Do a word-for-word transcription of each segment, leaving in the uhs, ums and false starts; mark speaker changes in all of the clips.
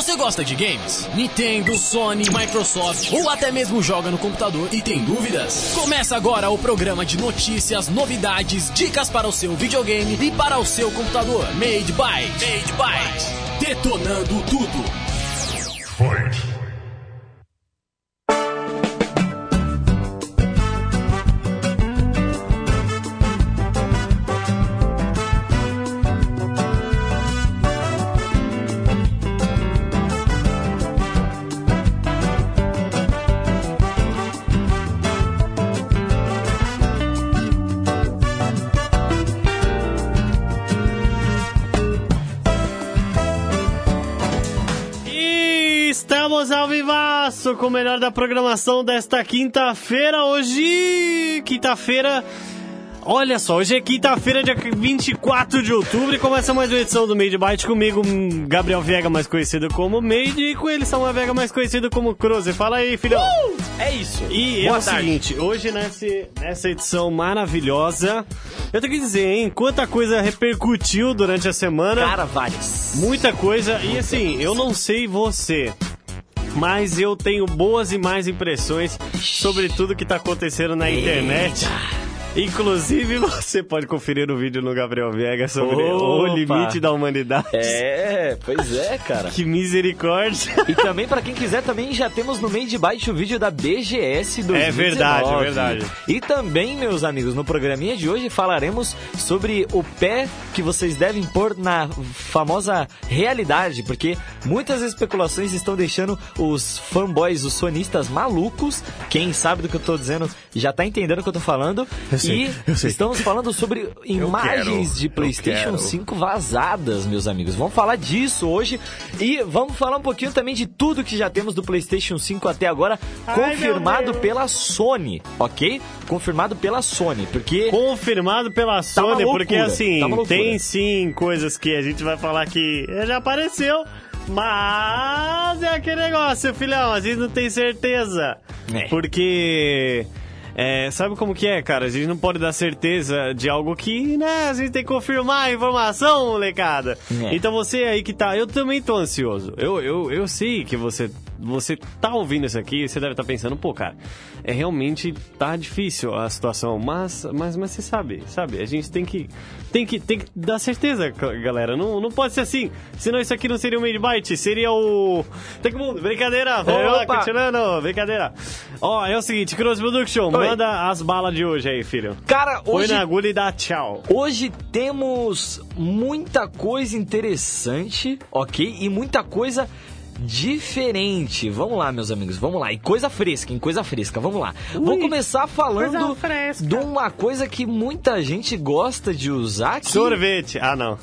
Speaker 1: Você gosta de games? Nintendo, Sony, Microsoft ou até mesmo joga no computador e tem dúvidas? Começa agora o programa de notícias, novidades, dicas para o seu videogame e para o seu computador. Made by, Made by, detonando tudo. Fight.
Speaker 2: Estamos ao vivaço com o melhor da programação desta quinta-feira. Hoje, quinta-feira, olha só, hoje é quinta-feira, dia vinte e quatro de outubro, e começa mais uma edição do Made Byte comigo, Gabriel Viega, mais conhecido como Made, e com ele, Samuel Vega, mais conhecido como Cruze. Fala aí, filhão.
Speaker 3: Uh! É isso.
Speaker 2: E
Speaker 3: Boa
Speaker 2: é o
Speaker 3: tarde.
Speaker 2: seguinte, hoje nessa, nessa edição maravilhosa, eu tenho que dizer, hein, quanta coisa repercutiu durante a semana.
Speaker 3: Cara, várias.
Speaker 2: Muita coisa, e assim, eu não sei você, mas eu tenho boas e más impressões sobre tudo que tá acontecendo na internet.
Speaker 3: Eita.
Speaker 2: Inclusive, você pode conferir o vídeo no Gabriel Viega sobre
Speaker 3: Opa.
Speaker 2: o limite da humanidade.
Speaker 3: É, pois é, cara.
Speaker 2: Que misericórdia.
Speaker 3: E também, pra quem quiser, também já temos no Made Byte o vídeo da B G S dois mil e dezenove.
Speaker 2: É verdade, é verdade.
Speaker 3: E também, meus amigos, no programinha de hoje falaremos sobre o pé que vocês devem pôr na famosa realidade, porque muitas especulações estão deixando os fanboys, os sonistas malucos. Quem sabe do que eu tô dizendo já tá entendendo o que eu tô falando.
Speaker 2: Eu sei,
Speaker 3: e
Speaker 2: eu sei.
Speaker 3: estamos falando sobre imagens
Speaker 2: quero,
Speaker 3: de PlayStation cinco vazadas, meus amigos. Vamos falar disso hoje e vamos falar um pouquinho também de tudo que já temos do PlayStation cinco até agora,
Speaker 2: Ai,
Speaker 3: confirmado pela Sony, ok? Confirmado pela Sony, porque...
Speaker 2: Confirmado pela Sony,
Speaker 3: loucura,
Speaker 2: porque assim,
Speaker 3: tá uma loucura.
Speaker 2: tem sim coisas que a gente vai falar que já apareceu, mas é aquele negócio, filhão, a gente não tem certeza.
Speaker 3: É.
Speaker 2: Porque... É, sabe como que é, cara? A gente não pode dar certeza de algo que, né, a gente tem que confirmar a informação, molecada.
Speaker 3: É.
Speaker 2: Então você aí que tá... Eu também tô ansioso. Eu, eu, eu sei que você, você tá ouvindo isso aqui e você deve estar pensando, pô, cara, é realmente tá difícil a situação, mas, mas, mas você sabe, sabe? A gente tem que, tem que, tem que dar certeza, galera. Não, não pode ser assim. Senão isso aqui não seria o Made Byte, seria o... Tecmundo, brincadeira. Vamos
Speaker 3: É,
Speaker 2: lá,
Speaker 3: opa.
Speaker 2: continuando, brincadeira. Ó, é o seguinte, Cross Production,
Speaker 3: Oi.
Speaker 2: manda as balas de hoje aí, filho.
Speaker 3: Cara,
Speaker 2: Põe
Speaker 3: hoje...
Speaker 2: na agulha e dá tchau.
Speaker 3: Hoje temos muita coisa interessante, ok? E muita coisa diferente. Vamos lá, meus amigos, vamos lá. E coisa fresca, em coisa fresca, vamos lá.
Speaker 2: Ui,
Speaker 3: Vou começar falando
Speaker 2: coisa fresca.
Speaker 3: de uma coisa que muita gente gosta de usar. Que...
Speaker 2: Sorvete. Ah, não.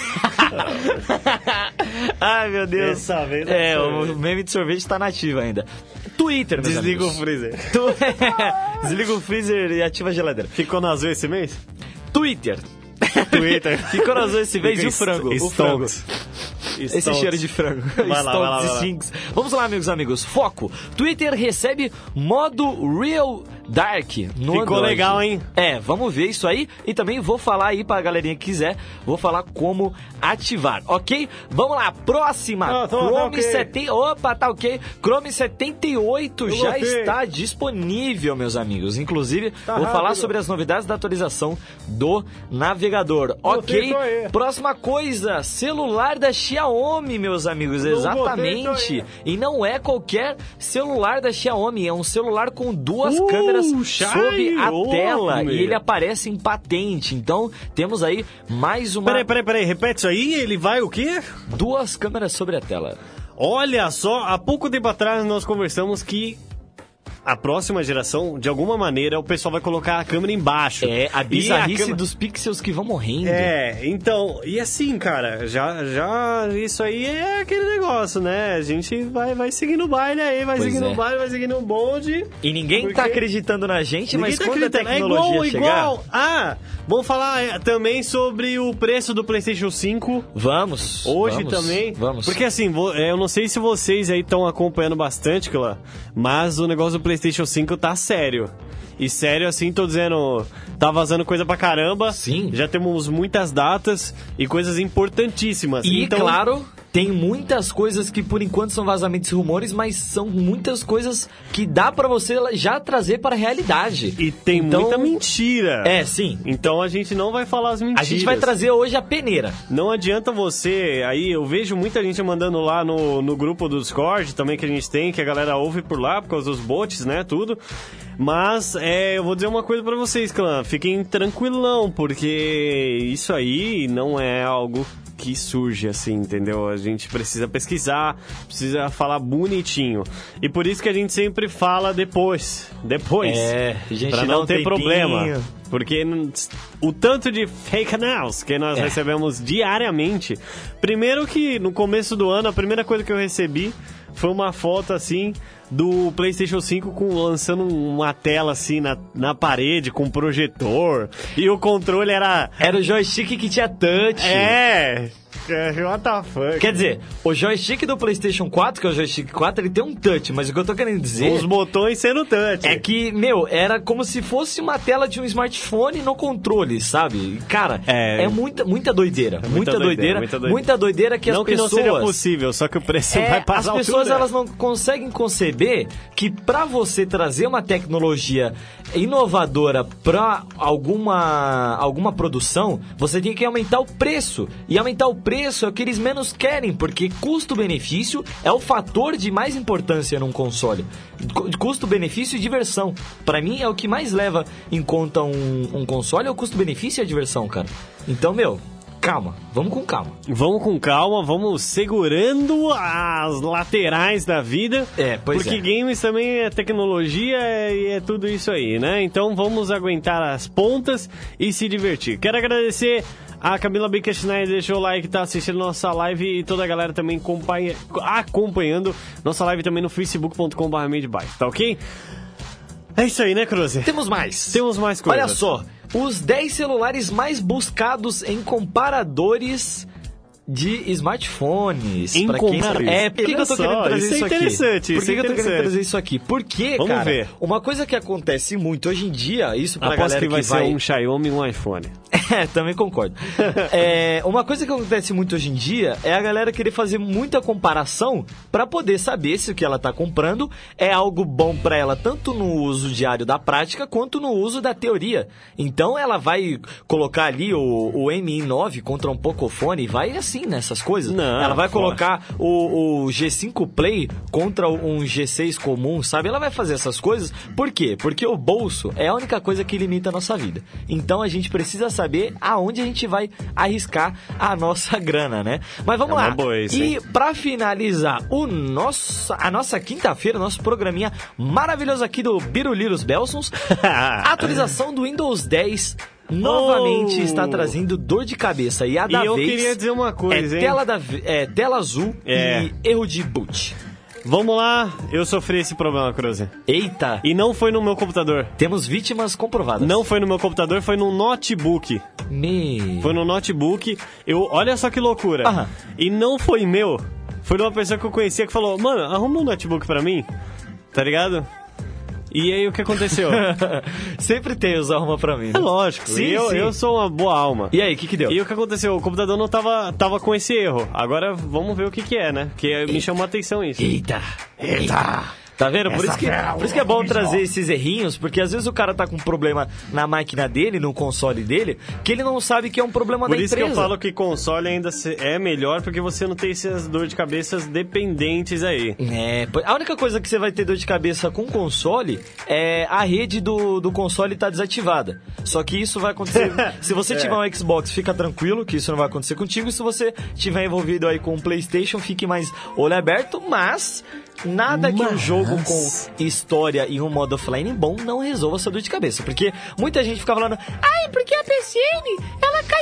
Speaker 3: Ai, meu Deus.
Speaker 2: Dessa vez
Speaker 3: é,
Speaker 2: é
Speaker 3: o
Speaker 2: sorvete.
Speaker 3: meme de sorvete tá nativo ainda. Twitter, meus
Speaker 2: Desliga
Speaker 3: amigos.
Speaker 2: o freezer.
Speaker 3: Tu... Desliga o freezer e ativa a geladeira.
Speaker 2: Ficou no azul esse mês?
Speaker 3: Twitter.
Speaker 2: Twitter.
Speaker 3: Ficou no azul esse mês e o
Speaker 2: Fica
Speaker 3: frango. O
Speaker 2: Stonks.
Speaker 3: frango. Esse
Speaker 2: Stonks.
Speaker 3: cheiro de frango.
Speaker 2: Vai lá, vai lá,
Speaker 3: Stonks
Speaker 2: vai
Speaker 3: e
Speaker 2: lá.
Speaker 3: Sinks. Vamos lá, meus amigos. Foco. Twitter recebe modo Real Dark no
Speaker 2: Ficou
Speaker 3: Android.
Speaker 2: legal, hein?
Speaker 3: É, vamos ver isso aí. E também vou falar aí pra galerinha que quiser. Vou falar como ativar, ok? Vamos lá, próxima.
Speaker 2: Ah, tô, tá
Speaker 3: Chrome
Speaker 2: ok.
Speaker 3: setenta... Opa, tá ok. Chrome setenta e oito
Speaker 2: Eu
Speaker 3: já
Speaker 2: gostei.
Speaker 3: está disponível, meus amigos. Inclusive,
Speaker 2: Tá
Speaker 3: vou falar
Speaker 2: rápido.
Speaker 3: sobre as novidades da atualização do navegador. Ok?
Speaker 2: Gostei, tô aí.
Speaker 3: Próxima coisa, celular da Xiaomi, meus amigos,
Speaker 2: Não
Speaker 3: exatamente.
Speaker 2: gostei, tô
Speaker 3: E não é qualquer celular da Xiaomi, é um celular com duas
Speaker 2: Uh,
Speaker 3: câmeras
Speaker 2: Shine,
Speaker 3: sob a
Speaker 2: ô,
Speaker 3: tela
Speaker 2: meu.
Speaker 3: e ele aparece em patente. Então, temos aí mais uma
Speaker 2: Peraí, peraí, peraí, repete isso aí, ele vai o quê?
Speaker 3: duas câmeras sobre a tela.
Speaker 2: Olha só, há pouco tempo atrás nós conversamos que a próxima geração, de alguma maneira, o pessoal vai colocar a câmera embaixo.
Speaker 3: É a
Speaker 2: E
Speaker 3: bizarrice
Speaker 2: câmera-
Speaker 3: dos pixels que vão morrendo.
Speaker 2: É, então, e assim, cara, já, já, isso aí é aquele negócio, né? A gente vai, vai seguindo o baile aí, vai
Speaker 3: Pois
Speaker 2: seguindo
Speaker 3: é.
Speaker 2: o baile, vai seguindo o bonde.
Speaker 3: E ninguém
Speaker 2: Porque-
Speaker 3: tá acreditando na gente,
Speaker 2: Ninguém
Speaker 3: mas
Speaker 2: tá
Speaker 3: quando a
Speaker 2: acreditando. É
Speaker 3: tecnologia
Speaker 2: igual,
Speaker 3: chegar...
Speaker 2: igual. Ah, vamos falar é, também sobre o preço do PlayStation cinco.
Speaker 3: Vamos.
Speaker 2: Hoje
Speaker 3: vamos,
Speaker 2: também.
Speaker 3: Vamos.
Speaker 2: Porque assim, vo- é, eu não sei se vocês aí estão acompanhando bastante, Clã, mas o negócio do PlayStation cinco tá sério. E sério, assim, tô dizendo, tá vazando coisa pra caramba.
Speaker 3: Sim.
Speaker 2: Já temos muitas datas e coisas importantíssimas.
Speaker 3: E,
Speaker 2: então,
Speaker 3: claro, tem muitas coisas que por enquanto são vazamentos e rumores, mas são muitas coisas que dá pra você já trazer para a realidade.
Speaker 2: E tem
Speaker 3: então,
Speaker 2: muita mentira.
Speaker 3: É, sim.
Speaker 2: Então a gente não vai falar as mentiras.
Speaker 3: A gente vai trazer hoje a peneira.
Speaker 2: Não adianta você... Aí eu vejo muita gente mandando lá no, no grupo do Discord também que a gente tem, que a galera ouve por lá, por causa dos bots, né, tudo. Mas é, eu vou dizer uma coisa pra vocês, clã. Fiquem tranquilão, porque isso aí não é algo que surge assim, entendeu? A gente precisa pesquisar, precisa falar bonitinho. E por isso que a gente sempre fala depois. Depois.
Speaker 3: É, a gente
Speaker 2: pra não
Speaker 3: um
Speaker 2: ter
Speaker 3: tempinho.
Speaker 2: problema. Porque o tanto de fake news que nós
Speaker 3: é.
Speaker 2: recebemos diariamente. Primeiro que no começo do ano, a primeira coisa que eu recebi foi uma foto assim do PlayStation cinco com, lançando uma tela assim na, na parede com um projetor. E o controle era...
Speaker 3: Era o joystick que tinha touch.
Speaker 2: É... What the fuck?
Speaker 3: Quer dizer, o joystick do PlayStation quatro, que é o joystick quatro, ele tem um touch, mas o que eu tô querendo dizer...
Speaker 2: Os botões sendo touch.
Speaker 3: É que, meu, era como se fosse uma tela de um smartphone no controle, sabe? Cara, é, é muita, muita doideira. É muita, muita, doideira, doideira, muita doideira. Muita doideira que
Speaker 2: não
Speaker 3: as pessoas...
Speaker 2: Não que não seja possível, só que o preço
Speaker 3: é,
Speaker 2: vai passar
Speaker 3: As pessoas,
Speaker 2: altura.
Speaker 3: Elas não conseguem conceber que pra você trazer uma tecnologia inovadora pra alguma, alguma produção, você tem que aumentar o preço. E aumentar o preço é o que eles menos querem, porque custo-benefício é o fator de mais importância num console. Custo-benefício e diversão. Pra mim é o que mais leva em conta um, um console, é o custo-benefício e a diversão, cara. Então, meu... Calma, vamos com calma.
Speaker 2: Vamos com calma, vamos segurando as laterais da vida.
Speaker 3: É, pois
Speaker 2: porque
Speaker 3: é.
Speaker 2: Porque games também é tecnologia e é tudo isso aí, né? Então vamos aguentar as pontas e se divertir. Quero agradecer a Camila Baker Schneider, deixou o like, tá assistindo nossa live e toda a galera também acompanha, acompanhando nossa live também no facebook ponto com barra made by, tá ok? É isso aí, né, Cruze?
Speaker 3: Temos mais.
Speaker 2: Temos mais coisas.
Speaker 3: Olha só, os dez celulares mais buscados em comparadores de smartphones.
Speaker 2: Em
Speaker 3: pra quem
Speaker 2: comparadores.
Speaker 3: É, por que, que eu tô querendo trazer
Speaker 2: isso,
Speaker 3: isso
Speaker 2: é
Speaker 3: aqui?
Speaker 2: interessante,
Speaker 3: Por
Speaker 2: isso
Speaker 3: que,
Speaker 2: é
Speaker 3: que eu tô
Speaker 2: interessante.
Speaker 3: querendo trazer isso aqui? Porque,
Speaker 2: Vamos
Speaker 3: cara,
Speaker 2: ver.
Speaker 3: uma coisa que acontece muito hoje em dia, isso pra
Speaker 2: Aposto
Speaker 3: galera
Speaker 2: que vai
Speaker 3: que
Speaker 2: ser
Speaker 3: vai...
Speaker 2: um Xiaomi e um iPhone.
Speaker 3: É, também concordo. É, uma coisa que acontece muito hoje em dia é a galera querer fazer muita comparação pra poder saber se o que ela tá comprando é algo bom pra ela, tanto no uso diário da prática, quanto no uso da teoria. Então ela vai colocar ali o, o M I nove contra um Pocophone e vai assim nessas coisas.
Speaker 2: Não,
Speaker 3: ela vai
Speaker 2: porra.
Speaker 3: colocar o, o G cinco Play contra um G seis comum, sabe? Ela vai fazer essas coisas. Por quê? Porque o bolso é a única coisa que limita a nossa vida. Então a gente precisa saber aonde a gente vai arriscar a nossa grana, né? Mas vamos
Speaker 2: é
Speaker 3: lá.
Speaker 2: Uma boa isso,
Speaker 3: e
Speaker 2: hein?
Speaker 3: pra finalizar o nosso, a nossa quinta-feira, nosso programinha maravilhoso aqui do Biruliros Belsons, a atualização do Windows dez novamente
Speaker 2: oh.
Speaker 3: está trazendo dor de cabeça. E a da
Speaker 2: e eu
Speaker 3: vez
Speaker 2: queria dizer uma coisa,
Speaker 3: é
Speaker 2: hein?
Speaker 3: tela, da, é tela azul
Speaker 2: É.
Speaker 3: e erro de boot.
Speaker 2: Vamos lá, eu sofri esse problema, Cruze.
Speaker 3: Eita!
Speaker 2: E não foi no meu computador.
Speaker 3: Temos vítimas comprovadas.
Speaker 2: Não foi no meu computador, foi no notebook.
Speaker 3: Me...
Speaker 2: Foi no notebook. Eu, olha só que loucura.
Speaker 3: Aham.
Speaker 2: E não foi meu. Foi de uma pessoa que eu conhecia que falou: mano, arruma um notebook pra mim. Tá ligado? E aí o que aconteceu?
Speaker 3: Sempre tem os arruma pra mim, né?
Speaker 2: É lógico.
Speaker 3: Sim,
Speaker 2: e eu,
Speaker 3: sim.
Speaker 2: eu sou uma boa alma.
Speaker 3: E aí, o que que deu?
Speaker 2: E o que aconteceu? O computador não tava, tava com esse erro. Agora vamos ver o que que é, né? Porque me chamou a atenção isso.
Speaker 3: Eita! Eita! Tá vendo? Por isso, que, por isso que é bom trazer esses errinhos, porque às vezes o cara tá com um problema na máquina dele, no console dele, que ele não sabe que é um problema
Speaker 2: Por
Speaker 3: da
Speaker 2: isso
Speaker 3: empresa.
Speaker 2: que eu falo que console ainda se- é melhor, porque você não tem essas dor de cabeças dependentes aí.
Speaker 3: É, a única coisa que você vai ter dor de cabeça com o console é a rede do, do console tá desativada. Só que isso vai acontecer... se você
Speaker 2: É.
Speaker 3: tiver um Xbox, fica tranquilo, que isso não vai acontecer contigo. E se você tiver envolvido aí com o PlayStation, fique mais olho aberto, mas... Nada que um
Speaker 2: Mas-
Speaker 3: jogo com história e um modo offline bom não resolva sua dor de cabeça. Porque muita gente fica falando, ai, porque a P C N, ela cai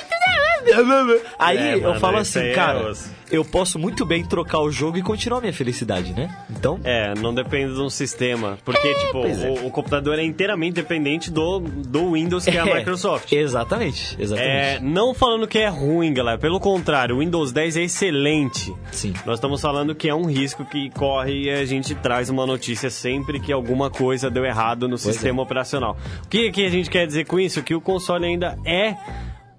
Speaker 3: tudo. Aí
Speaker 2: É,
Speaker 3: eu
Speaker 2: mano,
Speaker 3: falo
Speaker 2: esse
Speaker 3: assim,
Speaker 2: aí é
Speaker 3: cara,
Speaker 2: osso.
Speaker 3: eu posso muito bem trocar o jogo e continuar minha felicidade, né? Então,
Speaker 2: É, não depende de um sistema. Porque, tipo,
Speaker 3: pois é.
Speaker 2: o, o computador é inteiramente dependente do, do Windows, que é, a Microsoft.
Speaker 3: Exatamente, exatamente.
Speaker 2: É, não falando que é ruim, galera. Pelo contrário, o Windows dez é excelente.
Speaker 3: Sim.
Speaker 2: Nós estamos falando que é um risco que corre e a gente traz uma notícia sempre que alguma coisa deu errado no sistema operacional. O que, que a gente quer dizer com isso? Que o console ainda é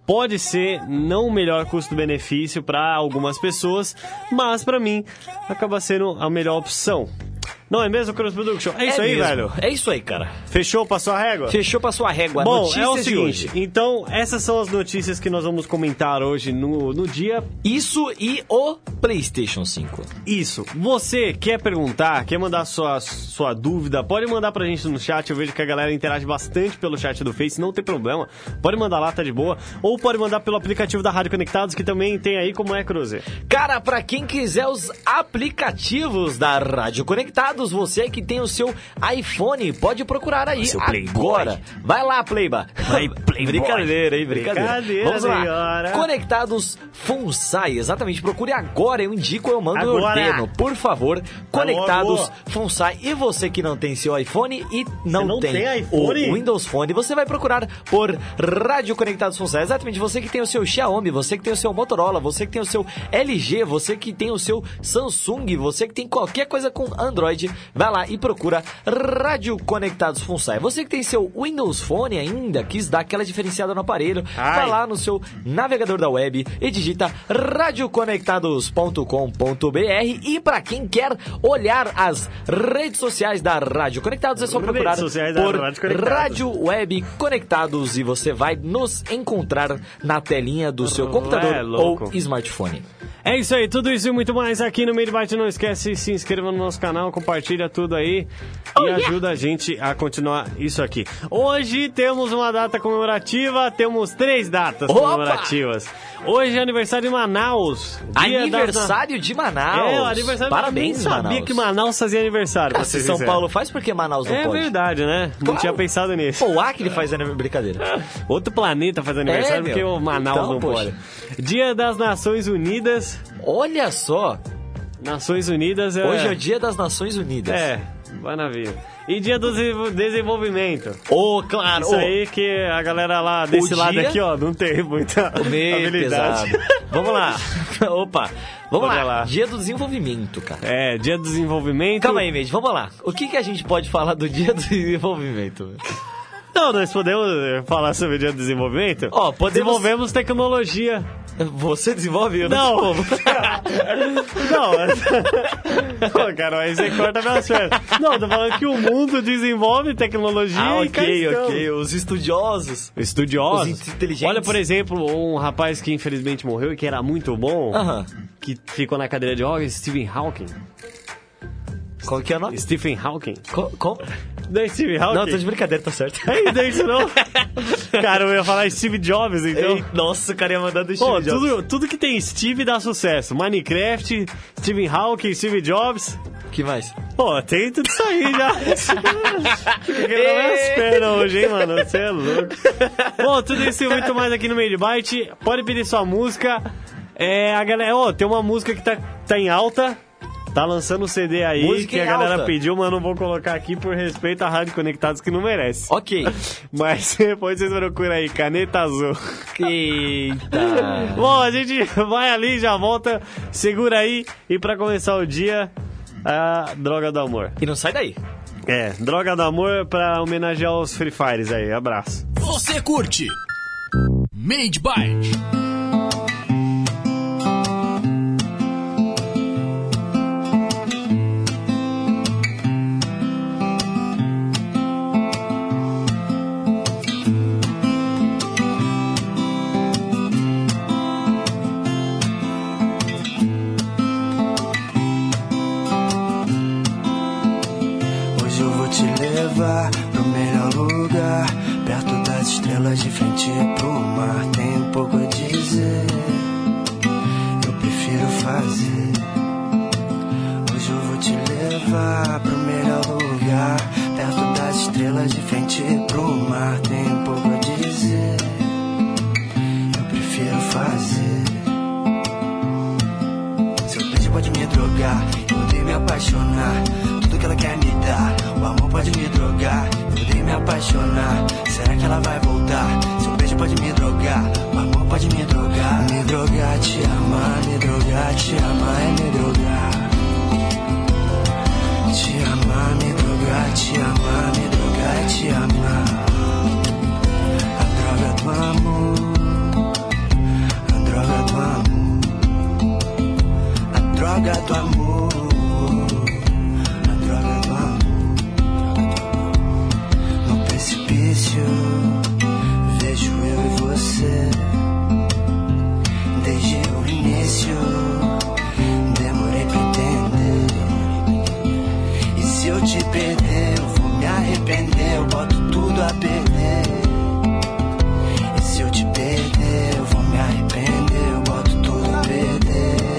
Speaker 2: pode ser não o melhor custo-benefício para algumas pessoas, mas para mim acaba sendo a melhor opção. Não é mesmo, Cross Production? É isso
Speaker 3: é
Speaker 2: aí,
Speaker 3: mesmo.
Speaker 2: velho?
Speaker 3: É isso aí, cara.
Speaker 2: Fechou? Passou a régua?
Speaker 3: Fechou, passou a régua.
Speaker 2: Bom,
Speaker 3: Notícias
Speaker 2: é o
Speaker 3: de
Speaker 2: seguinte,
Speaker 3: hoje.
Speaker 2: então essas são as notícias que nós vamos comentar hoje no, no dia.
Speaker 3: Isso e o PlayStation cinco.
Speaker 2: Isso. Você quer perguntar, quer mandar sua, sua dúvida, pode mandar pra gente no chat. Eu vejo que a galera interage bastante pelo chat do Face, não tem problema. Pode mandar lá, tá de boa. Ou pode mandar pelo aplicativo da Rádio Conectados, que também tem aí, como é, Cruze?
Speaker 3: Cara, pra quem quiser os aplicativos da Rádio Conectados, você que tem o seu iPhone, pode procurar aí
Speaker 2: seu
Speaker 3: agora. Vai lá, Playba.
Speaker 2: Vai, Playboy.
Speaker 3: Brincadeira, hein? Brincadeira.
Speaker 2: Brincadeira,
Speaker 3: Vamos lá.
Speaker 2: senhora.
Speaker 3: Conectados Funsai, exatamente. Procure agora. Eu indico, eu mando, eu
Speaker 2: Agora.
Speaker 3: ordeno. Por favor, Conectados
Speaker 2: alô.
Speaker 3: Funsai. E você que não tem seu iPhone e não,
Speaker 2: não
Speaker 3: tem,
Speaker 2: tem iPhone?
Speaker 3: o Windows Phone, você vai procurar por Rádio Conectados Funsai. Exatamente. Você que tem o seu Xiaomi, você que tem o seu Motorola, você que tem o seu L G, você que tem o seu Samsung, você que tem qualquer coisa com Android, vai lá e procura Rádio Conectados Funsai. Você que tem seu Windows Phone ainda, quis dar aquela diferenciada no aparelho,
Speaker 2: Ai.
Speaker 3: vai lá no seu navegador da web e digita radioconectados ponto com ponto b r. E para quem quer olhar as redes sociais da Rádio Conectados, é só
Speaker 2: Redes
Speaker 3: procurar
Speaker 2: sociais da
Speaker 3: por
Speaker 2: Rádio Conectados.
Speaker 3: Rádio Web Conectados e você vai nos encontrar na telinha do seu computador
Speaker 2: É louco.
Speaker 3: ou smartphone.
Speaker 2: É isso aí, tudo isso e muito mais aqui no Made Byte. Não esquece, se inscreva no nosso canal, compartilha tudo aí e ajuda a gente a continuar isso aqui. Hoje temos uma data comemorativa, temos três datas
Speaker 3: Opa!
Speaker 2: comemorativas. Hoje é aniversário de Manaus. Dia
Speaker 3: Aniversário
Speaker 2: das...
Speaker 3: de Manaus.
Speaker 2: É, o aniversário
Speaker 3: Parabéns,
Speaker 2: de Manaus. Eu nem sabia
Speaker 3: Manaus.
Speaker 2: que Manaus fazia aniversário.
Speaker 3: Cara,
Speaker 2: pra
Speaker 3: se
Speaker 2: ser
Speaker 3: São
Speaker 2: sincero.
Speaker 3: Paulo faz, por que Manaus não
Speaker 2: É
Speaker 3: pode?
Speaker 2: verdade, né? Não
Speaker 3: Claro.
Speaker 2: tinha pensado nisso.
Speaker 3: Pô, o Acre faz aniversário. Brincadeira.
Speaker 2: Outro planeta faz aniversário
Speaker 3: É, meu.
Speaker 2: porque o Manaus
Speaker 3: Então,
Speaker 2: não
Speaker 3: poxa.
Speaker 2: pode. Dia das Nações Unidas.
Speaker 3: Olha só,
Speaker 2: Nações Unidas é...
Speaker 3: hoje é o Dia das Nações Unidas.
Speaker 2: É, vai na vida. E dia do desenvol- desenvolvimento.
Speaker 3: Ô, claro.
Speaker 2: Isso
Speaker 3: ô,
Speaker 2: aí que a galera lá desse
Speaker 3: O
Speaker 2: lado
Speaker 3: dia-
Speaker 2: aqui, ó, não tem muita
Speaker 3: meio
Speaker 2: habilidade.
Speaker 3: pesado. Vamos lá. Opa, vamos
Speaker 2: Bora
Speaker 3: lá.
Speaker 2: lá.
Speaker 3: Dia do desenvolvimento, cara.
Speaker 2: É, dia do desenvolvimento.
Speaker 3: Calma aí, Made, vamos lá. O que, que a gente pode falar do Dia do Desenvolvimento?
Speaker 2: Não, nós podemos eh, falar sobre o dia do desenvolvimento?
Speaker 3: Ó, podemos-
Speaker 2: Desenvolvemos tecnologia.
Speaker 3: Você desenvolve? Eu
Speaker 2: Não.
Speaker 3: não.
Speaker 2: Não, mas... Pô, cara, aí você corta minhas pernas. Não, tô falando que o mundo desenvolve tecnologia
Speaker 3: Ah,
Speaker 2: e cá
Speaker 3: ok,
Speaker 2: estamos.
Speaker 3: ok. Os estudiosos.
Speaker 2: Estudiosos.
Speaker 3: Os inteligentes.
Speaker 2: Olha, por exemplo, um rapaz que infelizmente morreu e que era muito bom,
Speaker 3: Aham.
Speaker 2: que ficou na cadeira de rodas, Stephen Hawking.
Speaker 3: Qual que é o nome?
Speaker 2: Stephen Hawking.
Speaker 3: Co- Como?
Speaker 2: Não é Stephen Hawking?
Speaker 3: Não, tô de brincadeira, tá certo.
Speaker 2: É, não é isso não. Cara, eu ia falar Steve Jobs, então...
Speaker 3: Ei, nossa, o cara ia mandar do
Speaker 2: Pô,
Speaker 3: Steve Jobs.
Speaker 2: tudo, tudo que tem Steve dá sucesso. Minecraft, Stephen Hawking, Steve Jobs.
Speaker 3: Que mais?
Speaker 2: Pô, tem tudo isso aí já. Fiquei nas minhas pernas hoje, hein, mano? Você é louco. Bom, tudo isso e muito mais aqui no Made Byte. Pode pedir sua música. É, a galera... Ó, tem uma música que tá, tá em alta. Tá lançando um C D aí
Speaker 3: Música
Speaker 2: que
Speaker 3: em
Speaker 2: a galera
Speaker 3: alta.
Speaker 2: pediu, mas eu não vou colocar aqui por respeito à Rádio Conectados, que não merece.
Speaker 3: Ok.
Speaker 2: Mas depois vocês procuram aí, Caneta Azul.
Speaker 3: Eita.
Speaker 2: Bom, a gente vai ali, já volta, segura aí. E pra começar o dia, a Droga do Amor.
Speaker 3: E não sai daí.
Speaker 2: É, Droga do Amor pra homenagear os Free Fires aí, abraço.
Speaker 1: Você curte Made Byte.
Speaker 4: Hoje eu vou te levar pro melhor lugar, perto das estrelas, de frente pro mar. Tem um pouco a dizer, eu prefiro fazer. Hoje eu vou te levar pro melhor lugar, perto das estrelas, de frente pro mar. Tem um pouco a dizer, eu prefiro fazer. Se eu pedir pode me drogar, eu odeio me apaixonar. Tudo que ela quer me dar, o amor pode me drogar. Eu odeio me apaixonar, será que ela vai voltar? Se eu beijo pode me drogar, o amor pode me drogar. Me drogar, te amar, me drogar, te amar é me drogar. Te amar, me drogar, te amar, me drogar é te amar. A droga do amor te perder, eu vou me arrepender, eu boto tudo a perder. E se eu te perder, eu vou me arrepender, eu boto tudo a perder.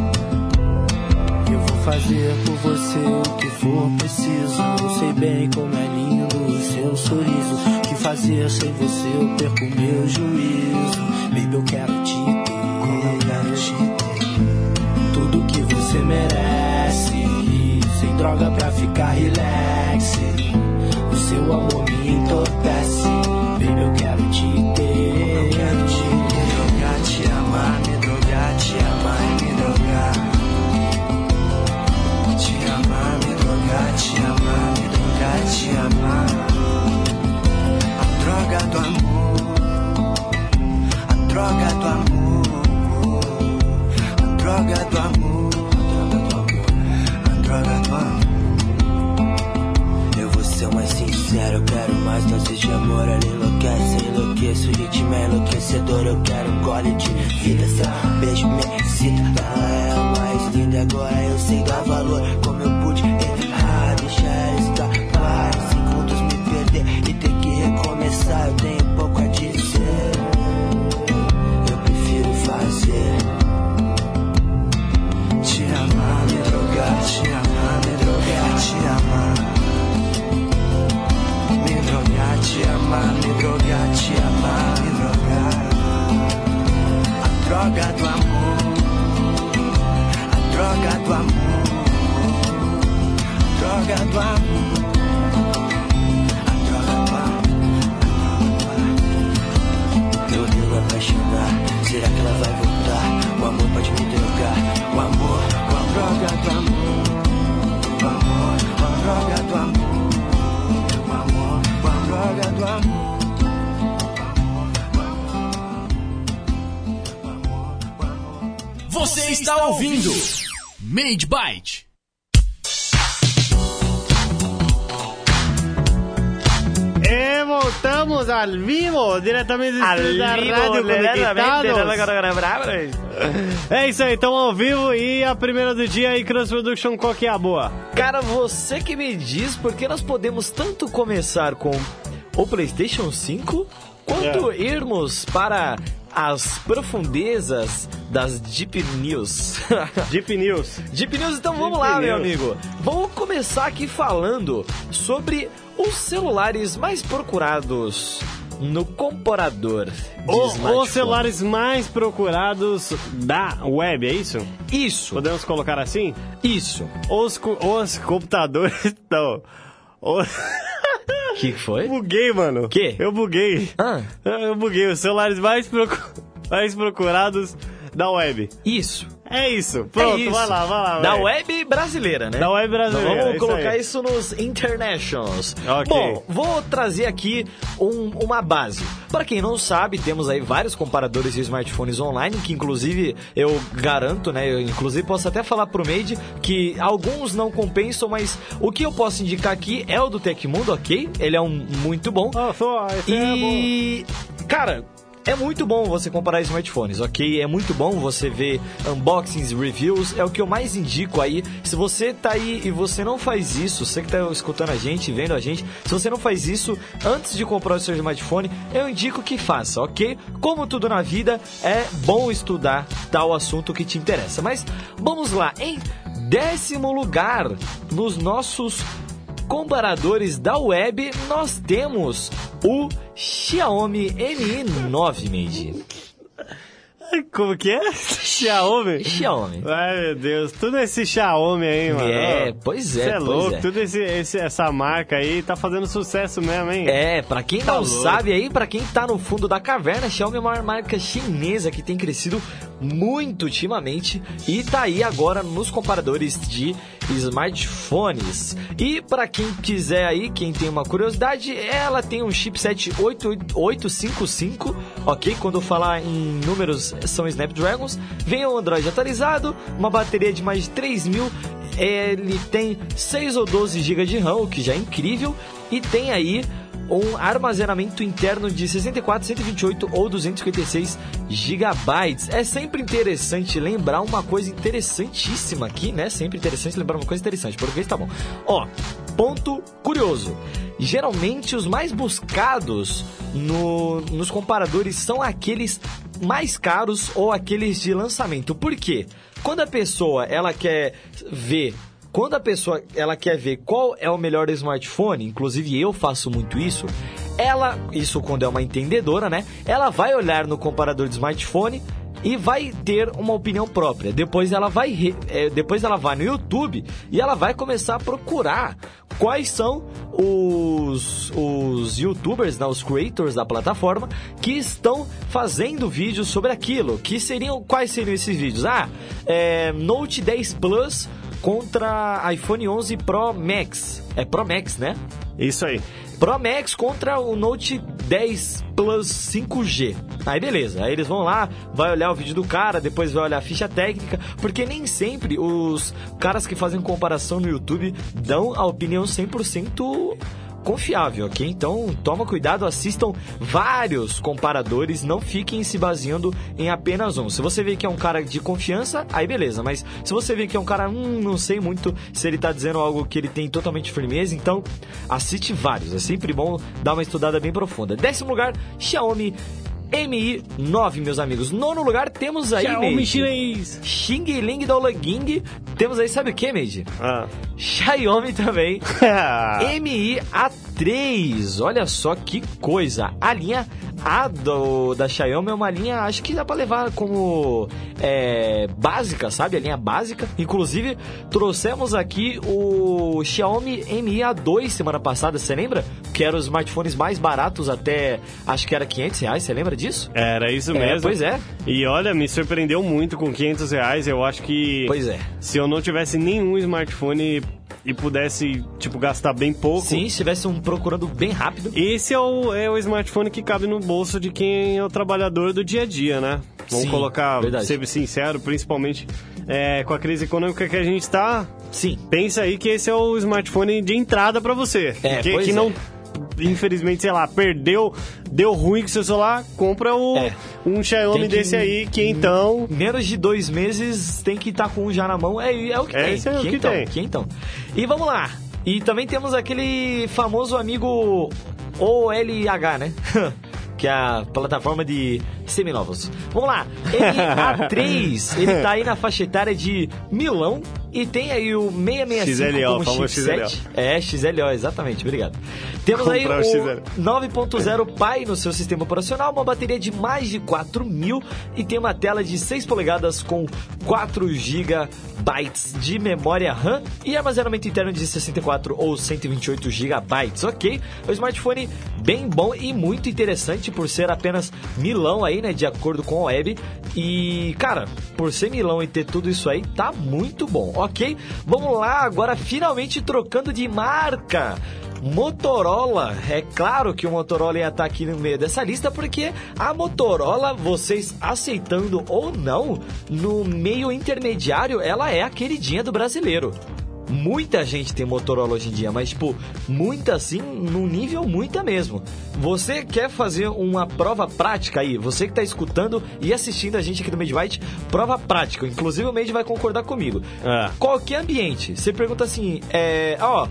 Speaker 4: Eu vou fazer por você o que for preciso. Eu sei bem como é lindo o seu sorriso. O que fazer sem você eu perco meu juízo. Baby, eu quero te ter, eu quero te ter. Tudo que você merece, sem droga pra ficar relax. O seu amor me entorpece. Baby, eu quero te ter, eu quero te ter. Me drogar, te amar, me drogar, te amar e me drogar. Te amar, me drogar, te amar, me drogar, te amar. A droga do amor, a droga do amor, a droga do amor, a droga do amor. Eu vou ser o mais sincero, eu quero mais doses de amor. Ela enlouquece, eu enlouqueço, o ritmo é enlouquecedor. Eu quero um gole de vida, seu beijo me excita. Ela é a mais linda, agora eu sei dar valor. Como eu pude errar, deixar ela escapar, em segundos me perder e ter que recomeçar. Eu tenho pouco a dizer, eu prefiro fazer. Te amar, me drogar, te amar, me drogar, te amar. Me drogar, te amar, me drogar, te amar, me drogar. A droga do amor, a droga do amor, a droga do amor, a droga do amor. Eu devo apaixonar, será que ela vai voltar? O amor pode me drogar, o amor, com a droga do amor, o amor, com a droga do amor. Droga do amor.
Speaker 1: Você está ouvindo Made Byte.
Speaker 2: E voltamos ao vivo, diretamente da Rádio Conectados. É isso aí, estamos ao vivo e a primeira do dia aí, Cross Production, qual que é a boa?
Speaker 3: Cara, você que me diz por que nós podemos tanto começar com o PlayStation cinco, quanto
Speaker 2: É.
Speaker 3: irmos para as profundezas das Deep News.
Speaker 2: Deep News.
Speaker 3: Deep News, então vamos
Speaker 2: Deep
Speaker 3: lá,
Speaker 2: News.
Speaker 3: meu amigo. Vamos começar aqui falando sobre os celulares mais procurados no comparador de
Speaker 2: O,
Speaker 3: smartphone.
Speaker 2: os celulares mais procurados da web, é isso?
Speaker 3: Isso,
Speaker 2: Podemos colocar assim?
Speaker 3: isso.
Speaker 2: Os, co- os computadores estão...
Speaker 3: O que foi?
Speaker 2: Buguei, mano.
Speaker 3: Quê?
Speaker 2: Eu buguei.
Speaker 3: Ah,
Speaker 2: Eu buguei. Os celulares mais, procu- mais procurados da web.
Speaker 3: isso.
Speaker 2: É isso. Pronto,
Speaker 3: é isso.
Speaker 2: vai lá, vai lá.
Speaker 3: Da
Speaker 2: vai.
Speaker 3: web brasileira, né?
Speaker 2: Da web brasileira,
Speaker 3: Então vamos
Speaker 2: isso
Speaker 3: colocar
Speaker 2: aí.
Speaker 3: isso nos internationals.
Speaker 2: Ok.
Speaker 3: Bom, vou trazer aqui um- uma base. Para quem não sabe, temos aí vários comparadores de smartphones online, que inclusive eu garanto, né? Eu inclusive posso até falar pro Made que alguns não compensam, mas o que eu posso indicar aqui é o do Tecmundo, ok? Ele é um muito bom.
Speaker 2: Ah, só, esse é bom.
Speaker 3: E, cara, é muito bom você comparar smartphones, ok? É muito bom você ver unboxings, reviews, é o que eu mais indico aí. Se você tá aí e você não faz isso, você que tá escutando a gente, vendo a gente, se você não faz isso antes de comprar o seu smartphone, eu indico que faça, ok? Como tudo na vida, é bom estudar tal assunto que te interessa. Mas vamos lá, em décimo lugar, nos nossos comparadores da web, nós temos o Xiaomi Mi I nove, Made.
Speaker 2: Como que é? Xiaomi?
Speaker 3: Xiaomi.
Speaker 2: Ai, meu Deus. Tudo esse Xiaomi aí, mano.
Speaker 3: É, pois é,
Speaker 2: Você é
Speaker 3: pois
Speaker 2: louco.
Speaker 3: é.
Speaker 2: Tudo esse, esse, essa marca aí tá fazendo sucesso mesmo, hein?
Speaker 3: É, pra quem
Speaker 2: Tá
Speaker 3: não
Speaker 2: louco.
Speaker 3: sabe aí, pra quem tá no fundo da caverna, Xiaomi é uma marca chinesa que tem crescido muito ultimamente e tá aí agora nos comparadores de smartphones. E pra quem quiser aí, quem tem uma curiosidade, ela tem um chipset oito oito cinco cinco, ok? Quando eu falar em números, são Snapdragons. Vem o Android atualizado, uma bateria de mais de três mil ele tem seis ou doze gigabytes de RAM, o que já é incrível, e tem aí um armazenamento interno de sessenta e quatro, cento e vinte e oito ou duzentos e cinquenta e seis gigabytes. É sempre interessante lembrar uma coisa interessantíssima aqui, né? Sempre interessante lembrar uma coisa interessante. Português tá bom. Ó, ponto curioso. Geralmente os mais buscados no, nos comparadores são aqueles mais caros ou aqueles de lançamento. Por quê? Quando a pessoa ela quer ver Quando a pessoa ela quer ver qual é o melhor smartphone, inclusive eu faço muito isso, ela, isso quando é uma entendedora, né? Ela vai olhar no comparador de smartphone e vai ter uma opinião própria. Depois ela vai, re, é, depois ela vai no YouTube e ela vai começar a procurar quais são os, os YouTubers, né, os creators da plataforma que estão fazendo vídeos sobre aquilo. Que seriam, quais seriam esses vídeos? Ah, é, Note dez Plus contra iPhone onze Pro Max. É Pro Max, né?
Speaker 2: Isso aí.
Speaker 3: Pro Max contra o Note dez Plus cinco G. Aí beleza, aí eles vão lá, vai olhar o vídeo do cara, depois vai olhar a ficha técnica, porque nem sempre os caras que fazem comparação no YouTube dão a opinião cem por cento confiável, ok? Então toma cuidado, assistam vários comparadores, não fiquem se baseando em apenas um. Se você vê que é um cara de confiança, aí beleza, mas se você vê que é um cara, hum, não sei muito se ele tá dizendo algo que ele tem totalmente firmeza, então assiste vários, é sempre bom dar uma estudada bem profunda. Décimo lugar, Xiaomi Mi I nove, meus amigos. Nono lugar, temos aí,
Speaker 2: Xiaomi chinês.
Speaker 3: Xing Ling Dongling. Temos aí, sabe o que, Made?
Speaker 2: Ah.
Speaker 3: Xiaomi também. Mi I A três. Olha só que coisa. A linha A do, da Xiaomi é uma linha, acho que dá pra levar como é, básica, sabe? A linha básica. Inclusive, trouxemos aqui o Xiaomi Mi I A dois semana passada, você lembra? Que eram os smartphones mais baratos até, acho que era quinhentos reais, você lembra disso?
Speaker 2: Era isso mesmo.
Speaker 3: É, pois é.
Speaker 2: E olha, me surpreendeu muito com quinhentos reais. Eu acho que...
Speaker 3: Pois é.
Speaker 2: Se eu não tivesse nenhum smartphone e pudesse, tipo, gastar bem pouco...
Speaker 3: Sim, se tivesse um procurando bem rápido.
Speaker 2: Esse é o, é o smartphone que cabe no bolso de quem é o trabalhador do dia a dia, né? Vamos
Speaker 3: Sim,
Speaker 2: colocar,
Speaker 3: verdade.
Speaker 2: ser sincero, principalmente é, com a crise econômica que a gente tá.
Speaker 3: Sim.
Speaker 2: Pensa aí que esse é o smartphone de entrada pra você.
Speaker 3: É,
Speaker 2: que,
Speaker 3: pois
Speaker 2: que
Speaker 3: é.
Speaker 2: não... Infelizmente, sei lá, perdeu, deu ruim com seu celular, compra o,
Speaker 3: É.
Speaker 2: um Xiaomi
Speaker 3: Tem que-
Speaker 2: desse aí, que então...
Speaker 3: Menos de dois meses tem que estar com um já na mão. É, é o que
Speaker 2: É,
Speaker 3: tem.
Speaker 2: esse é o que
Speaker 3: então,
Speaker 2: tem.
Speaker 3: que então. E vamos lá. E também temos aquele famoso amigo O L H, né? Que é a plataforma de seminovos. Vamos lá. Mi A três, ele tá aí na faixa etária de milão. E tem aí o seiscentos e sessenta e cinco
Speaker 2: X L O,
Speaker 3: como
Speaker 2: famoso
Speaker 3: chipset. É, X L O, exatamente, obrigado. Temos aí
Speaker 2: Comprar o
Speaker 3: o
Speaker 2: X L O.
Speaker 3: nove ponto zero Pi no seu sistema operacional, uma bateria de mais de quatro mil e tem uma tela de seis polegadas com quatro gigabytes de memória RAM e armazenamento interno de sessenta e quatro ou cento e vinte e oito gigabytes, ok? O smartphone bem bom e muito interessante por ser apenas milão aí, né, de acordo com a web. E, cara, por ser milão e ter tudo isso aí, tá muito bom, ok? Vamos lá, agora finalmente trocando de marca. Motorola, é claro que o Motorola ia estar aqui no meio dessa lista porque a Motorola, vocês aceitando ou não, no meio intermediário, ela é a queridinha do brasileiro. Muita gente tem Motorola hoje em dia, mas tipo, muita assim, num nível muita mesmo. Você quer fazer uma prova prática aí? Você que tá escutando e assistindo a gente aqui do Medbyte, prova prática. Inclusive o Made vai concordar comigo.
Speaker 2: É.
Speaker 3: Qualquer ambiente, você pergunta assim, é, ó,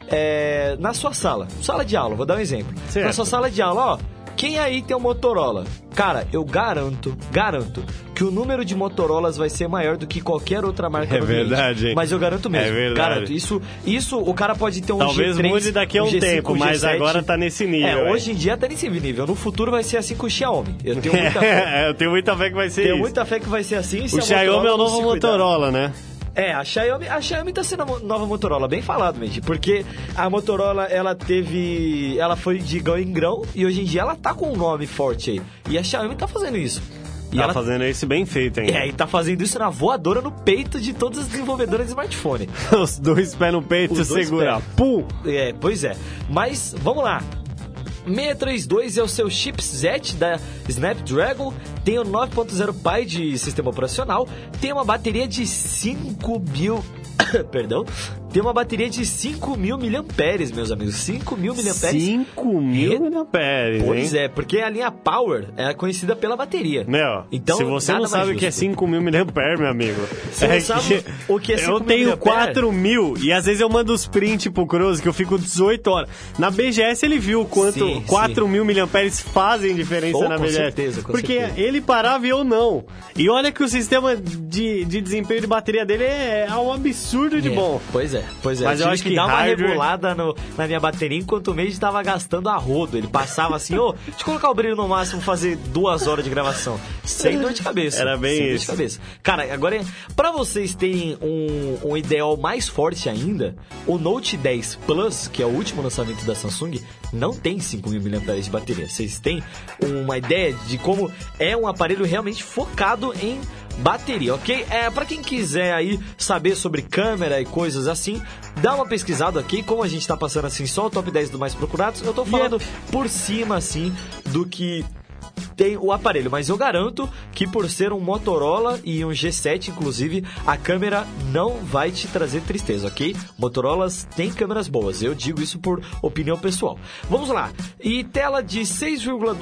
Speaker 3: é, na sua sala, sala de aula, vou dar um exemplo.
Speaker 2: Certo.
Speaker 3: Na sua sala de aula, ó, quem aí tem um Motorola? Cara, eu garanto, garanto que o número de Motorolas vai ser maior do que qualquer outra marca
Speaker 2: É
Speaker 3: no ambiente.
Speaker 2: verdade, hein?
Speaker 3: Mas eu garanto mesmo.
Speaker 2: É verdade.
Speaker 3: Garanto. Isso, isso, o cara pode ter um
Speaker 2: Talvez
Speaker 3: G três,
Speaker 2: mude daqui a um
Speaker 3: G cinco,
Speaker 2: tempo, mas
Speaker 3: G sete.
Speaker 2: agora tá nesse nível.
Speaker 3: É,
Speaker 2: hein?
Speaker 3: hoje em dia tá nesse nível. No futuro vai ser assim com o Xiaomi. Eu tenho muita fé.
Speaker 2: É, eu tenho muita fé que vai ser
Speaker 3: Tenho
Speaker 2: isso.
Speaker 3: muita fé que vai ser assim. Se
Speaker 2: O
Speaker 3: a
Speaker 2: Xiaomi
Speaker 3: Motorola
Speaker 2: é o
Speaker 3: não
Speaker 2: novo
Speaker 3: se cuidar.
Speaker 2: Motorola, né?
Speaker 3: É, a Xiaomi, a Xiaomi tá sendo a mo- nova Motorola, bem falado, Mendy, porque a Motorola, ela teve, ela foi de grão em grão e hoje em dia ela tá com um nome forte aí. E a Xiaomi tá fazendo isso. E
Speaker 2: Tá
Speaker 3: ela
Speaker 2: fazendo isso bem feito, hein?
Speaker 3: É, e tá fazendo isso na voadora no peito de todas as desenvolvedoras de smartphone.
Speaker 2: Os dois pés no peito,
Speaker 3: Os dois
Speaker 2: segura.
Speaker 3: pés.
Speaker 2: Pum!
Speaker 3: É, pois é. Mas, vamos lá. seiscentos e trinta e dois é o seu chipset da Snapdragon, tem o nove ponto zero Pi de sistema operacional, tem uma bateria de cinco mil perdão, tem uma bateria de cinco mil miliamperes, meus amigos. cinco mil miliamperes.
Speaker 2: cinco mil miliamperes,
Speaker 3: Pois
Speaker 2: hein?
Speaker 3: é, porque a linha Power é conhecida pela bateria.
Speaker 2: Meu,
Speaker 3: então,
Speaker 2: se você não
Speaker 3: nada mais
Speaker 2: sabe o que é
Speaker 3: justo.
Speaker 2: cinco mil miliamperes, meu amigo...
Speaker 3: Você não sabe o que é cinco
Speaker 2: eu
Speaker 3: mil
Speaker 2: tenho
Speaker 3: miliamperes?
Speaker 2: quatro mil e às vezes eu mando os prints pro Cruz que eu fico dezoito horas. Na B G S ele viu quanto
Speaker 3: Sim,
Speaker 2: quatro mil miliamperes fazem diferença
Speaker 3: Oh,
Speaker 2: na
Speaker 3: com
Speaker 2: B G S.
Speaker 3: certeza, com
Speaker 2: porque
Speaker 3: certeza.
Speaker 2: ele parava e eu não. E olha que o sistema de, de desempenho de bateria dele é, é um absurdo de
Speaker 3: É,
Speaker 2: bom.
Speaker 3: Pois é, pois é.
Speaker 2: Mas eu
Speaker 3: tive
Speaker 2: acho
Speaker 3: que,
Speaker 2: que
Speaker 3: dar uma
Speaker 2: hardware-
Speaker 3: regulada no- na minha bateria enquanto o Mage tava gastando a rodo. Ele passava assim, ô, deixa eu colocar o brilho no máximo, fazer duas horas de gravação. Sem dor de cabeça.
Speaker 2: Era bem
Speaker 3: sem
Speaker 2: isso.
Speaker 3: Dor de cabeça. Cara, agora, pra vocês terem um, um ideal mais forte ainda, o Note dez Plus, que é o último lançamento da Samsung, não tem cinco mil miliamperes de bateria. Vocês têm uma ideia de como é um aparelho realmente focado em bateria, ok? É, pra quem quiser aí saber sobre câmera e coisas assim, dá uma pesquisada aqui, como a gente tá passando assim só o top dez do mais procurados, eu tô falando por cima assim do que tem o aparelho, mas eu garanto que por ser um Motorola e um G sete, inclusive, a câmera não vai te trazer tristeza, ok? Motorolas têm câmeras boas, eu digo isso por opinião pessoal. Vamos lá, e tela de seis vírgula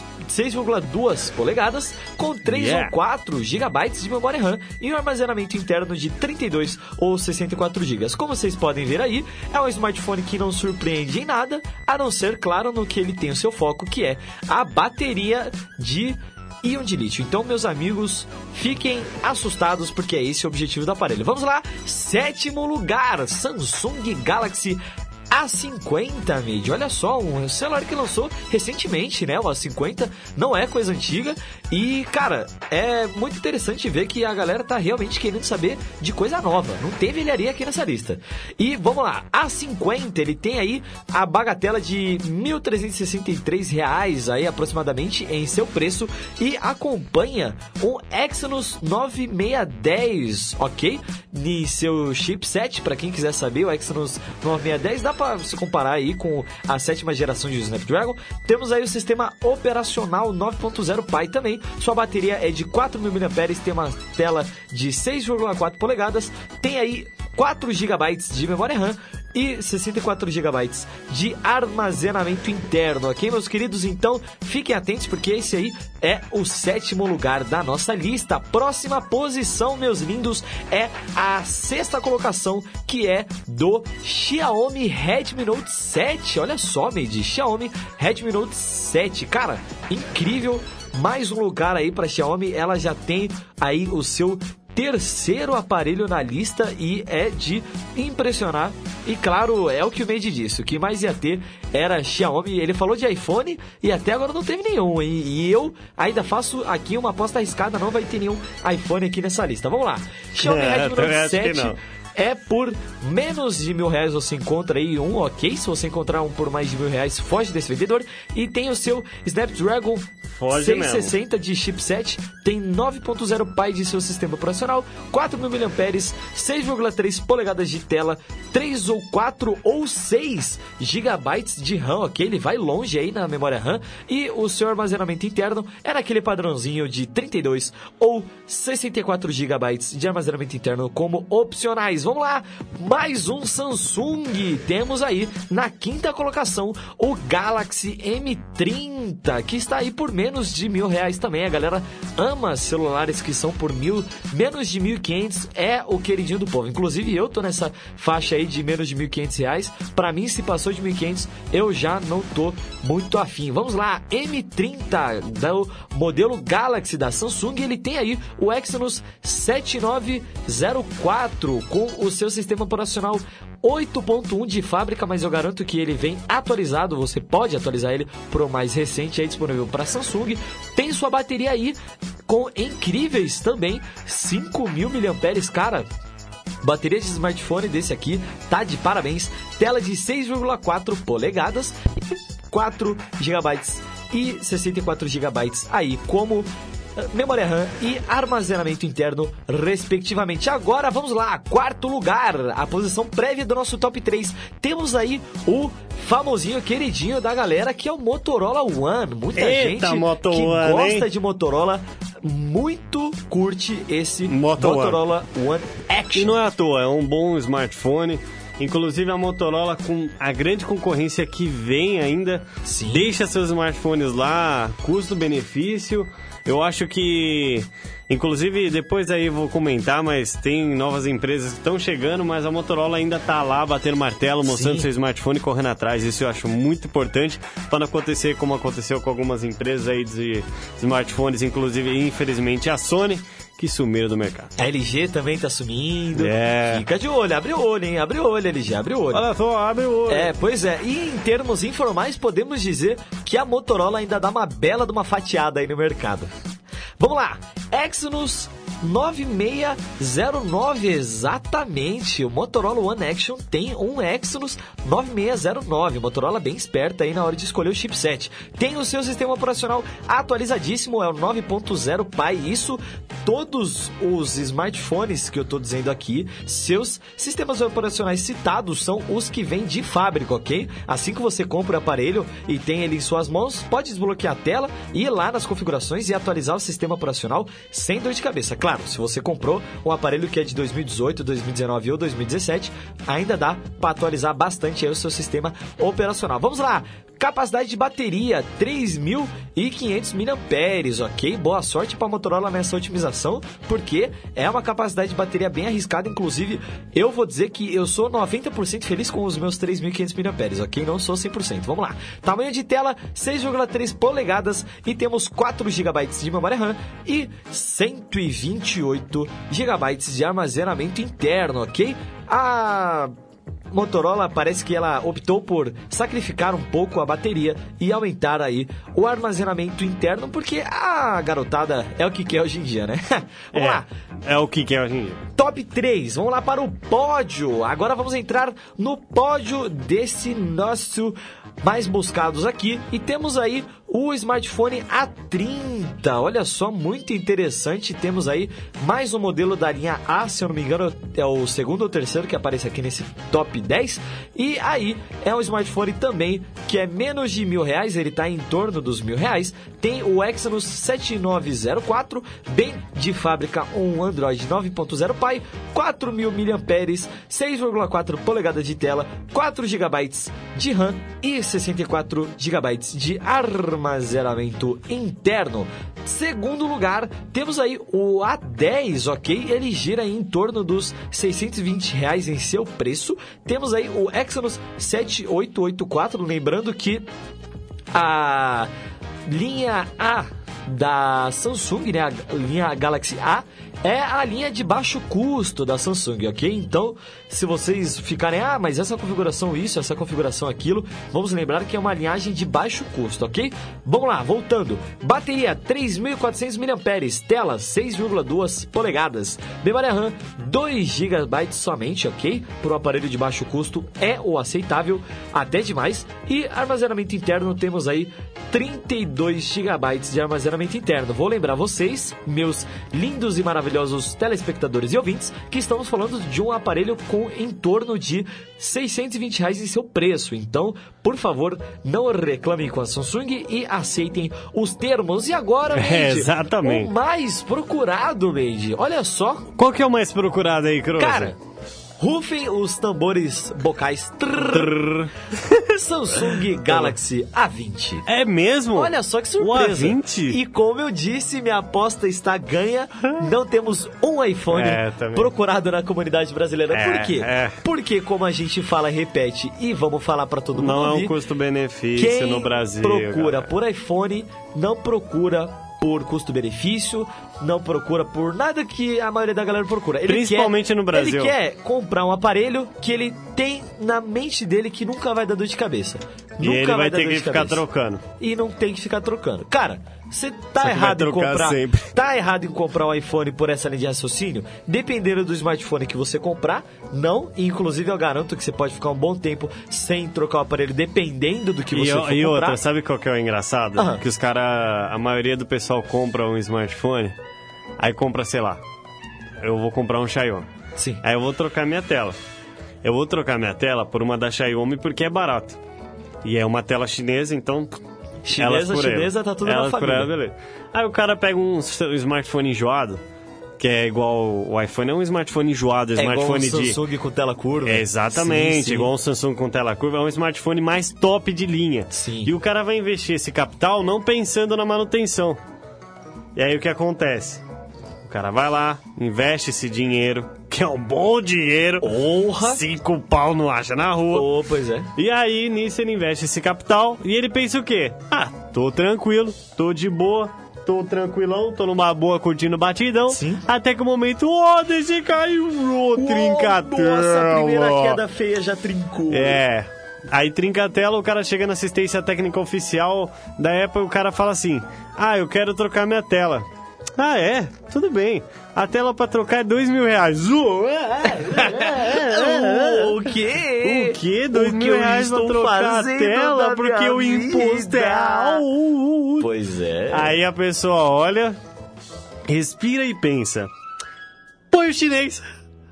Speaker 3: dois polegadas com três
Speaker 2: Yeah.
Speaker 3: ou quatro gigabytes de memória RAM e um armazenamento interno de trinta e dois ou sessenta e quatro gigas. Como vocês podem ver aí, é um smartphone que não surpreende em nada, a não ser, claro, no que ele tem o seu foco, que é a bateria de íon de lítio. Então, meus amigos, fiquem assustados porque é esse o objetivo do aparelho. Vamos lá, sétimo lugar, Samsung Galaxy A cinquenta, Made. Olha só, um celular que lançou recentemente, né? O A cinquenta não é coisa antiga e, cara, é muito interessante ver que a galera tá realmente querendo saber de coisa nova. Não tem velharia aqui nessa lista. E vamos lá, A cinquenta, ele tem aí a bagatela de mil trezentos e sessenta e três reais aí aproximadamente em seu preço e acompanha um Exynos nove mil seiscentos dez, ok? De seu chipset, para quem quiser saber, o Exynos nove mil seiscentos dez dá para se comparar aí com a sétima geração de Snapdragon. Temos aí o sistema operacional nove ponto zero Pi também. Sua bateria é de quatro mil miliamperes, tem uma tela de seis vírgula quatro polegadas, tem aí quatro gigabytes de memória RAM e sessenta e quatro gigabytes de armazenamento interno, ok, meus queridos? Então, fiquem atentos porque esse aí é o sétimo lugar da nossa lista. A próxima posição, meus lindos, é a sexta colocação, que é do Xiaomi Redmi Note sete. Olha só, Made, Xiaomi Redmi Note sete. Cara, incrível. Mais um lugar aí para Xiaomi. Ela já tem aí o seu terceiro aparelho na lista e é de impressionar. E claro, é o que o Made disse, o que mais ia ter era Xiaomi. Ele falou de iPhone e até agora não teve nenhum, hein? E eu ainda faço aqui uma aposta arriscada, não vai ter nenhum iPhone aqui nessa lista. Vamos lá, Xiaomi
Speaker 2: É,
Speaker 3: Redmi
Speaker 2: também
Speaker 3: Note
Speaker 2: acho que
Speaker 3: sete
Speaker 2: não.
Speaker 3: é por menos de mil reais você encontra aí um, ok? Se você encontrar um por mais de mil reais, foge desse vendedor. E tem o seu Snapdragon
Speaker 2: Foge
Speaker 3: seiscentos e sessenta de chipset, tem nove ponto zero Pi de seu sistema operacional, quatro mil miliamperes, seis vírgula três polegadas de tela, três ou quatro ou seis gigabytes de RAM, ok? Ele vai longe aí na memória RAM. E o seu armazenamento interno é naquele padrãozinho de trinta e dois ou sessenta e quatro gigabytes de armazenamento interno como opcionais. Vamos lá, mais um Samsung. Temos aí na quinta colocação o Galaxy M trinta, que está aí por menos de mil reais também. A galera ama celulares que são por mil, menos de mil e quinhentos é o queridinho do povo. Inclusive eu tô nessa faixa aí de menos de mil e quinhentos reais. Pra mim, se passou de mil e quinhentos, eu já não tô muito afim. Vamos lá, M trinta do modelo Galaxy da Samsung. Ele tem aí o Exynos sete nove zero quatro com o seu sistema operacional oito ponto um de fábrica, mas eu garanto que ele vem atualizado, você pode atualizar ele para o mais recente, aí disponível para Samsung. Tem sua bateria aí com incríveis também cinco mil miliamperes, cara. Bateria de smartphone desse aqui tá de parabéns. Tela de seis vírgula quatro polegadas e quatro gigabytes e sessenta e quatro gigabytes aí como memória RAM e armazenamento interno, respectivamente. Agora vamos lá, quarto lugar, a posição prévia do nosso top três. Temos aí o famosinho, queridinho da galera, que é o Motorola One. Muita
Speaker 2: Eita,
Speaker 3: gente
Speaker 2: Moto
Speaker 3: que
Speaker 2: One,
Speaker 3: gosta
Speaker 2: hein?
Speaker 3: de Motorola muito curte esse
Speaker 2: Moto
Speaker 3: Motorola One, One Action.
Speaker 2: E não é à toa, é um bom smartphone. Inclusive a Motorola, com a grande concorrência que vem ainda,
Speaker 3: Sim.
Speaker 2: deixa seus smartphones lá, custo-benefício. Eu acho que, inclusive, depois aí vou comentar, mas tem novas empresas que estão chegando, mas a Motorola ainda tá lá batendo martelo, mostrando
Speaker 3: Sim.
Speaker 2: seu smartphone e correndo atrás. Isso eu acho muito importante para não acontecer como aconteceu com algumas empresas aí de smartphones, inclusive, infelizmente, a Sony, que sumiram do mercado.
Speaker 3: A L G também tá sumindo.
Speaker 2: É.
Speaker 3: Fica de olho, abre o olho, hein? Abre o olho, L G, abre o olho.
Speaker 2: Olha só, abre o olho.
Speaker 3: É, pois é. E em termos informais, podemos dizer que a Motorola ainda dá uma bela de uma fatiada aí no mercado. Vamos lá. Exynos nove seis zero nove, exatamente. O Motorola One Action tem um Exynos nove seis zero nove. Motorola bem esperta aí na hora de escolher o chipset. Tem o seu sistema operacional atualizadíssimo, é o nove ponto zero Pie. Isso, todos os smartphones que eu tô dizendo aqui, seus sistemas operacionais citados são os que vêm de fábrica, ok? Assim que você compra o aparelho e tem ele em suas mãos, pode desbloquear a tela, ir lá nas configurações e atualizar o sistema operacional sem dor de cabeça. Claro, se você comprou um aparelho que é de dois mil e dezoito, dois mil e dezenove ou dois mil e dezessete, ainda dá para atualizar bastante aí o seu sistema operacional. Vamos lá! Capacidade de bateria, três mil e quinhentos miliamperes, ok? Boa sorte para a Motorola nessa otimização, porque é uma capacidade de bateria bem arriscada. Inclusive, eu vou dizer que eu sou noventa por cento feliz com os meus três mil e quinhentos miliamperes, ok? Não sou cem por cento. Vamos lá. Tamanho de tela, seis vírgula três polegadas e temos quatro gigabytes de memória RAM e cento e vinte e oito gigabytes de armazenamento interno, ok? A Motorola parece que ela optou por sacrificar um pouco a bateria e aumentar aí o armazenamento interno, porque a garotada é o que quer hoje em dia, né? Vamos
Speaker 2: é,
Speaker 3: lá.
Speaker 2: É o que quer hoje em dia.
Speaker 3: Top três, vamos lá para o pódio. Agora vamos entrar no pódio desse nosso mais buscados aqui. E temos aí o smartphone A trinta. Olha só, muito interessante. Temos aí mais um modelo da linha A, se eu não me engano, é o segundo ou terceiro que aparece aqui nesse top dez. E aí é um smartphone também que é menos de mil reais, ele está em torno dos mil reais. Tem o Exynos sete nove zero quatro, bem de fábrica, um Android nove ponto zero Pie, quatro mil miliamperes, seis vírgula quatro polegadas de tela, quatro gigabytes de RAM e sessenta e quatro gigabytes de armazenamento interno. Segundo lugar, temos aí o A dez, ok? Ele gira em torno dos seiscentos e vinte reais em seu preço. Temos aí o Exynos sete oito oito quatro, lembrando que a linha A da Samsung, né, a linha Galaxy A, é a linha de baixo custo da Samsung, ok? Então, se vocês ficarem, ah, mas essa configuração isso, essa configuração aquilo, vamos lembrar que é uma linhagem de baixo custo, ok? Vamos lá, voltando. Bateria, três mil e quatrocentos miliamperes, tela, seis vírgula dois polegadas, memória RAM, dois gigabytes somente, ok? Para um aparelho de baixo custo é o aceitável, até demais. E armazenamento interno, temos aí trinta e dois gigabytes de armazenamento interno. Vou lembrar vocês, meus lindos e maravilhosos telespectadores e ouvintes, que estamos falando de um aparelho com em torno de seiscentos e vinte reais em seu preço. Então, por favor, não reclamem com a Samsung e aceitem os termos. E agora, Meide,
Speaker 2: É, exatamente.
Speaker 3: o mais procurado, Meide. Olha só.
Speaker 2: Qual que é o mais procurado aí, Cruz?
Speaker 3: Cara, rufem os tambores bocais. Trrr. Samsung Galaxy A vinte.
Speaker 2: É mesmo?
Speaker 3: Olha só que
Speaker 2: O
Speaker 3: surpresa.
Speaker 2: A vinte?
Speaker 3: E como eu disse, minha aposta está ganha. Não temos um iPhone
Speaker 2: É, também.
Speaker 3: procurado na comunidade brasileira.
Speaker 2: É,
Speaker 3: Por quê?
Speaker 2: é.
Speaker 3: Porque, como a gente fala e repete, e vamos falar para todo mundo
Speaker 2: Não é um
Speaker 3: ouvir,
Speaker 2: custo-benefício
Speaker 3: quem
Speaker 2: no Brasil.
Speaker 3: procura
Speaker 2: galera.
Speaker 3: por iPhone, não procura por custo-benefício, não procura por nada que a maioria da galera procura. Ele
Speaker 2: Principalmente
Speaker 3: quer,
Speaker 2: no Brasil.
Speaker 3: Ele quer comprar um aparelho que ele tem na mente dele que nunca vai dar dor de cabeça.
Speaker 2: E
Speaker 3: nunca
Speaker 2: ele vai
Speaker 3: dar
Speaker 2: ter
Speaker 3: dor
Speaker 2: que
Speaker 3: de
Speaker 2: ficar
Speaker 3: cabeça.
Speaker 2: trocando.
Speaker 3: E não tem que ficar trocando. Cara, você tá
Speaker 2: Só que vai
Speaker 3: errado em
Speaker 2: trocar
Speaker 3: comprar.
Speaker 2: sempre.
Speaker 3: Tá errado em comprar um iPhone por essa linha de raciocínio? Dependendo do smartphone que você comprar, não. E, inclusive, eu garanto que você pode ficar um bom tempo sem trocar o aparelho, dependendo do que
Speaker 2: E,
Speaker 3: você
Speaker 2: o-
Speaker 3: for
Speaker 2: e
Speaker 3: comprar.
Speaker 2: outra, sabe qual que é o engraçado?
Speaker 3: Aham.
Speaker 2: Que os caras, a maioria do pessoal compra um smartphone, aí compra, sei lá, eu vou comprar um Xiaomi.
Speaker 3: Sim.
Speaker 2: Aí eu vou trocar minha tela. Eu vou trocar minha tela por uma da Xiaomi porque é barato. E é uma tela chinesa, então
Speaker 3: Chinesa,
Speaker 2: por ele.
Speaker 3: chinesa, tá tudo
Speaker 2: Elas
Speaker 3: na
Speaker 2: por
Speaker 3: família.
Speaker 2: ela, beleza. Aí o cara pega um, um smartphone enjoado, que é igual o iPhone, é um smartphone enjoado,
Speaker 3: É igual um
Speaker 2: smartphone de...
Speaker 3: Samsung com tela curva.
Speaker 2: É, exatamente,
Speaker 3: Sim, sim.
Speaker 2: igual um Samsung com tela curva, é um smartphone mais top de linha.
Speaker 3: Sim.
Speaker 2: E o cara vai investir esse capital não pensando na manutenção. E aí o que acontece? O cara vai lá, investe esse dinheiro, que é um bom dinheiro.
Speaker 3: Porra!
Speaker 2: Cinco pau não acha na rua.
Speaker 3: Oh, pois é.
Speaker 2: E aí, nisso, ele investe esse capital e ele pensa o quê? Ah, tô tranquilo, tô de boa, tô tranquilão, tô numa boa curtindo o batidão.
Speaker 3: Sim.
Speaker 2: Até que o momento, ó, oh, deixa cair o trincatela.
Speaker 3: Nossa, a primeira queda feia já trincou.
Speaker 2: É. Aí trinca a tela, o cara chega na assistência técnica oficial da Apple e o cara fala assim: ah, eu quero trocar minha tela. Ah, é? Tudo bem. A tela pra trocar é dois mil reais. Uh,
Speaker 3: O quê?
Speaker 2: o quê? Dois
Speaker 3: O que
Speaker 2: mil
Speaker 3: eu
Speaker 2: reais pra
Speaker 3: estou
Speaker 2: trocar a
Speaker 3: fazendo
Speaker 2: tela
Speaker 3: da
Speaker 2: porque
Speaker 3: minha
Speaker 2: o imposto é...
Speaker 3: vida?
Speaker 2: Uh, uh, uh.
Speaker 3: Pois é.
Speaker 2: Aí a pessoa olha, respira e pensa: põe o chinês.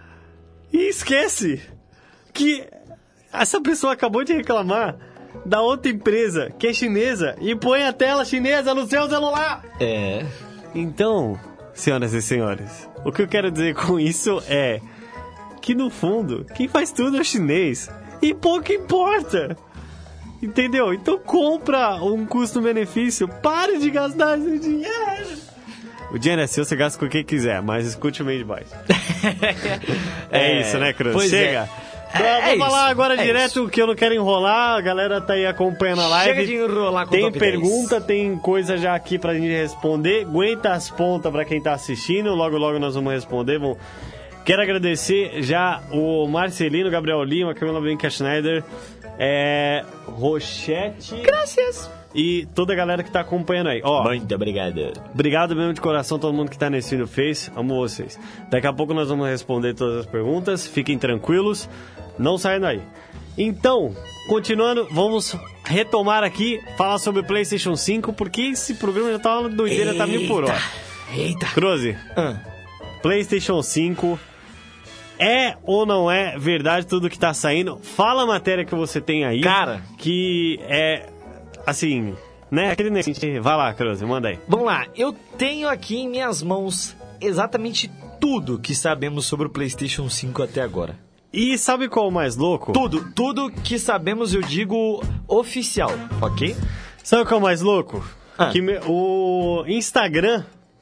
Speaker 2: E esquece que essa pessoa acabou de reclamar da outra empresa que é chinesa e põe a tela chinesa no seu celular.
Speaker 3: É.
Speaker 2: Então, senhoras e senhores, o que eu quero dizer com isso é que, no fundo, quem faz tudo é o chinês. E pouco importa. Entendeu? Então compra um custo-benefício. Pare de gastar esse dinheiro. O dinheiro é seu, você gasta com o que quiser, mas escute o meio de baixo. é,
Speaker 3: É,
Speaker 2: isso, né, Cruz?
Speaker 3: pois
Speaker 2: Chega.
Speaker 3: É,
Speaker 2: Vamos
Speaker 3: é
Speaker 2: falar
Speaker 3: isso,
Speaker 2: agora
Speaker 3: é
Speaker 2: direto,
Speaker 3: isso.
Speaker 2: que eu não quero enrolar. A galera tá aí acompanhando a live.
Speaker 3: Chega de enrolar com o
Speaker 2: Tem
Speaker 3: top dez.
Speaker 2: pergunta, tem coisa já aqui pra gente responder. Aguenta as pontas pra quem tá assistindo. Logo, logo nós vamos responder. Vamos... Quero agradecer já o Marcelino, Gabriel Lima, Camila Brinca Schneider, é... Rochete.
Speaker 3: Graças.
Speaker 2: E toda a galera que tá acompanhando aí. Ó,
Speaker 3: Muito obrigado.
Speaker 2: obrigado mesmo de coração todo mundo que tá nesse vídeo Face. Amo vocês. Daqui a pouco nós vamos responder todas as perguntas. Fiquem tranquilos. Não saiam daí. Então, continuando, vamos retomar aqui, falar sobre o PlayStation cinco, porque esse programa já tá uma doideira, tá mil por hora.
Speaker 3: Eita.
Speaker 2: Cruze,
Speaker 3: Ah.
Speaker 2: PlayStation cinco é ou não é verdade tudo que tá saindo? Fala a matéria que você tem aí.
Speaker 3: Cara.
Speaker 2: Que é, assim, né? Aquele negócio. Vai lá, Cruze, manda aí.
Speaker 3: Vamos lá, eu tenho aqui em minhas mãos exatamente tudo que sabemos sobre o PlayStation cinco até agora.
Speaker 2: E sabe qual é o mais louco?
Speaker 3: Tudo, tudo que sabemos, eu digo oficial, ok?
Speaker 2: Sabe qual é o mais louco?
Speaker 3: Ah.
Speaker 2: Que me- o Instagram,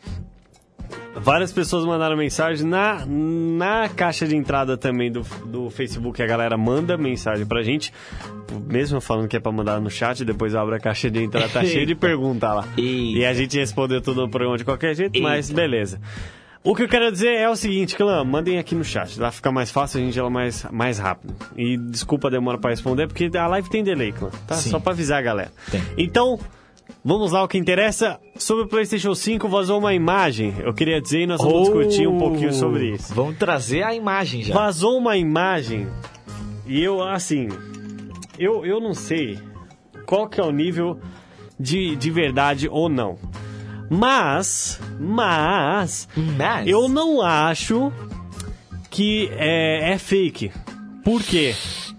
Speaker 2: várias pessoas mandaram mensagem na, na caixa de entrada também do, do Facebook. A galera manda mensagem pra gente, mesmo falando que é pra mandar no chat, depois abre a caixa de entrada, tá cheio de pergunta lá.
Speaker 3: Eita.
Speaker 2: E a gente respondeu tudo no programa de qualquer jeito, mas
Speaker 3: Eita.
Speaker 2: beleza. O que eu quero dizer é o seguinte, Clã, mandem aqui no chat, lá fica mais fácil, a gente ela mais, mais rápido. E desculpa a demora pra responder, porque a live tem delay, Clã, tá?
Speaker 3: Sim.
Speaker 2: Só pra avisar a galera.
Speaker 3: Tem.
Speaker 2: Então, vamos lá, o que interessa. Sobre o PlayStation cinco, vazou uma imagem, eu queria dizer, e nós vamos discutir um pouquinho sobre isso.
Speaker 3: Vamos trazer a imagem já.
Speaker 2: Vazou uma imagem, e eu, assim, eu, eu não sei qual que é o nível de, de verdade ou não. Mas, mas,
Speaker 3: Mas...
Speaker 2: eu não acho que é, é fake. Por quê?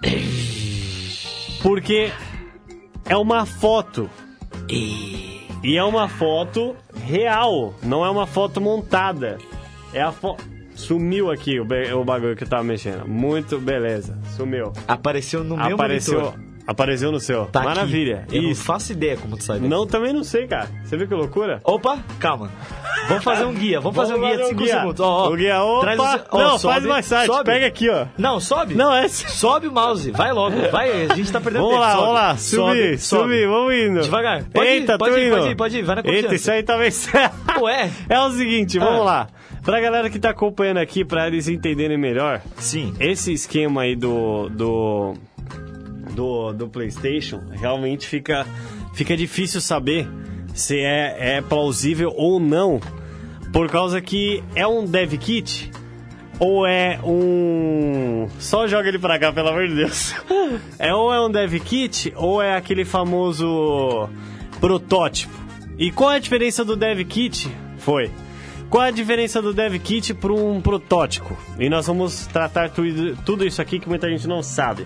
Speaker 2: Porque é uma foto. E é uma foto real, não é uma foto montada. É a foto... Sumiu aqui o, be- o bagulho que eu tava mexendo. Muito beleza, sumiu.
Speaker 3: Apareceu no meu
Speaker 2: Apareceu,
Speaker 3: monitor.
Speaker 2: apareceu no seu.
Speaker 3: Tá aqui.
Speaker 2: Maravilha.
Speaker 3: Eu não
Speaker 2: Isso.
Speaker 3: faço ideia como tu sabe.
Speaker 2: Não, também não sei, cara. Você viu que loucura?
Speaker 3: Opa, calma. Vamos fazer um guia, vamos, fazer um guia de
Speaker 2: o
Speaker 3: cinco segundos. Ó, ó.
Speaker 2: O guia, opa.
Speaker 3: Traz o seu- ó,
Speaker 2: não,
Speaker 3: sobe,
Speaker 2: faz mais site.
Speaker 3: sobe.
Speaker 2: Pega aqui, ó.
Speaker 3: Não, sobe.
Speaker 2: Não, é...
Speaker 3: Sobe o mouse, vai logo. Vai, a gente tá perdendo
Speaker 2: Vamos
Speaker 3: tempo.
Speaker 2: lá,
Speaker 3: sobe.
Speaker 2: vamos lá.
Speaker 3: Sobe,
Speaker 2: Subir,
Speaker 3: sobe.
Speaker 2: subir, vamos indo.
Speaker 3: Devagar. Pode
Speaker 2: Eita,
Speaker 3: ir, pode
Speaker 2: tô
Speaker 3: ir,
Speaker 2: indo.
Speaker 3: pode ir, pode ir, vai na confiança.
Speaker 2: Eita, isso aí talvez...
Speaker 3: Ué.
Speaker 2: É o seguinte, vamos
Speaker 3: Ah.
Speaker 2: lá. Pra galera que tá acompanhando aqui, pra eles entenderem melhor,
Speaker 3: Sim.
Speaker 2: esse esquema aí do... do... do, do PlayStation, realmente fica, fica difícil saber se é, é plausível ou não, por causa que é um dev kit ou é um... Só joga ele pra cá, pelo amor de Deus. É ou é um dev kit ou é aquele famoso protótipo. E qual é a diferença do dev kit? Foi Qual a diferença do Dev Kit para um protótipo? E nós vamos tratar tudo, tudo isso aqui que muita gente não sabe.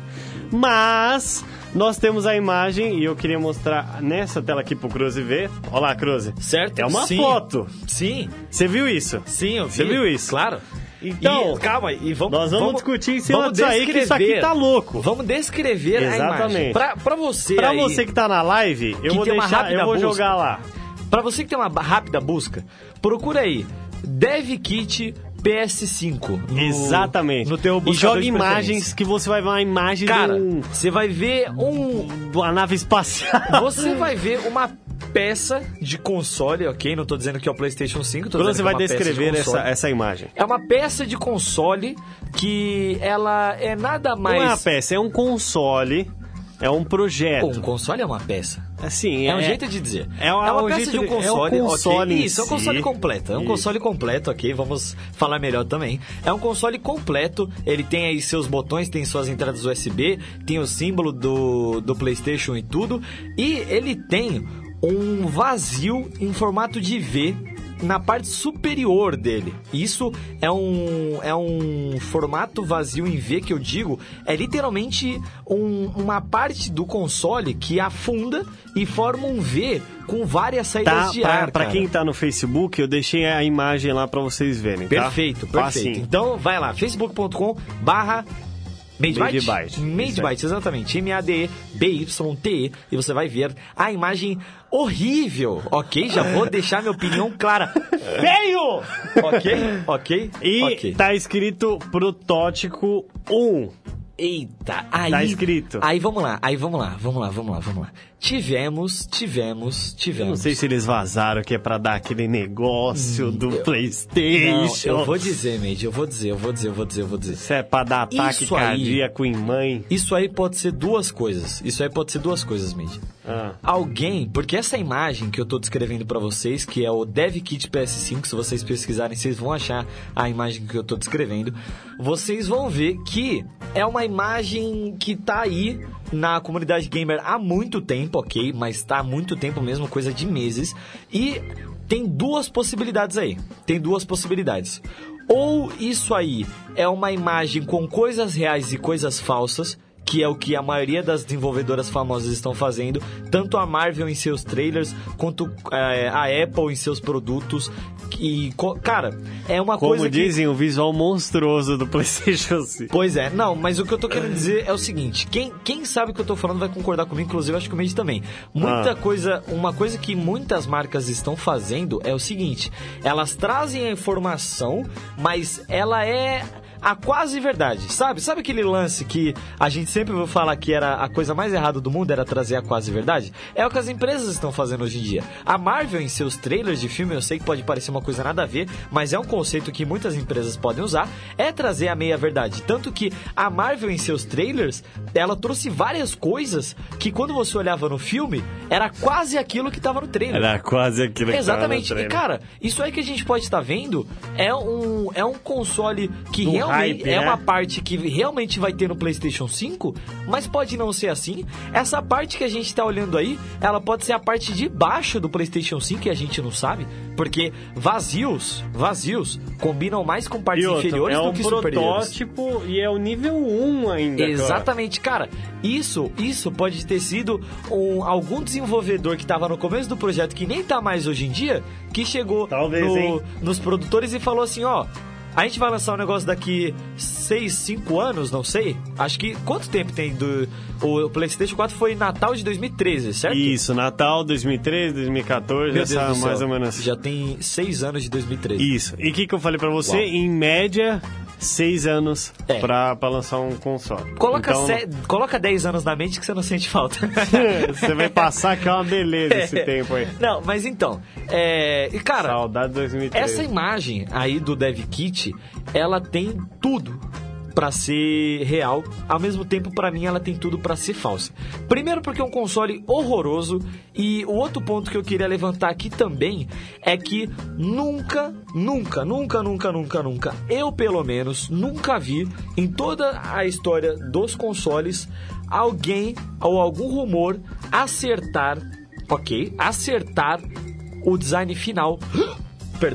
Speaker 2: Mas nós temos a imagem e eu queria mostrar nessa tela aqui pro Cruze ver. Olha lá, Cruze.
Speaker 3: Certo?
Speaker 2: É uma
Speaker 3: Sim.
Speaker 2: foto.
Speaker 3: Sim.
Speaker 2: Você viu isso?
Speaker 3: Sim, eu vi.
Speaker 2: Você viu isso?
Speaker 3: Claro.
Speaker 2: Então,
Speaker 3: e, calma, e vamos,
Speaker 2: nós vamos,
Speaker 3: vamos
Speaker 2: discutir em cima
Speaker 3: vamos
Speaker 2: disso aí, que isso aqui tá louco.
Speaker 3: Vamos descrever
Speaker 2: Exatamente.
Speaker 3: a imagem. Pra, pra você
Speaker 2: Pra
Speaker 3: aí,
Speaker 2: você que tá na live, eu
Speaker 3: que
Speaker 2: vou
Speaker 3: tem uma
Speaker 2: deixar,
Speaker 3: rápida
Speaker 2: eu vou
Speaker 3: busca.
Speaker 2: jogar lá.
Speaker 3: Pra você que tem uma rápida busca, procura aí Dev Kit P S cinco. No,
Speaker 2: Exatamente.
Speaker 3: No teu
Speaker 2: e
Speaker 3: buscador
Speaker 2: joga
Speaker 3: de
Speaker 2: imagens
Speaker 3: preferência.
Speaker 2: que você vai ver uma imagem
Speaker 3: Cara,
Speaker 2: de um,
Speaker 3: você vai ver um...
Speaker 2: de uma nave espacial.
Speaker 3: Você vai ver uma peça de console, ok? Não tô dizendo que é o PlayStation cinco, tô
Speaker 2: Quando
Speaker 3: dizendo
Speaker 2: você
Speaker 3: que
Speaker 2: vai
Speaker 3: é uma peça de
Speaker 2: descrever essa,
Speaker 3: console.
Speaker 2: essa imagem.
Speaker 3: É uma peça de console que ela é nada mais...
Speaker 2: Não é uma peça, é um console, é um projeto.
Speaker 3: Pô, um console é uma peça.
Speaker 2: Assim,
Speaker 3: É um jeito de dizer.
Speaker 2: É, um,
Speaker 3: é uma
Speaker 2: um
Speaker 3: peça
Speaker 2: jeito
Speaker 3: de um
Speaker 2: de-
Speaker 3: console,
Speaker 2: é um console
Speaker 3: ok?
Speaker 2: em
Speaker 3: Isso, é um
Speaker 2: si.
Speaker 3: console completo. É um
Speaker 2: Isso.
Speaker 3: console completo, ok? Vamos falar melhor também. É um console completo, ele tem aí seus botões, tem suas entradas U S B, tem o símbolo do, do PlayStation e tudo. E ele tem um vazio em formato de V na parte superior dele. Isso é um, é um formato vazio em V que eu digo, é literalmente um- uma parte do console que afunda e forma um V com várias saídas
Speaker 2: Tá,
Speaker 3: de
Speaker 2: pra,
Speaker 3: ar,
Speaker 2: pra
Speaker 3: cara.
Speaker 2: quem tá no Facebook, eu deixei a imagem lá pra vocês verem, tá?
Speaker 3: Perfeito, perfeito.
Speaker 2: Facinho.
Speaker 3: Então vai lá, facebook ponto com barra Made
Speaker 2: Made
Speaker 3: Byte?
Speaker 2: Byte.
Speaker 3: Made
Speaker 2: Isso aí.
Speaker 3: Byte, exatamente. M A D E B Y T E. E você vai ver a imagem horrível, ok? Já vou deixar minha opinião clara. Feio! Ok? Ok?
Speaker 2: E
Speaker 3: Ok.
Speaker 2: tá escrito protótipo um.
Speaker 3: Eita, aí...
Speaker 2: Tá escrito.
Speaker 3: Aí vamos lá, aí vamos lá, vamos lá, vamos lá, vamos lá. Tivemos, tivemos, tivemos...
Speaker 2: Eu não sei se eles vazaram que é pra dar aquele negócio do PlayStation.
Speaker 3: Não, eu vou dizer, Made, eu vou dizer, eu vou dizer, eu vou dizer, eu vou dizer.
Speaker 2: Isso é pra dar ataque
Speaker 3: Isso aí-
Speaker 2: cardíaco em mãe.
Speaker 3: Isso aí pode ser duas coisas. Isso aí pode ser duas coisas, Made.
Speaker 2: Ah.
Speaker 3: Alguém, porque essa imagem que eu tô descrevendo pra vocês, que é o Dev Kit P S cinco, se vocês pesquisarem, vocês vão achar a imagem que eu tô descrevendo. Vocês vão ver que é uma imagem que tá aí na comunidade gamer há muito tempo, ok? Mas tá há muito tempo mesmo, coisa de meses. E tem duas possibilidades aí. Tem duas possibilidades. Ou isso aí é uma imagem com coisas reais e coisas falsas, que é o que a maioria das desenvolvedoras famosas estão fazendo, tanto a Marvel em seus trailers, quanto é, a Apple em seus produtos. E, co- cara, é uma
Speaker 2: Como
Speaker 3: coisa que...
Speaker 2: dizem, o visual monstruoso do PlayStation cinco.
Speaker 3: Pois é, não, mas o que eu tô querendo dizer é o seguinte, quem, quem sabe o que eu tô falando vai concordar comigo, inclusive eu acho que o Made também. Muita
Speaker 2: Ah.
Speaker 3: coisa, uma coisa que muitas marcas estão fazendo é o seguinte, elas trazem a informação, mas ela é a quase verdade, sabe? Sabe aquele lance que a gente sempre ouviu falar que era a coisa mais errada do mundo, era trazer a quase verdade? É o que as empresas estão fazendo hoje em dia. A Marvel em seus trailers de filme, eu sei que pode parecer uma coisa nada a ver, mas é um conceito que muitas empresas podem usar, é trazer a meia verdade. Tanto que a Marvel em seus trailers, ela trouxe várias coisas que quando você olhava no filme, era quase aquilo que estava no trailer.
Speaker 2: Era quase aquilo que
Speaker 3: Exatamente.
Speaker 2: tava no
Speaker 3: E,
Speaker 2: trailer.
Speaker 3: cara, isso aí que a gente pode estar vendo é um, é um console que
Speaker 2: Do
Speaker 3: realmente
Speaker 2: hype,
Speaker 3: é
Speaker 2: né?
Speaker 3: uma parte que realmente vai ter no PlayStation cinco, mas pode não ser assim. Essa parte que a gente tá olhando aí, ela pode ser a parte de baixo do PlayStation cinco, que a gente não sabe, porque vazios, vazios, combinam mais com partes
Speaker 2: E outro,
Speaker 3: inferiores
Speaker 2: é
Speaker 3: do
Speaker 2: um
Speaker 3: que superiores.
Speaker 2: protótipo e é o nível um ainda. cara.
Speaker 3: Exatamente, cara. Isso, isso pode ter sido um, algum desenvolvedor que estava no começo do projeto, que nem tá mais hoje em dia, que chegou
Speaker 2: Talvez,
Speaker 3: no-
Speaker 2: hein?
Speaker 3: nos produtores e falou assim, ó, a gente vai lançar um negócio daqui seis, cinco anos, não sei. Acho que quanto tempo tem do o PlayStation quatro foi Natal de dois mil e treze, certo?
Speaker 2: Isso, Natal dois mil e treze, dois mil e quatorze,
Speaker 3: Meu Deus
Speaker 2: essa
Speaker 3: do céu.
Speaker 2: mais ou menos.
Speaker 3: Já tem seis anos de dois mil e treze.
Speaker 2: Isso. E o que, que eu falei pra você?
Speaker 3: Uau.
Speaker 2: Em média, seis anos
Speaker 3: É.
Speaker 2: pra, pra lançar um console.
Speaker 3: Coloca,
Speaker 2: Então,
Speaker 3: se- coloca dez anos na mente que você não sente falta.
Speaker 2: você vai passar que é uma beleza esse
Speaker 3: É.
Speaker 2: tempo aí.
Speaker 3: Não, mas então, é... e cara,
Speaker 2: Saudade dois mil e treze.
Speaker 3: essa imagem aí do Dev Kit, ela tem tudo pra ser real, ao mesmo tempo pra mim ela tem tudo pra ser falsa. Primeiro porque é um console horroroso, e o outro ponto que eu queria levantar aqui também é que nunca, nunca, nunca, nunca, nunca, nunca, eu pelo menos nunca vi em toda a história dos consoles alguém ou algum rumor acertar, ok, acertar o design final, perdão,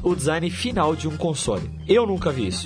Speaker 3: o design final de um console. Eu nunca vi isso.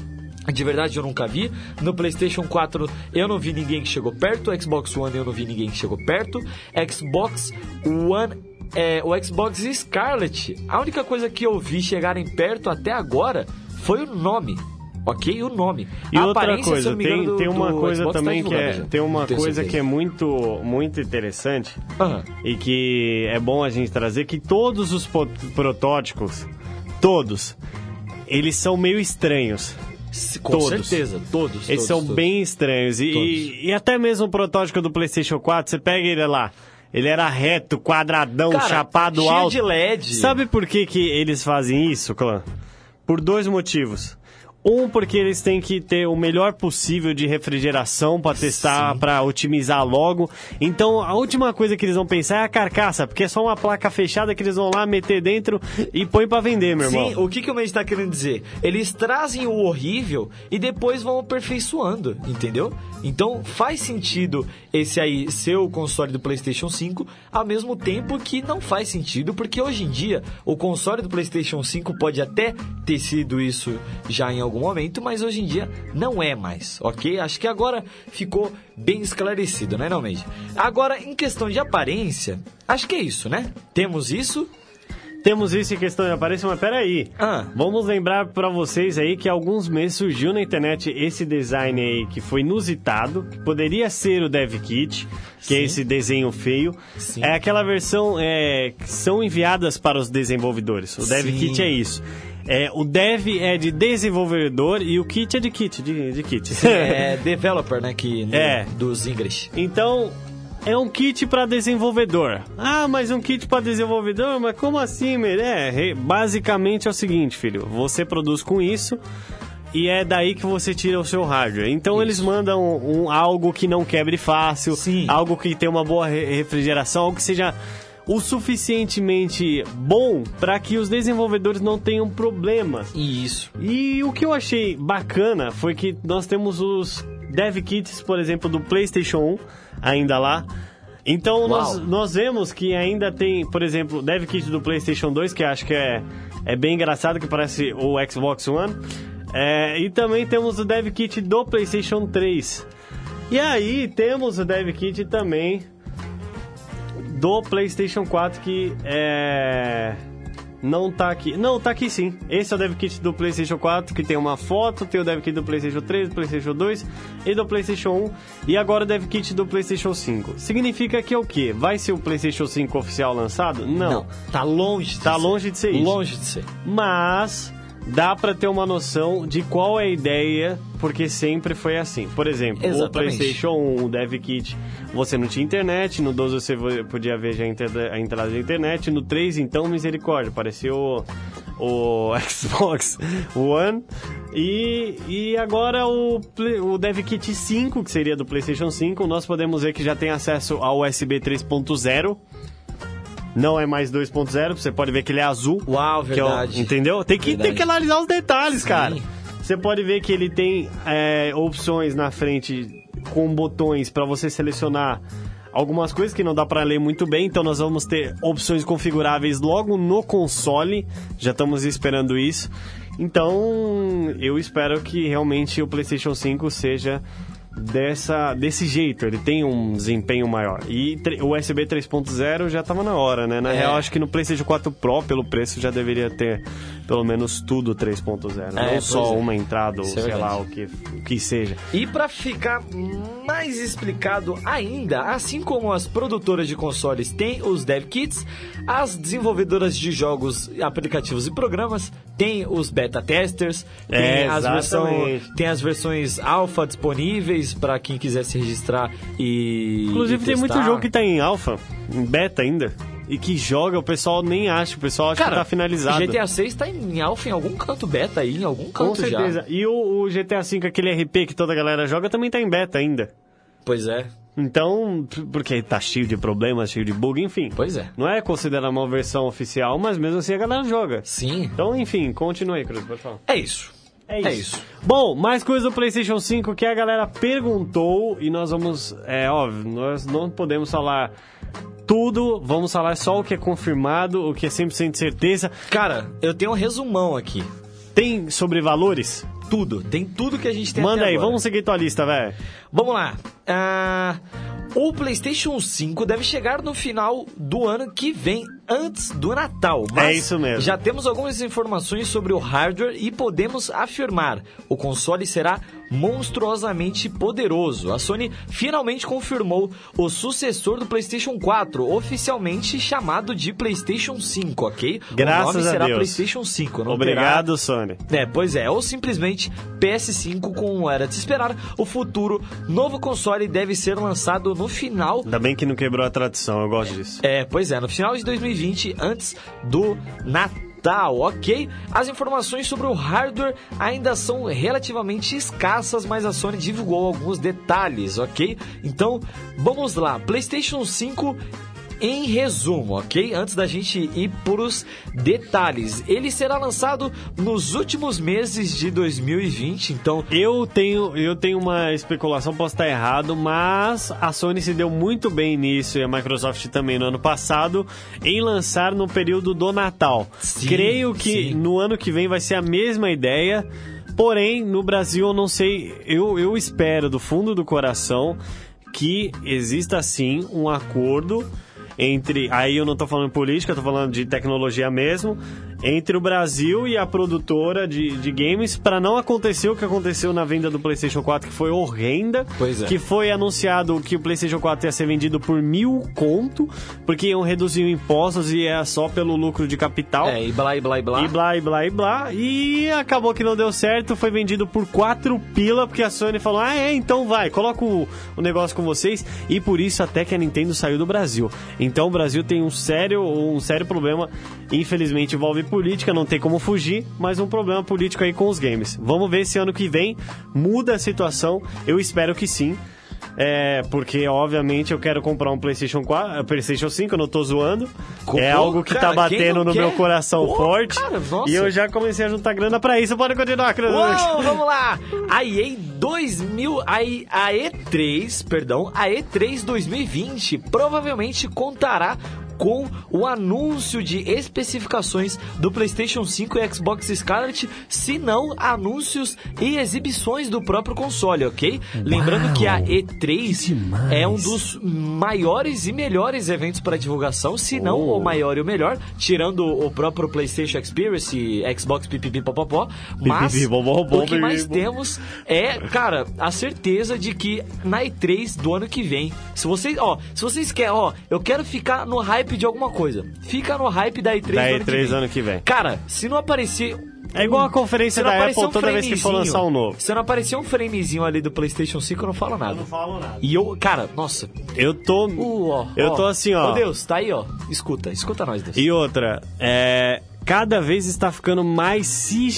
Speaker 3: De verdade, eu nunca vi. No PlayStation quatro, eu não vi ninguém que chegou perto. O Xbox One, eu não vi ninguém que chegou perto. Xbox One, é, o Xbox Scarlet, a única coisa que eu vi chegarem perto até agora foi o nome. Ok? O nome.
Speaker 2: E
Speaker 3: a
Speaker 2: outra
Speaker 3: aparência,
Speaker 2: coisa,
Speaker 3: se eu não me
Speaker 2: tem,
Speaker 3: engano, do,
Speaker 2: tem uma
Speaker 3: do
Speaker 2: coisa
Speaker 3: Xbox
Speaker 2: também
Speaker 3: tá
Speaker 2: que é,
Speaker 3: divulgada já.
Speaker 2: tem uma
Speaker 3: Não tenho
Speaker 2: coisa
Speaker 3: certeza.
Speaker 2: que é muito, muito interessante
Speaker 3: Aham.
Speaker 2: e que é bom a gente trazer, que todos os po- protótipos, todos, eles são meio estranhos.
Speaker 3: Com
Speaker 2: Todos.
Speaker 3: certeza, todos.
Speaker 2: Eles
Speaker 3: todos,
Speaker 2: são
Speaker 3: todos.
Speaker 2: bem estranhos. E, e, e até mesmo o protótipo do PlayStation quatro, você pega ele lá, ele era reto, quadradão,
Speaker 3: Cara,
Speaker 2: chapado
Speaker 3: cheio
Speaker 2: alto.
Speaker 3: de L E D.
Speaker 2: Sabe por que, que eles fazem isso, clã? Por dois motivos. Um, porque eles têm que ter o melhor possível de refrigeração para testar, para otimizar logo. Então, a última coisa que eles vão pensar é a carcaça, porque é só uma placa fechada que eles vão lá meter dentro e põe para vender, meu irmão.
Speaker 3: Sim, o que, que o Mendes tá querendo dizer? Eles trazem o horrível e depois vão aperfeiçoando, entendeu? Então faz sentido esse aí ser o console do PlayStation cinco, ao mesmo tempo que não faz sentido, porque hoje em dia o console do PlayStation cinco pode até ter sido isso já em algum momento, mas hoje em dia não é mais, ok? Acho que agora ficou bem esclarecido, né, não, Mendes? Agora, em questão de aparência, acho que é isso, né? Temos isso...
Speaker 2: Temos isso em questão de aparência, mas peraí.
Speaker 3: Ah.
Speaker 2: Vamos lembrar pra vocês aí que há alguns meses surgiu na internet esse design aí que foi inusitado, que poderia ser o Dev Kit, que
Speaker 3: Sim.
Speaker 2: é esse desenho feio.
Speaker 3: Sim.
Speaker 2: É aquela versão é, que são enviadas para os desenvolvedores. O Dev
Speaker 3: Sim.
Speaker 2: Kit é isso. É, o Dev é de desenvolvedor e o Kit é de Kit, de, de Kit.
Speaker 3: É developer, né? Que,
Speaker 2: É.
Speaker 3: Dos English.
Speaker 2: Então, é um kit para desenvolvedor. Ah, mas um kit para desenvolvedor? Mas como assim, meu? É, re- basicamente é o seguinte, filho. Você produz com isso e é daí que você tira o seu hardware. Então, eles mandam um, um- algo que não quebre fácil,
Speaker 3: Sim.
Speaker 2: algo que tenha uma boa re- refrigeração, algo que seja o suficientemente bom para que os desenvolvedores não tenham problemas.
Speaker 3: Isso.
Speaker 2: E o que eu achei bacana foi que nós temos os Dev Kits, por exemplo, do PlayStation um, ainda lá. Então nós, nós vemos que ainda tem, por exemplo, o Dev Kit do PlayStation dois, que acho que é, é bem engraçado, que parece o Xbox One. É, e também temos o Dev Kit do PlayStation três. E aí temos o Dev Kit também do PlayStation quatro, que é... não tá aqui. Não, tá aqui sim. Esse é o Dev Kit do PlayStation quatro, que tem uma foto, tem o Dev Kit do PlayStation três, do PlayStation dois e do PlayStation um. E agora o Dev Kit do PlayStation cinco. Significa que é o quê? Vai ser o PlayStation cinco oficial lançado? Não.
Speaker 3: Não, tá longe de
Speaker 2: Tá
Speaker 3: ser.
Speaker 2: longe de ser isso.
Speaker 3: Longe de ser.
Speaker 2: Mas dá pra ter uma noção de qual é a ideia, porque sempre foi assim. Por exemplo,
Speaker 3: Exatamente.
Speaker 2: o PlayStation um, o Dev Kit, você não tinha internet, no doze você podia ver já a inter- a entrada da internet, no três, então, misericórdia, parecia o, o Xbox One, e, e agora o, Play- o Dev Kit cinco, que seria do PlayStation cinco, nós podemos ver que já tem acesso ao U S B três ponto zero, não é mais dois ponto zero, você pode ver que ele é azul.
Speaker 3: Uau,
Speaker 2: Que é o-
Speaker 3: verdade.
Speaker 2: entendeu? Tem que,
Speaker 3: Verdade.
Speaker 2: tem que analisar os detalhes,
Speaker 3: Sim.
Speaker 2: cara. Você pode ver que ele tem é, opções na frente com botões para você selecionar algumas coisas que não dá para ler muito bem. Então nós vamos ter opções configuráveis logo no console. Já estamos esperando isso. Então eu espero que realmente o PlayStation cinco seja dessa, desse jeito, ele tem um desempenho maior. E tre- o U S B três ponto zero já estava na hora, né? Na
Speaker 3: É.
Speaker 2: real, acho que no PlayStation quatro Pro, pelo preço, já deveria ter pelo menos tudo três ponto zero.
Speaker 3: É,
Speaker 2: não só
Speaker 3: pois é.
Speaker 2: uma entrada, ou
Speaker 3: Isso é
Speaker 2: sei
Speaker 3: verdade.
Speaker 2: lá, o que, o que seja.
Speaker 3: E para ficar mais explicado ainda, assim como as produtoras de consoles têm os Dev Kits, as desenvolvedoras de jogos, aplicativos e programas têm os beta testers, tem,
Speaker 2: É,
Speaker 3: as, versão,
Speaker 2: exatamente.
Speaker 3: tem as versões alpha disponíveis para quem quiser se registrar e
Speaker 2: Inclusive,
Speaker 3: e
Speaker 2: tem muito
Speaker 3: testar.
Speaker 2: jogo que tá em alpha, em beta ainda, e que joga, o pessoal nem acha, o pessoal acha
Speaker 3: Cara,
Speaker 2: que tá finalizado.
Speaker 3: G T A seis tá em alpha em algum canto beta aí, em algum canto
Speaker 2: Com certeza.
Speaker 3: já.
Speaker 2: E o, o G T A cinco, aquele R P que toda a galera joga, também tá em beta ainda.
Speaker 3: Pois é,
Speaker 2: Então, porque tá cheio de problemas, cheio de bug, enfim.
Speaker 3: pois é.
Speaker 2: Não é considerada uma versão oficial, mas mesmo assim a galera joga.
Speaker 3: Sim.
Speaker 2: Então, enfim, continue aí, Cruz, pode falar.
Speaker 3: É isso.
Speaker 2: É isso.
Speaker 3: É isso.
Speaker 2: Bom, mais coisa do PlayStation cinco que a galera perguntou e nós vamos... É óbvio, nós não podemos falar tudo, vamos falar só o que é confirmado, o que é cem por cento de certeza.
Speaker 3: Cara, eu tenho um resumão aqui.
Speaker 2: Tem sobre valores?
Speaker 3: Tudo. Tem tudo que a gente tem
Speaker 2: Manda
Speaker 3: até
Speaker 2: aí,
Speaker 3: agora.
Speaker 2: vamos seguir tua lista, velho.
Speaker 3: Vamos lá. Ah, o PlayStation cinco deve chegar no final do ano que vem, antes do Natal. Mas
Speaker 2: é isso mesmo.
Speaker 3: Já temos algumas informações sobre o hardware e podemos afirmar: o console será monstruosamente poderoso. A Sony finalmente confirmou o sucessor do PlayStation quatro, oficialmente chamado de PlayStation cinco, ok?
Speaker 2: Graças
Speaker 3: o nome
Speaker 2: a
Speaker 3: será
Speaker 2: Deus.
Speaker 3: PlayStation cinco. Não
Speaker 2: Obrigado,
Speaker 3: terá...
Speaker 2: Sony.
Speaker 3: É, pois é, ou simplesmente P S cinco, como era de se esperar. O futuro novo console deve ser lançado no final...
Speaker 2: Ainda bem que não quebrou a tradição, eu gosto disso.
Speaker 3: É, pois é, no final de dois mil e vinte, antes do Natal, ok? As informações sobre o hardware ainda são relativamente escassas, mas a Sony divulgou alguns detalhes, ok? Então, vamos lá. PlayStation cinco... em resumo, ok? Antes da gente ir para os detalhes, ele será lançado nos últimos meses de dois mil e vinte, então...
Speaker 2: Eu tenho, eu tenho uma especulação, posso estar errado, mas a Sony se deu muito bem nisso, e a Microsoft também no ano passado, em lançar no período do Natal.
Speaker 3: Sim,
Speaker 2: Creio que
Speaker 3: sim.
Speaker 2: no ano que vem vai ser a mesma ideia, porém, no Brasil eu não sei, eu, eu espero do fundo do coração que exista sim um acordo entre, aí eu não tô falando política, eu tô falando de tecnologia mesmo, entre o Brasil e a produtora de, de games, para não acontecer o que aconteceu na venda do PlayStation quatro, que foi horrenda.
Speaker 3: Pois é.
Speaker 2: Que foi anunciado que o PlayStation quatro ia ser vendido por mil conto, porque iam reduzir os impostos e é só pelo lucro de capital.
Speaker 3: É, e blá, e blá, e blá.
Speaker 2: E blá, e blá, e blá. E acabou que não deu certo, foi vendido por quatro pila, porque a Sony falou, ah, é, então vai, coloca o, o negócio com vocês. E por isso até que a Nintendo saiu do Brasil. Então o Brasil tem um sério, um sério problema, infelizmente envolve política, não tem como fugir, mas um problema político aí com os games. Vamos ver se ano que vem muda a situação, eu espero que sim. É, porque obviamente eu quero comprar um PlayStation quatro, PlayStation cinco, eu não tô zoando.
Speaker 3: Pô,
Speaker 2: é algo que
Speaker 3: cara,
Speaker 2: tá batendo no
Speaker 3: quer?
Speaker 2: meu coração
Speaker 3: Pô,
Speaker 2: forte.
Speaker 3: cara, nossa.
Speaker 2: E eu já comecei a juntar grana pra isso. Pode continuar, Cruz.
Speaker 3: Uou, vamos lá! A E A dois mil, a, E- a E três, perdão, a E três dois mil e vinte provavelmente contará com o anúncio de especificações do PlayStation cinco e Xbox Scarlet, se não anúncios e exibições do próprio console, ok? Uau, lembrando que a E três é um dos maiores e melhores eventos para divulgação, se não
Speaker 2: Oh.
Speaker 3: o maior e o melhor, tirando o próprio PlayStation Experience, Xbox pipipi popopó, mas
Speaker 2: Pipipi, bobó, bobó,
Speaker 3: o que mais
Speaker 2: pipipi,
Speaker 3: temos é, cara, a certeza de que na E três do ano que vem, se vocês, ó, se vocês querem, ó, eu quero ficar no hype de alguma coisa, fica no hype da E três,
Speaker 2: Da
Speaker 3: do,
Speaker 2: E
Speaker 3: ano,
Speaker 2: três
Speaker 3: que vem.
Speaker 2: ano que vem.
Speaker 3: Cara, se não aparecer...
Speaker 2: É igual a conferência
Speaker 3: se não
Speaker 2: da
Speaker 3: aparecer
Speaker 2: Apple
Speaker 3: um
Speaker 2: toda vez que for
Speaker 3: framezinho,
Speaker 2: lançar um novo.
Speaker 3: Se não aparecer um framezinho ali do PlayStation cinco, eu não falo nada.
Speaker 2: Eu não falo nada.
Speaker 3: E eu, cara, nossa...
Speaker 2: Eu tô...
Speaker 3: Uh, ó,
Speaker 2: eu
Speaker 3: ó.
Speaker 2: tô assim, ó.
Speaker 3: Ô Deus, tá aí, ó. Escuta, escuta nós, Deus.
Speaker 2: E outra, é... cada vez está ficando mais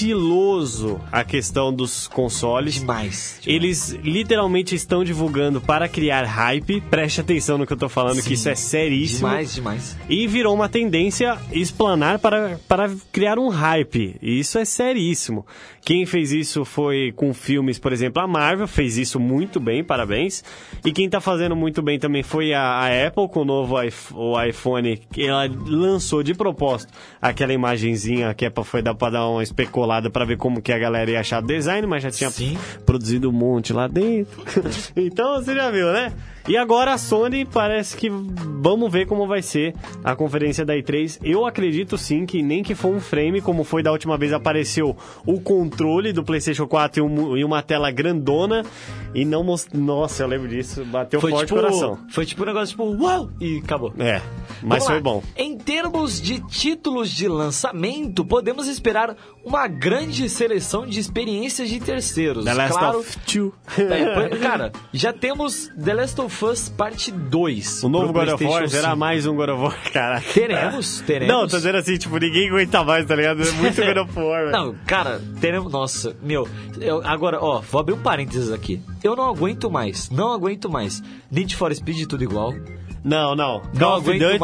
Speaker 2: sigiloso a questão dos consoles.
Speaker 3: Demais. demais.
Speaker 2: Eles literalmente estão divulgando para criar hype. Preste atenção no que eu tô falando,
Speaker 3: Sim.
Speaker 2: que isso é seríssimo.
Speaker 3: Demais, demais.
Speaker 2: E virou uma tendência explanar para, para criar um hype. E isso é seríssimo. Quem fez isso foi com filmes, por exemplo, a Marvel fez isso muito bem, parabéns. E quem tá fazendo muito bem também foi a, a Apple com o novo iPhone, o iPhone, que ela lançou de propósito aquela imagenzinha que é pra, foi dar pra dar uma especulada pra ver como que a galera ia achar o design, mas já tinha
Speaker 3: Sim.
Speaker 2: produzido um monte lá dentro. Então você já viu, né? E agora a Sony parece que vamos ver como vai ser a conferência da E três. Eu acredito sim que nem que for um frame, como foi da última vez, apareceu o controle do PlayStation quatro e, um, e uma tela grandona e não mostrou. Nossa, eu lembro disso, bateu
Speaker 3: Foi
Speaker 2: forte
Speaker 3: tipo,
Speaker 2: o coração.
Speaker 3: Foi tipo um negócio tipo, uau! E acabou.
Speaker 2: É, mas
Speaker 3: Vamos
Speaker 2: foi
Speaker 3: lá.
Speaker 2: bom.
Speaker 3: Em termos de títulos de lançamento, podemos esperar uma grande seleção de experiências de terceiros.
Speaker 2: The Last
Speaker 3: claro,
Speaker 2: of Two.
Speaker 3: É, cara, já temos The Last of Us Parte dois.
Speaker 2: O novo
Speaker 3: pro
Speaker 2: God of War
Speaker 3: PlayStation
Speaker 2: será
Speaker 3: cinco.
Speaker 2: mais um God of War, cara.
Speaker 3: Teremos, teremos.
Speaker 2: Não, tô dizendo assim, tipo, ninguém aguenta mais, tá ligado? É muito God of War, velho.
Speaker 3: Não, cara, teremos. Nossa, meu. Eu, agora, ó, vou abrir um parênteses aqui. Eu não aguento mais, não aguento mais. Need for Speed tudo igual.
Speaker 2: Não, não.
Speaker 3: Não
Speaker 2: Call of
Speaker 3: aguento
Speaker 2: Duty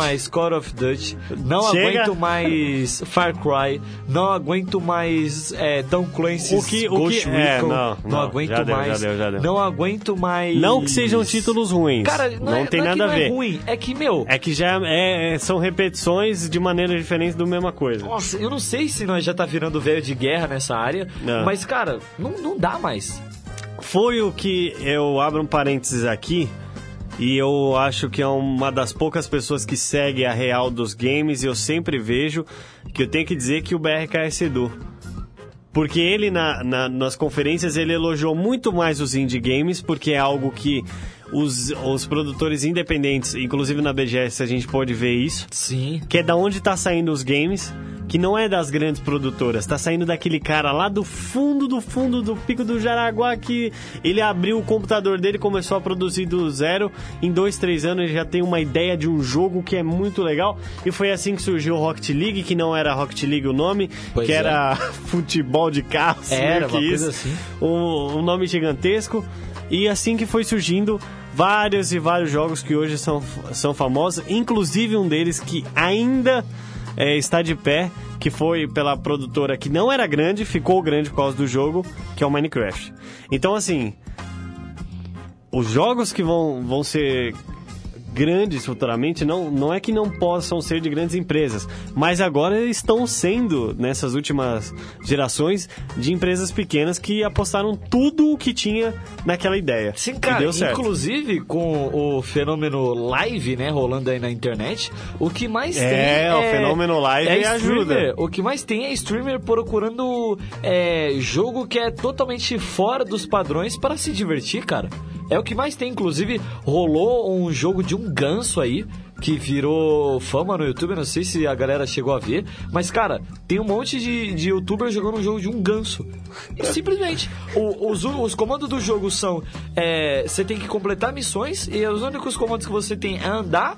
Speaker 3: mais Call of Duty, não
Speaker 2: Chega.
Speaker 3: aguento mais Far Cry, não aguento mais é, Tom Clancy's
Speaker 2: O que- o
Speaker 3: Ghost
Speaker 2: que-
Speaker 3: Recon,
Speaker 2: é, não,
Speaker 3: não,
Speaker 2: não,
Speaker 3: aguento
Speaker 2: já deu,
Speaker 3: mais,
Speaker 2: já deu, já deu.
Speaker 3: não aguento mais...
Speaker 2: Não que sejam títulos ruins.
Speaker 3: Cara, não,
Speaker 2: não
Speaker 3: é,
Speaker 2: tem
Speaker 3: não é
Speaker 2: nada
Speaker 3: que
Speaker 2: a
Speaker 3: não
Speaker 2: ver.
Speaker 3: é ruim, é que, meu...
Speaker 2: É que já é, é- são repetições de maneira diferente do mesma coisa.
Speaker 3: Nossa, eu não sei se nós já tá virando velho de guerra nessa área,
Speaker 2: Não.
Speaker 3: mas, cara, não, não dá mais.
Speaker 2: Foi o que eu abro um parênteses aqui, e eu acho que é uma das poucas pessoas que segue a real dos games, e eu sempre vejo que eu tenho que dizer que o B R K S Edu. Porque ele, na, na- nas conferências, ele elogiou muito mais os indie games, porque é algo que os, os produtores independentes, inclusive na B G S a gente pode ver isso,
Speaker 3: Sim.
Speaker 2: que é da onde tá saindo os games, que não é das grandes produtoras, tá saindo daquele cara lá do fundo, do fundo do Pico do Jaraguá, que ele abriu o computador dele e começou a produzir do zero. Em dois, três anos ele já tem uma ideia de um jogo que é muito legal, e foi assim que surgiu o Rocket League, que não era Rocket League o nome,
Speaker 3: Pois
Speaker 2: que
Speaker 3: é.
Speaker 2: era futebol de carros,
Speaker 3: Era
Speaker 2: meio que
Speaker 3: uma
Speaker 2: isso.
Speaker 3: coisa assim.
Speaker 2: Um, um nome gigantesco, e assim que foi surgindo vários e vários jogos que hoje são, são famosos, inclusive um deles que ainda é, está de pé, que foi pela produtora que não era grande, ficou grande por causa do jogo, que é o Minecraft. Então, assim, os jogos que vão, vão ser grandes futuramente, não, não é que não possam ser de grandes empresas, mas agora estão sendo, nessas últimas gerações, de empresas pequenas que apostaram tudo o que tinha naquela ideia.
Speaker 3: Sim,
Speaker 2: E
Speaker 3: cara,
Speaker 2: deu certo.
Speaker 3: inclusive com o fenômeno live, né, rolando aí na internet, o que mais
Speaker 2: É,
Speaker 3: tem é...
Speaker 2: o fenômeno live
Speaker 3: é
Speaker 2: ajuda.
Speaker 3: streamer. O que mais tem é streamer procurando é, jogo que é totalmente fora dos padrões para se divertir, cara. É o que mais tem, inclusive rolou um jogo de um ganso aí, que virou fama no YouTube, não sei se a galera chegou a ver, mas, cara, tem um monte de, de youtubers jogando um jogo de um ganso. E, simplesmente, o- os, os comandos do jogo são, é, você tem que completar missões, e os únicos comandos que você tem é andar,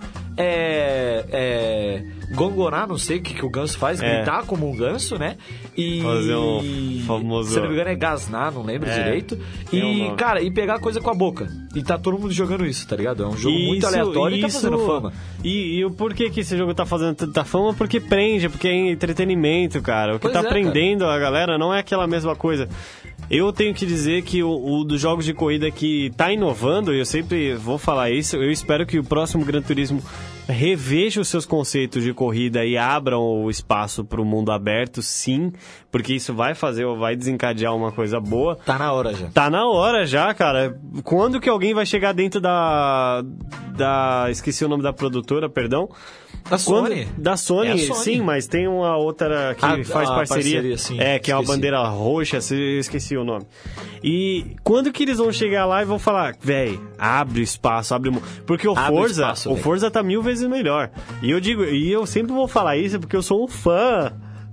Speaker 3: é, é, gongonar, não sei o que, que o ganso faz,
Speaker 2: É.
Speaker 3: gritar como um ganso, né? E...
Speaker 2: Fazer um famoso-
Speaker 3: Se não me engano é gasnar, não lembro
Speaker 2: É,
Speaker 3: direito.
Speaker 2: tem um
Speaker 3: E,
Speaker 2: nome.
Speaker 3: cara, e pegar coisa com a boca. E tá todo mundo jogando isso, tá ligado? É um jogo muito
Speaker 2: Isso-
Speaker 3: aleatório e tá
Speaker 2: isso-
Speaker 3: fazendo fama.
Speaker 2: E, e o porquê que esse jogo tá fazendo tanta fama? Porque prende, porque é entretenimento, cara. O que
Speaker 3: Pois
Speaker 2: tá
Speaker 3: é, cara.
Speaker 2: prendendo a galera não é aquela mesma coisa. Eu tenho que dizer que o, o dos jogos de corrida que tá inovando, e eu sempre vou falar isso, eu espero que o próximo Gran Turismo reveja os seus conceitos de corrida e abram o espaço pro mundo aberto, sim, porque isso vai fazer, vai desencadear uma coisa boa.
Speaker 3: Tá na hora já.
Speaker 2: Tá na hora já, cara. Quando que alguém vai chegar dentro da... da esqueci o nome da produtora, perdão.
Speaker 3: Da
Speaker 2: Quando-
Speaker 3: Sony.
Speaker 2: Da Sony,
Speaker 3: É a Sony.
Speaker 2: sim, mas tem uma outra que
Speaker 3: Ah,
Speaker 2: faz
Speaker 3: a
Speaker 2: parceria.
Speaker 3: parceria, sim.
Speaker 2: É, que é uma
Speaker 3: Esqueci.
Speaker 2: bandeira roxa, se- eu esqueci o nome. E quando que eles vão chegar lá e vão falar, véi, abre espaço, abre... mo-" Porque o
Speaker 3: Abre
Speaker 2: Forza,
Speaker 3: espaço,
Speaker 2: o
Speaker 3: véi.
Speaker 2: Forza tá mil vezes melhor. E eu digo, e eu sempre vou falar isso porque eu sou um fã.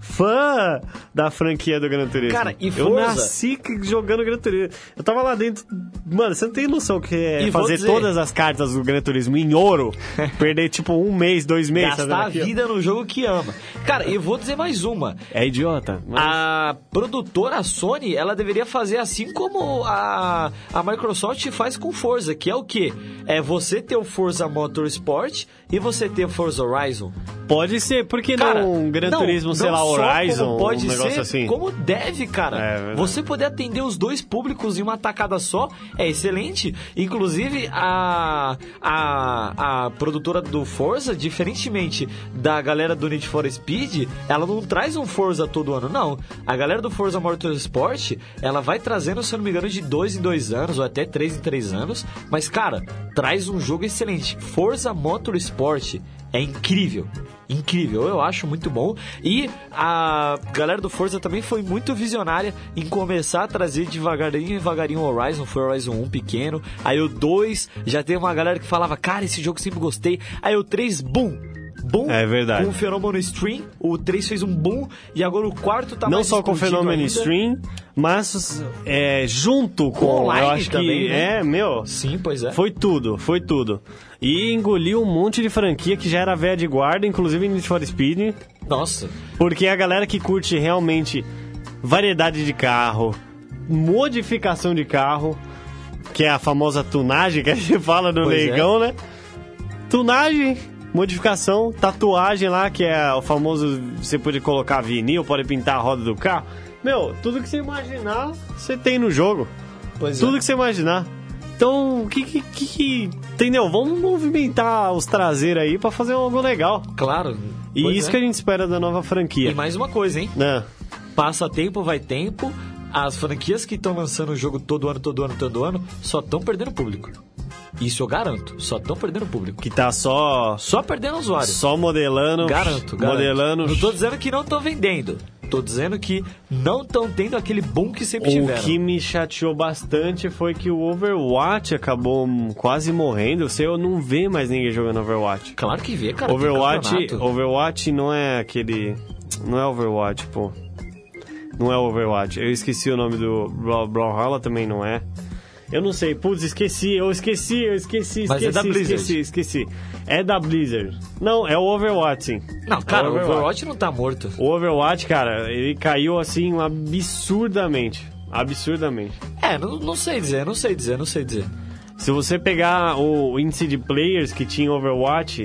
Speaker 2: Fã da franquia do Gran Turismo.
Speaker 3: Cara, e
Speaker 2: Eu
Speaker 3: Forza-
Speaker 2: nasci jogando Gran Turismo. Eu tava lá dentro. Mano, você não tem noção que é
Speaker 3: E vou
Speaker 2: fazer
Speaker 3: dizer-
Speaker 2: todas as cartas do Gran Turismo em ouro, perder tipo um mês, dois meses.
Speaker 3: Gastar
Speaker 2: fazendo
Speaker 3: a
Speaker 2: aquilo.
Speaker 3: vida no jogo que ama. Cara, eu vou dizer mais uma.
Speaker 2: É idiota. Mas...
Speaker 3: A produtora Sony, ela deveria fazer assim como a, a Microsoft faz com Forza, que é o quê? É você ter o Forza Motorsport e você ter o Forza Horizon.
Speaker 2: Pode ser, por que
Speaker 3: Cara,
Speaker 2: não um Gran
Speaker 3: não,
Speaker 2: Turismo, sei
Speaker 3: não
Speaker 2: lá,
Speaker 3: só
Speaker 2: Horizon,
Speaker 3: como pode
Speaker 2: um negócio
Speaker 3: ser,
Speaker 2: assim?
Speaker 3: como deve, cara.
Speaker 2: É, verdade.
Speaker 3: Você poder atender os dois públicos em uma tacada só é excelente. Inclusive, a, a, a produtora do Forza, diferentemente da galera do Need for Speed, ela não traz um Forza todo ano, não. A galera do Forza Motorsport, ela vai trazendo, se eu não me engano, de dois em dois anos, ou até três em três anos. Mas, cara, traz um jogo excelente. Forza Motorsport é incrível. Incrível, eu acho muito bom. E a galera do Forza também foi muito visionária em começar a trazer devagarinho, devagarinho o Horizon. Foi o Horizon um pequeno. Aí o dois, já tem uma galera que falava, cara, esse jogo sempre gostei. Aí o três, boom! Boom!
Speaker 2: É verdade.
Speaker 3: Com o fenômeno stream, o três fez um boom. E agora o quarto tá
Speaker 2: Não
Speaker 3: mais
Speaker 2: só com o
Speaker 3: explodido
Speaker 2: fenômeno
Speaker 3: ainda.
Speaker 2: stream, mas é, junto com,
Speaker 3: online
Speaker 2: eu acho
Speaker 3: também,
Speaker 2: que
Speaker 3: né?
Speaker 2: é, meu,
Speaker 3: Sim, pois é.
Speaker 2: foi tudo, foi tudo. E engoliu um monte de franquia que já era velha de guarda, inclusive Need for Speed,
Speaker 3: Nossa.
Speaker 2: porque a galera que curte realmente variedade de carro, modificação de carro, que é a famosa tunagem que a gente fala no
Speaker 3: Pois é.
Speaker 2: leigão, né? Tunagem modificação, tatuagem lá, que é o famoso, você pode colocar vinil, pode pintar a roda do carro. Meu, tudo que você imaginar, você tem no jogo.
Speaker 3: Pois
Speaker 2: tudo
Speaker 3: é.
Speaker 2: que você imaginar. Então, o que, que, que... Entendeu? Vamos movimentar os traseiros aí pra fazer algo legal.
Speaker 3: Claro.
Speaker 2: E
Speaker 3: Pois
Speaker 2: isso
Speaker 3: é.
Speaker 2: que a gente espera da nova franquia.
Speaker 3: E mais uma coisa, hein?
Speaker 2: É.
Speaker 3: Passa tempo, vai tempo. As franquias que estão lançando o jogo todo ano, todo ano, todo ano, só estão perdendo público. Isso eu garanto. Só estão perdendo público.
Speaker 2: Que tá só...
Speaker 3: Só perdendo usuário.
Speaker 2: Só modelando...
Speaker 3: Garanto, garanto.
Speaker 2: Modelando...
Speaker 3: Não tô dizendo que não estão vendendo. Tô dizendo que não estão tendo aquele boom que sempre
Speaker 2: O
Speaker 3: tiveram.
Speaker 2: que me chateou bastante foi que o Overwatch acabou quase morrendo. Você não vê mais ninguém jogando Overwatch.
Speaker 3: Claro que vê, cara. tem
Speaker 2: Overwatch,
Speaker 3: campeonato.
Speaker 2: Overwatch não é aquele... Não é Overwatch, pô. Não é Overwatch. Eu esqueci o nome do... Bra- Brawlhalla também não é. Eu não sei. Putz, esqueci. Eu esqueci, eu esqueci, esqueci,
Speaker 3: Mas é da Blizzard.
Speaker 2: esqueci, esqueci. É da Blizzard. Não, é o Overwatch, sim.
Speaker 3: Não, cara,
Speaker 2: É
Speaker 3: o Overwatch não tá morto.
Speaker 2: O Overwatch, cara, ele caiu assim absurdamente. Absurdamente.
Speaker 3: É, não, não sei dizer, não sei dizer, não sei dizer.
Speaker 2: Se você pegar o índice de players que tinha Overwatch,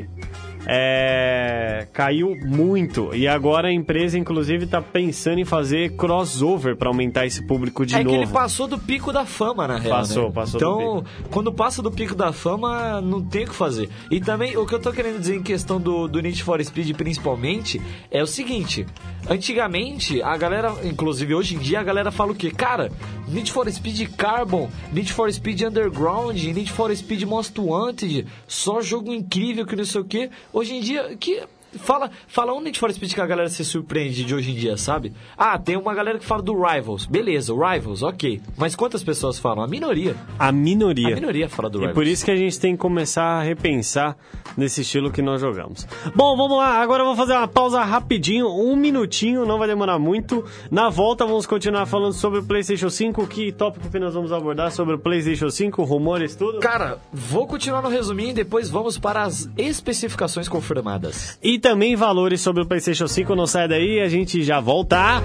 Speaker 2: é, caiu muito. E agora a empresa, inclusive, está pensando em fazer crossover para aumentar esse público de
Speaker 3: é
Speaker 2: novo.
Speaker 3: que ele passou do pico da fama, na real.
Speaker 2: Passou,
Speaker 3: né?
Speaker 2: passou do
Speaker 3: Então, quando passa do pico da fama, não tem o que fazer. E também, o que eu tô querendo dizer em questão do, do Need for Speed, principalmente, é o seguinte. Antigamente, a galera, inclusive hoje em dia, a galera fala o quê? Cara, Need for Speed Carbon, Need for Speed Underground, Need for Speed Most Wanted, só jogo incrível que não sei o quê. Hoje em dia, que... Fala, fala um Need for Speed que a galera se surpreende de hoje em dia, sabe? Ah, tem uma galera que fala do Rivals. Beleza, o Rivals, ok. Mas quantas pessoas falam? A minoria.
Speaker 2: A minoria.
Speaker 3: A minoria fala do
Speaker 2: E
Speaker 3: Rivals.
Speaker 2: por isso que a gente tem que começar a repensar nesse estilo que nós jogamos. Bom, vamos lá. Agora eu vou fazer uma pausa rapidinho, um minutinho, não vai demorar muito. Na volta vamos continuar falando sobre o PlayStation cinco. Que tópico que nós vamos abordar sobre o PlayStation cinco, rumores, tudo?
Speaker 3: Cara, vou continuar no resuminho e depois vamos para as especificações confirmadas.
Speaker 2: E também valores sobre o PlayStation cinco. Não sai daí, a gente já volta.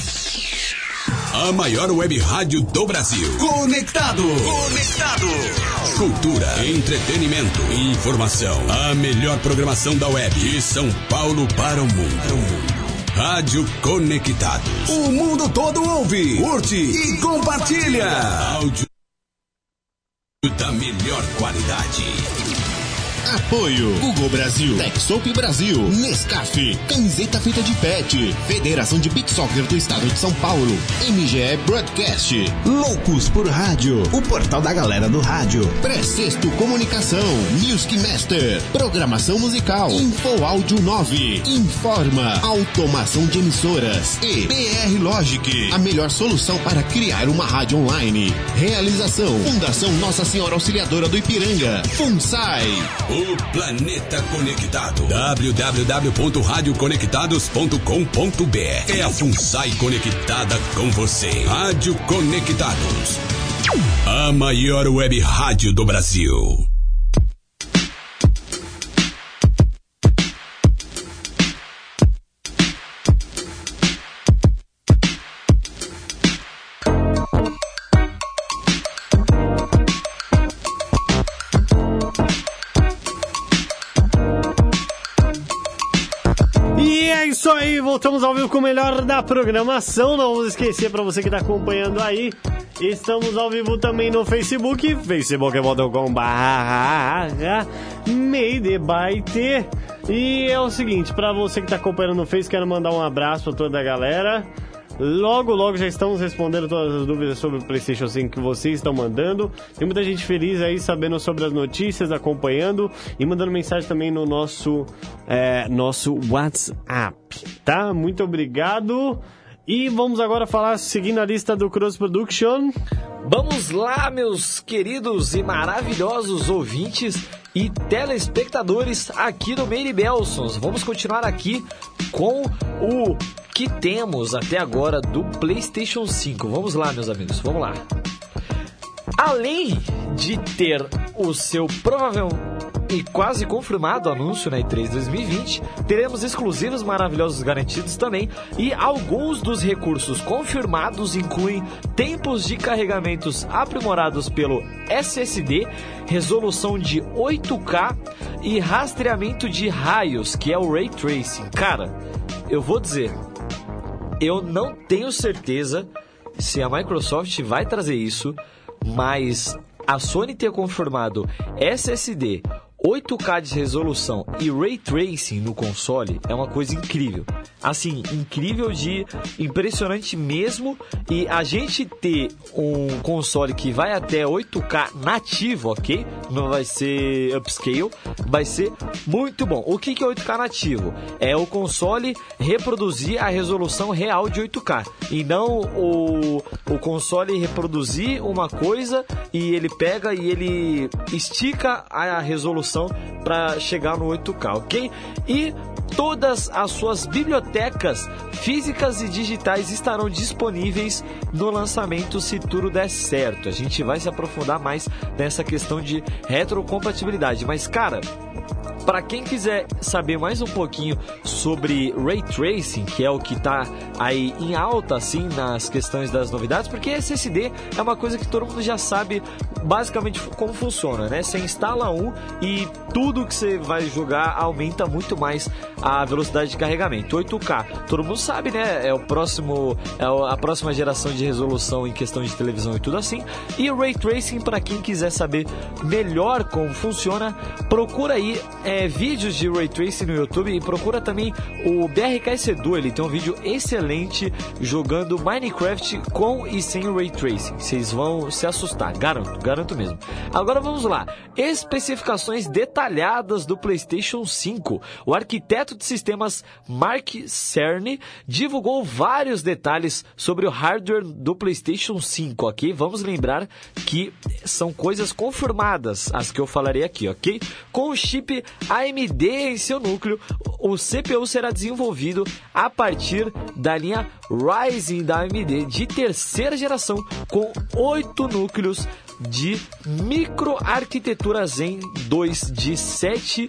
Speaker 5: A maior web rádio do Brasil. Conectado. Conectado. Cultura, entretenimento, informação. A melhor programação da web. De São Paulo para o mundo. Rádio Conectados. O mundo todo ouve, curte e compartilha. Áudio da melhor qualidade.
Speaker 6: Apoio Google Brasil, Texop Brasil, Nescafé, camiseta feita de pet, Federação de Beach Soccer do Estado de São Paulo, M G E Broadcast, Loucos por Rádio, o portal da galera do rádio, Precesto Comunicação, Music Master, Programação Musical, Info Áudio nove, Informa, Automação de Emissoras e P R Logic, a melhor solução para criar uma rádio online. Realização, Fundação Nossa Senhora Auxiliadora do Ipiranga, FUNSAI.
Speaker 5: O planeta conectado. w w w ponto rádio conectados ponto com ponto b r. É a FUNSAI conectada com você. Rádio Conectados. A maior web rádio do Brasil.
Speaker 2: Isso aí, voltamos ao vivo com o melhor da programação. Não vamos esquecer, para você que está acompanhando aí, estamos ao vivo também no Facebook, facebook ponto com barra Meidebyte. E é o seguinte, para você que está acompanhando no Face, quero mandar um abraço para toda a galera. Logo, logo já estamos respondendo todas as dúvidas sobre o PlayStation cinco que vocês estão mandando. Tem muita gente feliz aí sabendo sobre as notícias, acompanhando e mandando mensagem também no nosso, é, nosso WhatsApp, tá? Muito obrigado. E vamos agora falar, seguindo a lista do Cross Production.
Speaker 3: Vamos lá, meus queridos e maravilhosos ouvintes e telespectadores aqui do Meire Belsons. Vamos continuar aqui com o que temos até agora do PlayStation cinco. Vamos lá, meus amigos, vamos lá. Além de ter o seu provável e quase confirmado anúncio na E três dois mil e vinte, teremos exclusivos maravilhosos garantidos também, e alguns dos recursos confirmados incluem tempos de carregamentos aprimorados pelo S S D, resolução de oito K e rastreamento de raios, que é o Ray Tracing. Cara, eu vou dizer, eu não tenho certeza se a Microsoft vai trazer isso, mas a Sony ter confirmado S S D, oito K de resolução e Ray Tracing no console é uma coisa incrível. Assim, incrível de impressionante mesmo. E a gente ter um console que vai até oito K nativo, ok? Não vai ser upscale, vai ser muito bom. O que é oito K nativo? É o console reproduzir a resolução real de oito K. E não o, o console reproduzir uma coisa e ele pega e ele estica a resolução para chegar no oito K, ok? E todas as suas bibliotecas físicas e digitais estarão disponíveis no lançamento, se tudo der certo. A gente vai se aprofundar mais nessa questão de retrocompatibilidade. Mas, cara, para quem quiser saber mais um pouquinho sobre Ray Tracing, que é o que está aí em alta, assim, nas questões das novidades, porque S S D é uma coisa que todo mundo já sabe basicamente como funciona, né? Você instala um e tudo que você vai jogar aumenta muito mais a velocidade de carregamento. oito K, todo mundo sabe, né? É o próximo, é a próxima geração de resolução em questão de televisão e tudo assim. E o Ray Tracing, para quem quiser saber melhor como funciona, procura aí é, vídeos de Ray Tracing no YouTube e procura também o B R K S Edu. Ele tem um vídeo excelente jogando Minecraft com e sem o Ray Tracing. Vocês vão se assustar, garanto, garanto mesmo. Agora vamos lá. Especificações detalhadas do PlayStation cinco. O arquiteto de sistemas Mark Cerny divulgou vários detalhes sobre o hardware do PlayStation cinco, ok? Vamos lembrar que são coisas confirmadas, as que eu falarei aqui, ok? Com o chip A M D em seu núcleo, o C P U será desenvolvido a partir da linha Ryzen da A M D de terceira geração, com oito núcleos de microarquitetura Zen dois de sete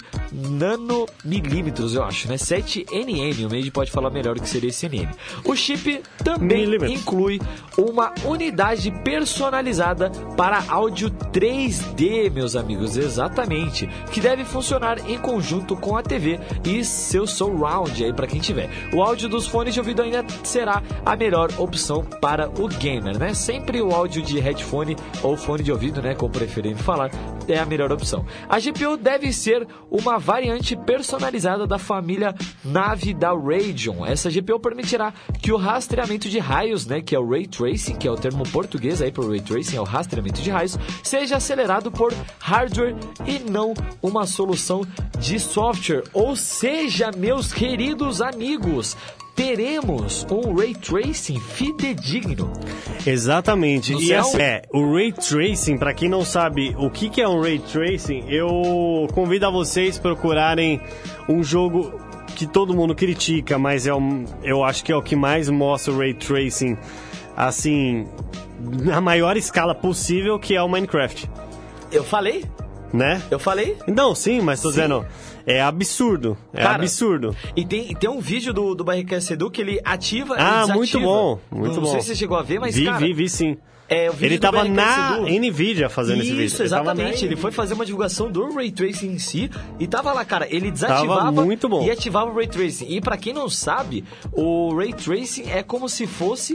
Speaker 3: nanomilímetros, eu acho, né? sete N M, o Made pode falar melhor o que seria esse N M. O chip também inclui uma unidade personalizada para áudio três D, meus amigos, exatamente, que deve funcionar em conjunto com a T V e seu surround aí para quem tiver. O áudio dos fones de ouvido ainda será a melhor opção para o gamer, né? Sempre o áudio de headphone ou fone de ouvido, né, como preferem falar, é a melhor opção. A G P U deve ser uma variante personalizada da família Navi da Radeon. Essa G P U permitirá que o rastreamento de raios, né, que é o Ray Tracing, que é o termo português aí para o Ray Tracing, é o rastreamento de raios, seja acelerado por hardware e não uma solução de software. Ou seja, meus queridos amigos, teremos um Ray Tracing fidedigno.
Speaker 2: Exatamente.
Speaker 3: No
Speaker 2: e
Speaker 3: céu?
Speaker 2: assim, é, o Ray Tracing, para quem não sabe o que, que é um Ray Tracing, eu convido a vocês procurarem um jogo que todo mundo critica, mas é um, eu acho que é o que mais mostra o Ray Tracing, assim, na maior escala possível, que é o Minecraft.
Speaker 3: Eu falei?
Speaker 2: Né?
Speaker 3: Eu falei?
Speaker 2: Não, sim, mas tô
Speaker 3: Sim.
Speaker 2: dizendo... É absurdo, é
Speaker 3: Cara,
Speaker 2: absurdo.
Speaker 3: E tem, tem um vídeo do, do B R K S Edu que ele ativa
Speaker 2: Ah,
Speaker 3: e desativa.
Speaker 2: muito bom, muito
Speaker 3: não,
Speaker 2: bom.
Speaker 3: Não sei se você chegou a ver, mas
Speaker 2: vi,
Speaker 3: cara...
Speaker 2: Vi, vi, sim.
Speaker 3: É, o vídeo
Speaker 2: ele
Speaker 3: do
Speaker 2: tava
Speaker 3: B R K S
Speaker 2: na
Speaker 3: Edu.
Speaker 2: Nvidia fazendo
Speaker 3: Isso,
Speaker 2: esse vídeo.
Speaker 3: Isso, exatamente. Ele, ele foi fazer uma divulgação do Ray Tracing em si e tava lá, cara, ele desativava
Speaker 2: Tava muito bom.
Speaker 3: e ativava o Ray Tracing. E pra quem não sabe, o Ray Tracing é como se fosse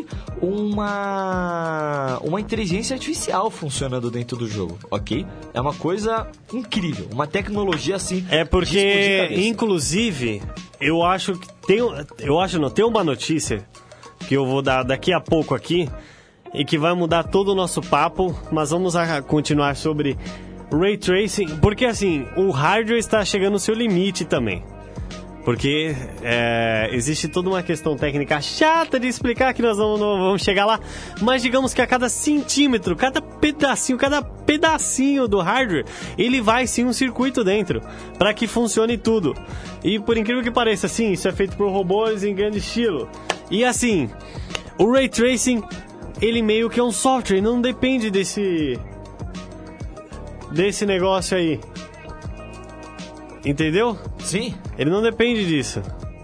Speaker 3: uma uma inteligência artificial funcionando dentro do jogo, ok? É uma coisa incrível, uma tecnologia assim.
Speaker 2: É
Speaker 3: de
Speaker 2: porque,
Speaker 3: explodir cabeça.
Speaker 2: inclusive, eu acho que tem, eu acho não, tem uma notícia que eu vou dar daqui a pouco aqui e que vai mudar todo o nosso papo, mas vamos a continuar sobre Ray Tracing, porque assim, o hardware está chegando no seu limite também. Porque é, existe toda uma questão técnica chata de explicar que nós não, não vamos chegar lá. Mas digamos que a cada centímetro, cada pedacinho, cada pedacinho do hardware, ele vai sim um circuito dentro, para que funcione tudo. E por incrível que pareça, sim, isso é feito por robôs em grande estilo. E assim, o Ray Tracing, ele meio que é um software, não depende desse, desse negócio aí. Entendeu?
Speaker 3: Sim.
Speaker 2: Ele não depende disso.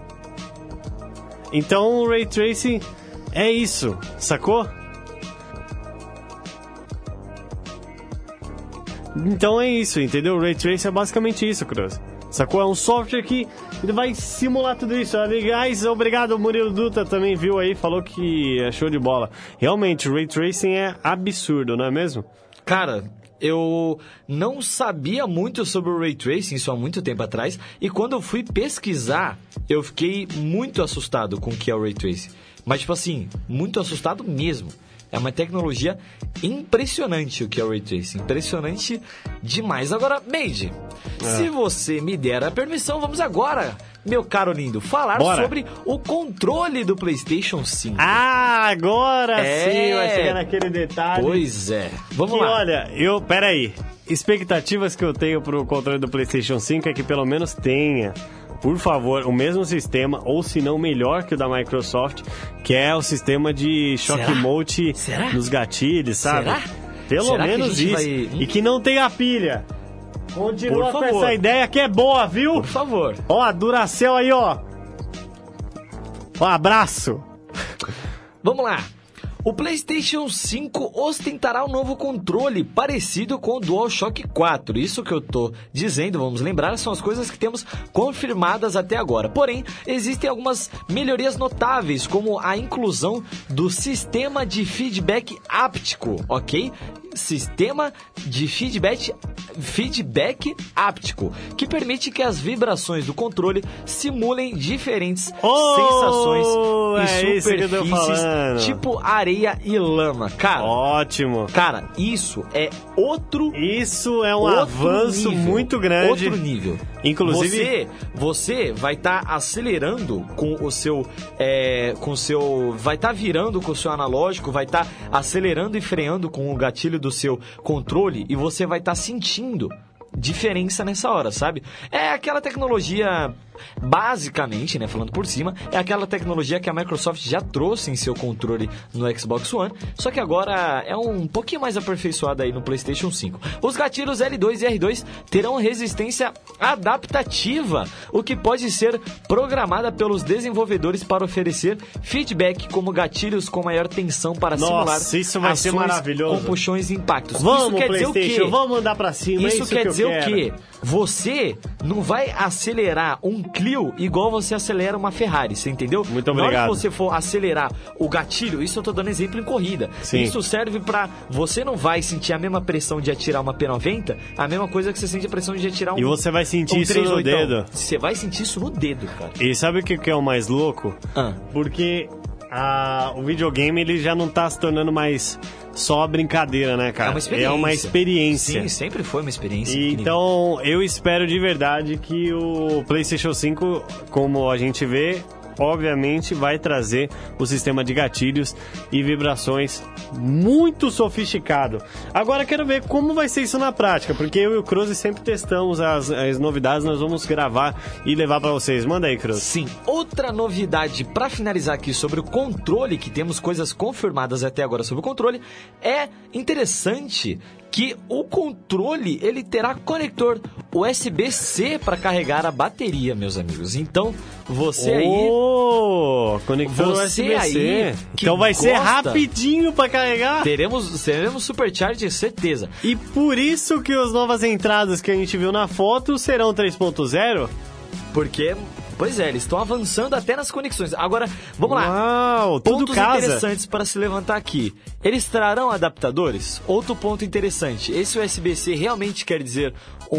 Speaker 2: Então o Ray Tracing é isso, sacou? Então é isso, entendeu? O Ray Tracing é basicamente isso, Cruz. Sacou? É um software que ele vai simular tudo isso. Aliás, obrigado, Murilo Dutra também viu aí, falou que é show de bola. Realmente, o Ray Tracing é absurdo, não é mesmo?
Speaker 3: Cara, eu não sabia muito sobre o Ray Tracing, isso há muito tempo atrás, e quando eu fui pesquisar, eu fiquei muito assustado com o que é o Ray Tracing. Mas, tipo assim, muito assustado mesmo. É uma tecnologia impressionante o que é o Ray Tracing. Impressionante demais. Agora, Made, é. se você me der a permissão, vamos agora, meu caro lindo, falar
Speaker 2: Bora.
Speaker 3: sobre o controle do PlayStation cinco.
Speaker 2: Ah, agora
Speaker 3: É.
Speaker 2: sim vai chegar naquele detalhe.
Speaker 3: Pois é. Vamos
Speaker 2: que,
Speaker 3: lá.
Speaker 2: olha, eu... Peraí. Expectativas que eu tenho pro controle do PlayStation cinco é que pelo menos tenha, por favor, o mesmo sistema, ou se não melhor que o da Microsoft, que é o sistema de shock
Speaker 3: Será?
Speaker 2: emote
Speaker 3: Será?
Speaker 2: nos gatilhos, sabe?
Speaker 3: Será?
Speaker 2: Pelo
Speaker 3: Será que a
Speaker 2: menos
Speaker 3: gente
Speaker 2: isso.
Speaker 3: vai-
Speaker 2: E que não tenha pilha. Continua
Speaker 3: Por
Speaker 2: com
Speaker 3: favor.
Speaker 2: essa ideia que é boa, viu?
Speaker 3: Por favor.
Speaker 2: Ó, a Duracell aí, ó. Um abraço.
Speaker 3: Vamos lá. O PlayStation cinco ostentará um novo controle parecido com o DualShock quatro. Isso que eu tô dizendo, vamos lembrar, são as coisas que temos confirmadas até agora. Porém, existem algumas melhorias notáveis, como a inclusão do sistema de feedback áptico, ok? Sistema de feedback, feedback áptico, que permite que as vibrações do controle simulem diferentes
Speaker 2: Oh,
Speaker 3: sensações
Speaker 2: é
Speaker 3: e
Speaker 2: isso que eu tô
Speaker 3: superfícies,
Speaker 2: falando.
Speaker 3: tipo areia e lama. Cara,
Speaker 2: Ótimo.
Speaker 3: cara, isso é outro
Speaker 2: Isso é um
Speaker 3: outro
Speaker 2: avanço
Speaker 3: nível,
Speaker 2: muito grande.
Speaker 3: Outro nível.
Speaker 2: Inclusive-
Speaker 3: Você, você vai estar acelerando com o seu... É, com o seu... Vai estar virando com o seu analógico, vai estar acelerando e freando com o gatilho do seu controle e você vai estar sentindo diferença nessa hora, sabe? É aquela tecnologia, basicamente, né, falando por cima, é aquela tecnologia que a Microsoft já trouxe em seu controle no Xbox One, só que agora é um pouquinho mais aperfeiçoada aí no PlayStation cinco. Os gatilhos L dois e R dois terão resistência adaptativa, o que pode ser programada pelos desenvolvedores para oferecer feedback como gatilhos com maior tensão para
Speaker 2: Nossa,
Speaker 3: simular
Speaker 2: isso vai ser
Speaker 3: ações
Speaker 2: maravilhoso.
Speaker 3: com puxões e impactos.
Speaker 2: Vamos,
Speaker 3: isso quer dizer o
Speaker 2: PlayStation,
Speaker 3: quê?
Speaker 2: vamos andar pra cima.
Speaker 3: Isso,
Speaker 2: é isso
Speaker 3: quer
Speaker 2: que
Speaker 3: dizer
Speaker 2: eu
Speaker 3: o
Speaker 2: quero.
Speaker 3: quê? Você não vai acelerar um Clio igual você acelera uma Ferrari, você entendeu?
Speaker 2: Muito
Speaker 3: Na hora
Speaker 2: obrigado.
Speaker 3: que você for acelerar o gatilho, isso eu tô dando exemplo em corrida.
Speaker 2: Sim.
Speaker 3: Isso serve pra... Você não vai sentir a mesma pressão de atirar uma P noventa, a mesma coisa que você sente a pressão de atirar um...
Speaker 2: E você vai sentir
Speaker 3: um
Speaker 2: isso no
Speaker 3: três oitão.
Speaker 2: dedo.
Speaker 3: Você vai sentir isso no dedo, cara.
Speaker 2: E sabe o que que é o mais louco?
Speaker 3: Ah.
Speaker 2: Porque a, o videogame ele já não tá se tornando mais só brincadeira, né, cara?
Speaker 3: É uma experiência.
Speaker 2: É uma experiência.
Speaker 3: Sim, sempre foi uma experiência.
Speaker 2: E,
Speaker 3: incrível.
Speaker 2: então, eu espero de verdade que o PlayStation cinco, como a gente vê, obviamente vai trazer o sistema de gatilhos e vibrações muito sofisticado. Agora quero ver como vai ser isso na prática, porque eu e o Cruz sempre testamos as, as novidades, nós vamos gravar e levar pra vocês. Manda aí, Cruz.
Speaker 3: Sim, outra novidade para finalizar aqui sobre o controle, que temos coisas confirmadas até agora sobre o controle, é interessante que o controle ele terá conector U S B C para carregar a bateria, meus amigos. Então, você aí...
Speaker 2: Oh, conector
Speaker 3: Você
Speaker 2: U S B C.
Speaker 3: aí que
Speaker 2: Então vai ser
Speaker 3: gosta-
Speaker 2: rapidinho pra carregar.
Speaker 3: Teremos, teremos Supercharger, certeza.
Speaker 2: E por isso que as novas entradas que a gente viu na foto serão três ponto zero?
Speaker 3: Porque, pois é, eles estão avançando até nas conexões. Agora, vamos lá.
Speaker 2: Uau, tudo
Speaker 3: Pontos
Speaker 2: casa.
Speaker 3: interessantes para se levantar aqui. Eles trarão adaptadores? Outro ponto interessante. Esse U S B C realmente quer dizer um,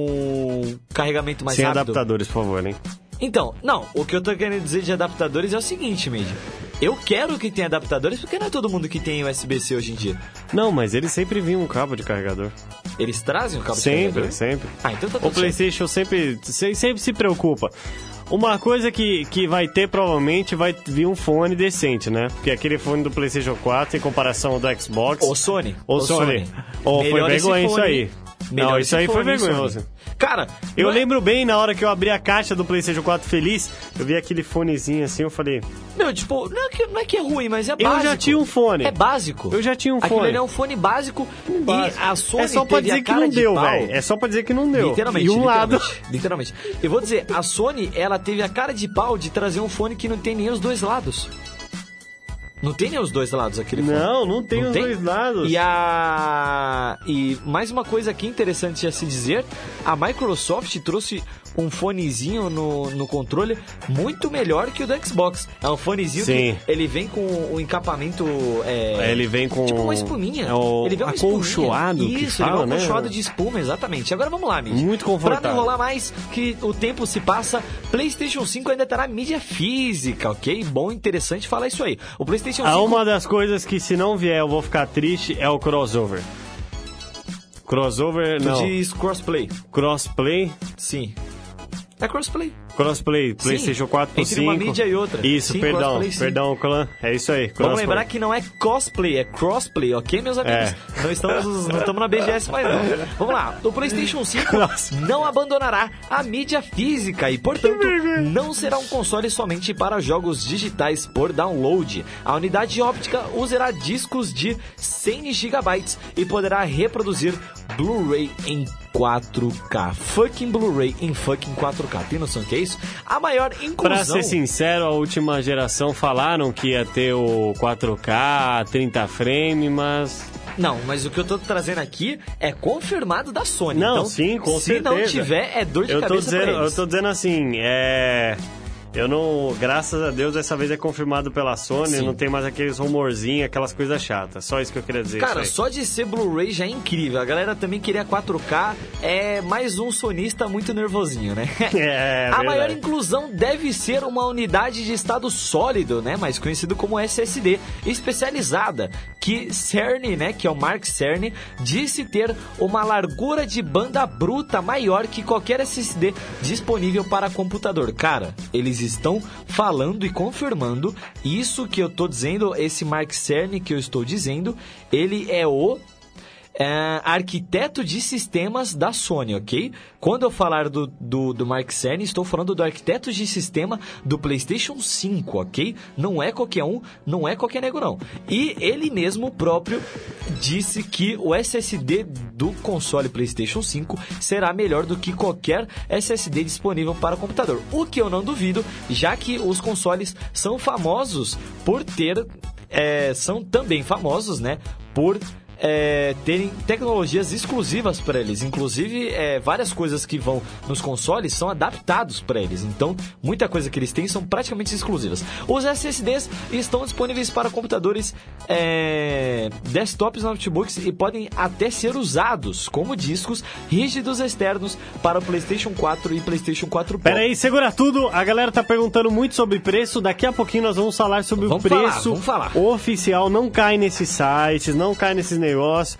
Speaker 3: um carregamento mais
Speaker 2: Sem
Speaker 3: rápido?
Speaker 2: adaptadores, por favor, hein?
Speaker 3: Então, não. O que eu tô querendo dizer de adaptadores é o seguinte, Made. Eu quero que tenha adaptadores, porque não é todo mundo que tem U S B C hoje em dia.
Speaker 2: Não, mas eles sempre vinham um cabo de carregador.
Speaker 3: Eles trazem o cabo de
Speaker 2: Sempre,
Speaker 3: carregador?
Speaker 2: sempre.
Speaker 3: Ah, então tá tudo
Speaker 2: O PlayStation sempre, se- sempre se preocupa. Uma coisa que, que vai ter, provavelmente, vai vir um fone decente, né? Porque aquele fone do PlayStation quatro, em comparação ao do Xbox...
Speaker 3: Ô, Sony.
Speaker 2: Ô, Sony. Ô, foi
Speaker 3: Melhor esse
Speaker 2: vergonha isso
Speaker 3: fone.
Speaker 2: aí.
Speaker 3: Melhor
Speaker 2: Não,
Speaker 3: esse
Speaker 2: isso aí foi
Speaker 3: fone,
Speaker 2: vergonhoso.
Speaker 3: Sony. Cara,
Speaker 2: Eu
Speaker 3: não é-
Speaker 2: lembro bem, na hora que eu abri a caixa do PlayStation quatro feliz, eu vi aquele fonezinho assim, eu falei...
Speaker 3: Meu, tipo, não é, que, não é que é ruim, mas é
Speaker 2: Eu
Speaker 3: básico.
Speaker 2: já tinha um fone.
Speaker 3: É básico.
Speaker 2: Eu já tinha um
Speaker 3: Aquilo
Speaker 2: fone.
Speaker 3: ali é um fone básico,
Speaker 2: Básico.
Speaker 3: e a Sony
Speaker 2: É só pra
Speaker 3: teve
Speaker 2: dizer
Speaker 3: a
Speaker 2: que
Speaker 3: cara
Speaker 2: não
Speaker 3: de
Speaker 2: deu,
Speaker 3: pau.
Speaker 2: velho. É só pra dizer que não deu.
Speaker 3: Literalmente,
Speaker 2: E um lado...
Speaker 3: literalmente, literalmente. Eu vou dizer, a Sony, ela teve a cara de pau de trazer um fone que não tem nem os dois lados. Não tem nem os dois lados aquele fone.
Speaker 2: Não, não tem
Speaker 3: Não
Speaker 2: os
Speaker 3: tem?
Speaker 2: dois lados.
Speaker 3: E a e mais uma coisa aqui interessante a se dizer, a Microsoft trouxe um fonezinho no, no controle muito melhor que o do Xbox. É um fonezinho
Speaker 2: Sim.
Speaker 3: que ele vem com o encapamento é,
Speaker 2: Ele vem com...
Speaker 3: tipo uma espuminha.
Speaker 2: É o
Speaker 3: ele vem uma
Speaker 2: acolchoado
Speaker 3: espuminha.
Speaker 2: que
Speaker 3: Isso,
Speaker 2: fala,
Speaker 3: ele vem um
Speaker 2: né?
Speaker 3: acolchoado de espuma, exatamente. Agora vamos lá, Mídia.
Speaker 2: Muito confortável.
Speaker 3: Pra não enrolar mais, que o tempo se passa, PlayStation cinco ainda tá na mídia física, ok? Bom, interessante falar isso aí. O PlayStation cinco...
Speaker 2: Ah, uma das coisas que se não vier eu vou ficar triste é o crossover. Crossover,
Speaker 3: Tu
Speaker 2: não.
Speaker 3: diz crossplay.
Speaker 2: Crossplay.
Speaker 3: Sim. É crossplay.
Speaker 2: Crossplay, PlayStation quatro por
Speaker 3: Entre
Speaker 2: cinco.
Speaker 3: uma mídia e outra.
Speaker 2: Isso,
Speaker 3: Sim,
Speaker 2: perdão,
Speaker 3: crossplay, sim.
Speaker 2: perdão, clã. É isso aí, crossplay.
Speaker 3: Vamos lembrar que não é cosplay, é crossplay, ok, meus amigos?
Speaker 2: É.
Speaker 3: Não estamos, não estamos na B G S mais não. Vamos lá, o PlayStation cinco
Speaker 2: Nossa.
Speaker 3: não abandonará a mídia física e, portanto, não será um console somente para jogos digitais por download. A unidade óptica usará discos de cem gigabytes e poderá reproduzir Blu-ray em quatro K. Fucking Blu-ray em fucking quatro K. Tem noção que é isso? A maior inclusão...
Speaker 2: Pra ser sincero, a última geração falaram que ia ter o quatro K, trinta frames, mas...
Speaker 3: Não, mas o que eu tô trazendo aqui é confirmado da Sony.
Speaker 2: Não,
Speaker 3: então,
Speaker 2: sim, com
Speaker 3: se
Speaker 2: certeza.
Speaker 3: não tiver, é dor de
Speaker 2: eu tô
Speaker 3: cabeça
Speaker 2: dizendo,
Speaker 3: pra eles.
Speaker 2: Eu tô dizendo assim, é... Eu não... Graças a Deus, dessa vez é confirmado pela Sony,
Speaker 3: Sim.
Speaker 2: não tem mais aqueles rumorzinhos, aquelas coisas chatas. Só isso que eu queria dizer.
Speaker 3: Cara,
Speaker 2: isso
Speaker 3: só de ser Blu-ray já é incrível. A galera também queria quatro K. É mais um sonista muito nervosinho, né?
Speaker 2: aí. É,
Speaker 3: A
Speaker 2: verdade.
Speaker 3: maior inclusão deve ser uma unidade de estado sólido, né, mais conhecido como S S D, especializada, que Cerny, né, que é o Mark Cerny, disse ter uma largura de banda bruta maior que qualquer S S D disponível para computador. Cara, eles estão falando e confirmando isso que eu tô dizendo, esse Mark Cerny que eu estou dizendo, ele é o É, arquiteto de sistemas da Sony, ok? Quando eu falar do, do, do Mark Cerny, estou falando do arquiteto de sistema do PlayStation cinco, ok? Não é qualquer um, não é qualquer nego, não. E ele mesmo próprio disse que o S S D do console PlayStation cinco será melhor do que qualquer S S D disponível para computador. O que eu não duvido, já que os consoles são famosos por ter... É, são também famosos, né? Por... É, terem tecnologias exclusivas para eles. Inclusive, é, várias coisas que vão nos consoles são adaptados para eles. Então, muita coisa que eles têm são praticamente exclusivas. Os S S Ds estão disponíveis para computadores, é, desktops, notebooks e podem até ser usados como discos rígidos externos para o PlayStation quatro e PlayStation quatro Pro.
Speaker 2: Pera aí, segura tudo. A galera tá perguntando muito sobre preço. Daqui a pouquinho nós vamos falar sobre
Speaker 3: Vamos
Speaker 2: o
Speaker 3: falar,
Speaker 2: preço
Speaker 3: vamos falar.
Speaker 2: oficial. Não cai nesses sites, não cai nesses negócios.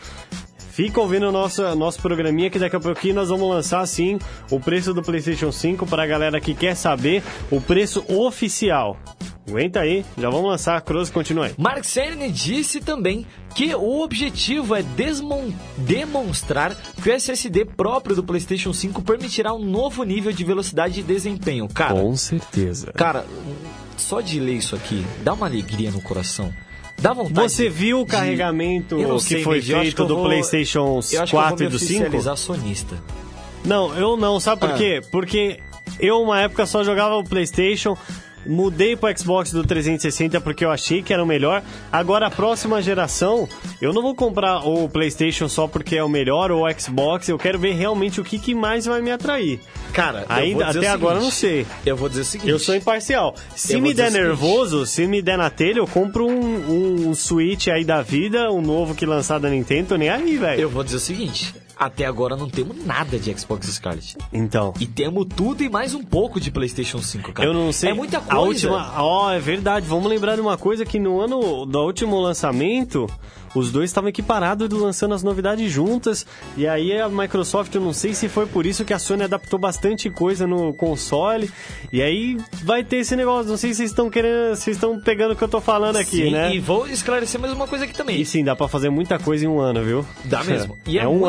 Speaker 2: Fica ouvindo o nosso, nosso programinha que daqui a pouquinho nós vamos lançar sim o preço do PlayStation cinco para a galera que quer saber o preço oficial. Aguenta aí, já vamos lançar. Cruz, continua aí.
Speaker 3: Mark Cerny disse também que o objetivo é desmon- demonstrar que o S S D próprio do PlayStation cinco permitirá um novo nível de velocidade e desempenho. Cara,
Speaker 2: Com certeza.
Speaker 3: cara, só de ler isso aqui dá uma alegria no coração. Dá vontade.
Speaker 2: Você viu o
Speaker 3: de-
Speaker 2: carregamento
Speaker 3: Eu não
Speaker 2: que
Speaker 3: sei,
Speaker 2: foi
Speaker 3: Mídia, eu acho que
Speaker 2: feito
Speaker 3: eu
Speaker 2: do
Speaker 3: vou-
Speaker 2: PlayStation
Speaker 3: Eu acho que eu vou
Speaker 2: quatro
Speaker 3: me
Speaker 2: e do cinco?
Speaker 3: oficializar sonista.
Speaker 2: Não, eu não. Sabe por
Speaker 3: Ah.
Speaker 2: quê? Porque eu, uma época, só jogava o PlayStation, mudei pro Xbox do trezentos e sessenta porque eu achei que era o melhor. Agora, a próxima geração, eu não vou comprar o PlayStation só porque é o melhor, ou o Xbox. Eu quero ver realmente o que, que mais vai me atrair.
Speaker 3: Cara, eu vou
Speaker 2: Ainda,
Speaker 3: dizer
Speaker 2: até
Speaker 3: o
Speaker 2: agora, eu não
Speaker 3: seguinte.
Speaker 2: sei.
Speaker 3: Eu vou dizer o seguinte.
Speaker 2: Eu sou imparcial. Se
Speaker 3: Eu vou
Speaker 2: me
Speaker 3: dizer
Speaker 2: der
Speaker 3: o seguinte.
Speaker 2: nervoso, se me der na telha, eu compro um, um Switch aí da vida, um novo que lançar da Nintendo, tô nem aí, velho.
Speaker 3: Eu vou dizer o seguinte. Até agora não temos nada de Xbox Scarlet.
Speaker 2: Então...
Speaker 3: E temos tudo e mais um pouco de PlayStation cinco, cara.
Speaker 2: Eu não sei.
Speaker 3: É muita coisa.
Speaker 2: A última, ó, é verdade. Vamos lembrar de uma coisa que no ano do último lançamento, os dois estavam equiparados lançando as novidades juntas. E aí a Microsoft, eu não sei se foi por isso que a Sony adaptou bastante coisa no console. E aí vai ter esse negócio. Não sei se vocês estão querendo, vocês estão pegando o que eu tô falando aqui,
Speaker 3: Sim,
Speaker 2: né?
Speaker 3: E vou esclarecer mais uma coisa aqui também.
Speaker 2: E sim, dá pra fazer muita coisa em um ano, viu?
Speaker 3: Dá mesmo. E é,
Speaker 2: um
Speaker 3: muita
Speaker 2: ano,
Speaker 3: coragem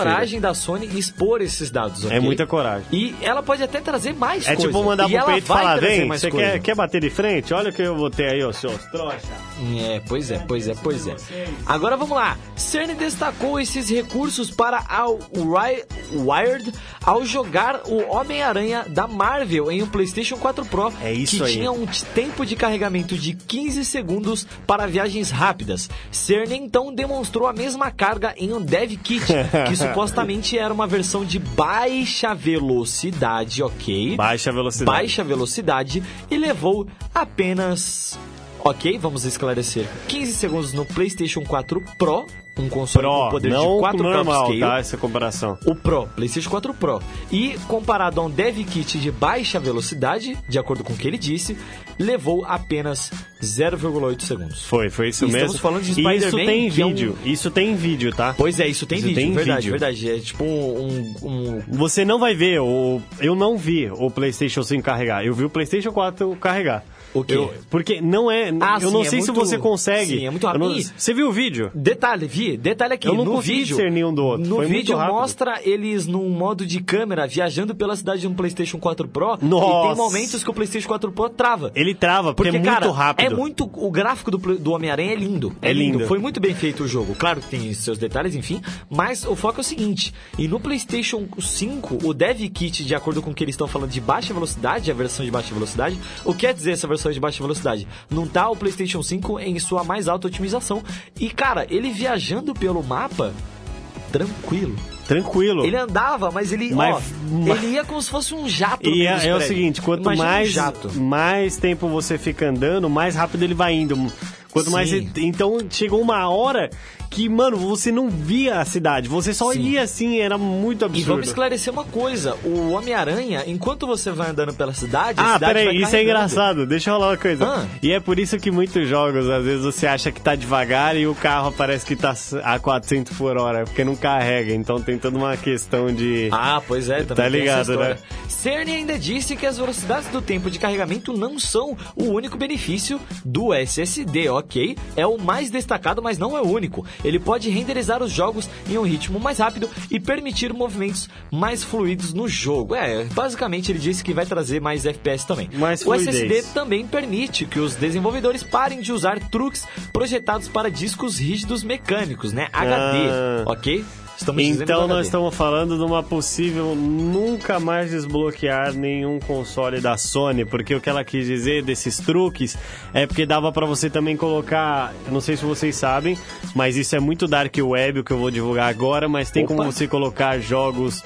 Speaker 3: coragem da Sony expor esses dados, ok?
Speaker 2: É muita coragem.
Speaker 3: E ela pode até trazer mais
Speaker 2: É
Speaker 3: coisa.
Speaker 2: tipo mandar
Speaker 3: e
Speaker 2: pro
Speaker 3: ela
Speaker 2: peito e
Speaker 3: vai
Speaker 2: falar,
Speaker 3: trazer
Speaker 2: vem,
Speaker 3: mais
Speaker 2: você
Speaker 3: coisa.
Speaker 2: quer, quer bater de frente? Olha o que eu botei aí, ó, seus trouxa.
Speaker 3: É, pois é, pois é, pois é. Agora vamos lá. Cerny destacou esses recursos para a Wi- Wired ao jogar o Homem-Aranha da Marvel em um PlayStation quatro Pro,
Speaker 2: É isso
Speaker 3: que
Speaker 2: aí.
Speaker 3: tinha um t- tempo de carregamento de quinze segundos para viagens rápidas. Cerny então demonstrou a mesma carga em um Dev Kit, que supostamente era uma versão de baixa velocidade, ok?
Speaker 2: Baixa velocidade.
Speaker 3: Baixa velocidade e levou apenas, ok, vamos esclarecer, quinze segundos no PlayStation quatro Pro, um console com
Speaker 2: Pro,
Speaker 3: poder
Speaker 2: não
Speaker 3: de quatro K
Speaker 2: normal,
Speaker 3: upscale.
Speaker 2: tá? Essa comparação.
Speaker 3: O Pro, PlayStation quatro Pro. E comparado a um Dev Kit de baixa velocidade, de acordo com o que ele disse, levou apenas zero vírgula oito segundos.
Speaker 2: Foi, foi isso
Speaker 3: E
Speaker 2: mesmo.
Speaker 3: estamos falando de
Speaker 2: E isso
Speaker 3: Spider-Man,
Speaker 2: tem
Speaker 3: que é um-
Speaker 2: vídeo. Isso tem vídeo, tá?
Speaker 3: Pois é, isso tem
Speaker 2: Isso
Speaker 3: vídeo,
Speaker 2: tem
Speaker 3: verdade,
Speaker 2: vídeo.
Speaker 3: verdade. É tipo um... um, um...
Speaker 2: Você não vai ver, o, eu não vi o PlayStation cinco carregar. Eu vi o PlayStation quatro carregar.
Speaker 3: O quê?
Speaker 2: Eu- porque não é.
Speaker 3: Ah,
Speaker 2: eu
Speaker 3: sim,
Speaker 2: não
Speaker 3: é
Speaker 2: sei se
Speaker 3: muito-
Speaker 2: você consegue.
Speaker 3: sim, é muito
Speaker 2: Eu não-
Speaker 3: rápido. Ih.
Speaker 2: Você viu o vídeo?
Speaker 3: Detalhe, Vi, detalhe aqui,
Speaker 2: Eu não
Speaker 3: no
Speaker 2: consegui
Speaker 3: vídeo,
Speaker 2: discernir um do outro,
Speaker 3: no
Speaker 2: foi muito
Speaker 3: vídeo
Speaker 2: rápido.
Speaker 3: mostra eles num modo de câmera viajando pela cidade de um PlayStation quatro Pro. E
Speaker 2: Nossa.
Speaker 3: tem momentos que o PlayStation quatro Pro trava.
Speaker 2: Ele trava, porque,
Speaker 3: Porque,
Speaker 2: é muito
Speaker 3: cara,
Speaker 2: rápido.
Speaker 3: é muito. O gráfico do, do Homem-Aranha é lindo. É,
Speaker 2: É
Speaker 3: lindo.
Speaker 2: lindo.
Speaker 3: Foi muito bem feito o jogo. Claro que tem seus detalhes, enfim. Mas o foco é o seguinte: e no PlayStation cinco, o Dev Kit, de acordo com o que eles estão falando de baixa velocidade, a versão de baixa velocidade, o que quer dizer essa versão de baixa velocidade? Não tá o PlayStation cinco em sua mais alta otimização. E, cara, ele viajando pelo mapa, tranquilo.
Speaker 2: Tranquilo.
Speaker 3: Ele andava, mas ele,
Speaker 2: Mas-
Speaker 3: ó,
Speaker 2: mas-
Speaker 3: ele ia como se fosse um jato. no
Speaker 2: E
Speaker 3: meio
Speaker 2: é,
Speaker 3: dos
Speaker 2: é o
Speaker 3: prédios.
Speaker 2: seguinte, quanto
Speaker 3: Imagina um
Speaker 2: mais,
Speaker 3: jato.
Speaker 2: mais tempo você fica andando, mais rápido ele vai indo. Quanto mais.
Speaker 3: Sim.
Speaker 2: Então chegou uma hora que, mano, você não via a cidade. Você só
Speaker 3: Sim.
Speaker 2: ia assim, era muito
Speaker 3: E
Speaker 2: absurdo.
Speaker 3: vamos esclarecer uma coisa: o Homem-Aranha, enquanto você vai andando pela cidade, a
Speaker 2: Ah,
Speaker 3: cidade vai
Speaker 2: peraí, isso é
Speaker 3: carregando.
Speaker 2: engraçado. Deixa eu falar uma coisa.
Speaker 3: Ah.
Speaker 2: E é por isso que muitos jogos, às vezes, você acha que tá devagar e o carro parece que tá a quatrocentos por hora, porque não carrega. Então tem toda uma questão de.
Speaker 3: Ah, pois é, também
Speaker 2: Tá
Speaker 3: tem essa
Speaker 2: ligado,
Speaker 3: história.
Speaker 2: né?
Speaker 3: Cerny ainda disse que as velocidades do tempo de carregamento não são o único benefício do S S D, ok? É o mais destacado, mas não é o único. Ele pode renderizar os jogos em um ritmo mais rápido e permitir movimentos mais fluidos no jogo. É, basicamente ele disse que vai trazer mais F P S também.
Speaker 2: Mais
Speaker 3: o S S D
Speaker 2: fluidez.
Speaker 3: também permite que os desenvolvedores parem de usar truques projetados para discos rígidos mecânicos, né? H D,
Speaker 2: Ah.
Speaker 3: ok? Estamos dizendo
Speaker 2: Então
Speaker 3: do
Speaker 2: nós
Speaker 3: H D.
Speaker 2: estamos falando de uma possível nunca mais desbloquear nenhum console da Sony, porque o que ela quis dizer desses truques é porque dava pra você também colocar, eu não sei se vocês sabem, mas isso é muito dark web o que eu vou divulgar agora, mas tem
Speaker 3: Opa.
Speaker 2: como você colocar jogos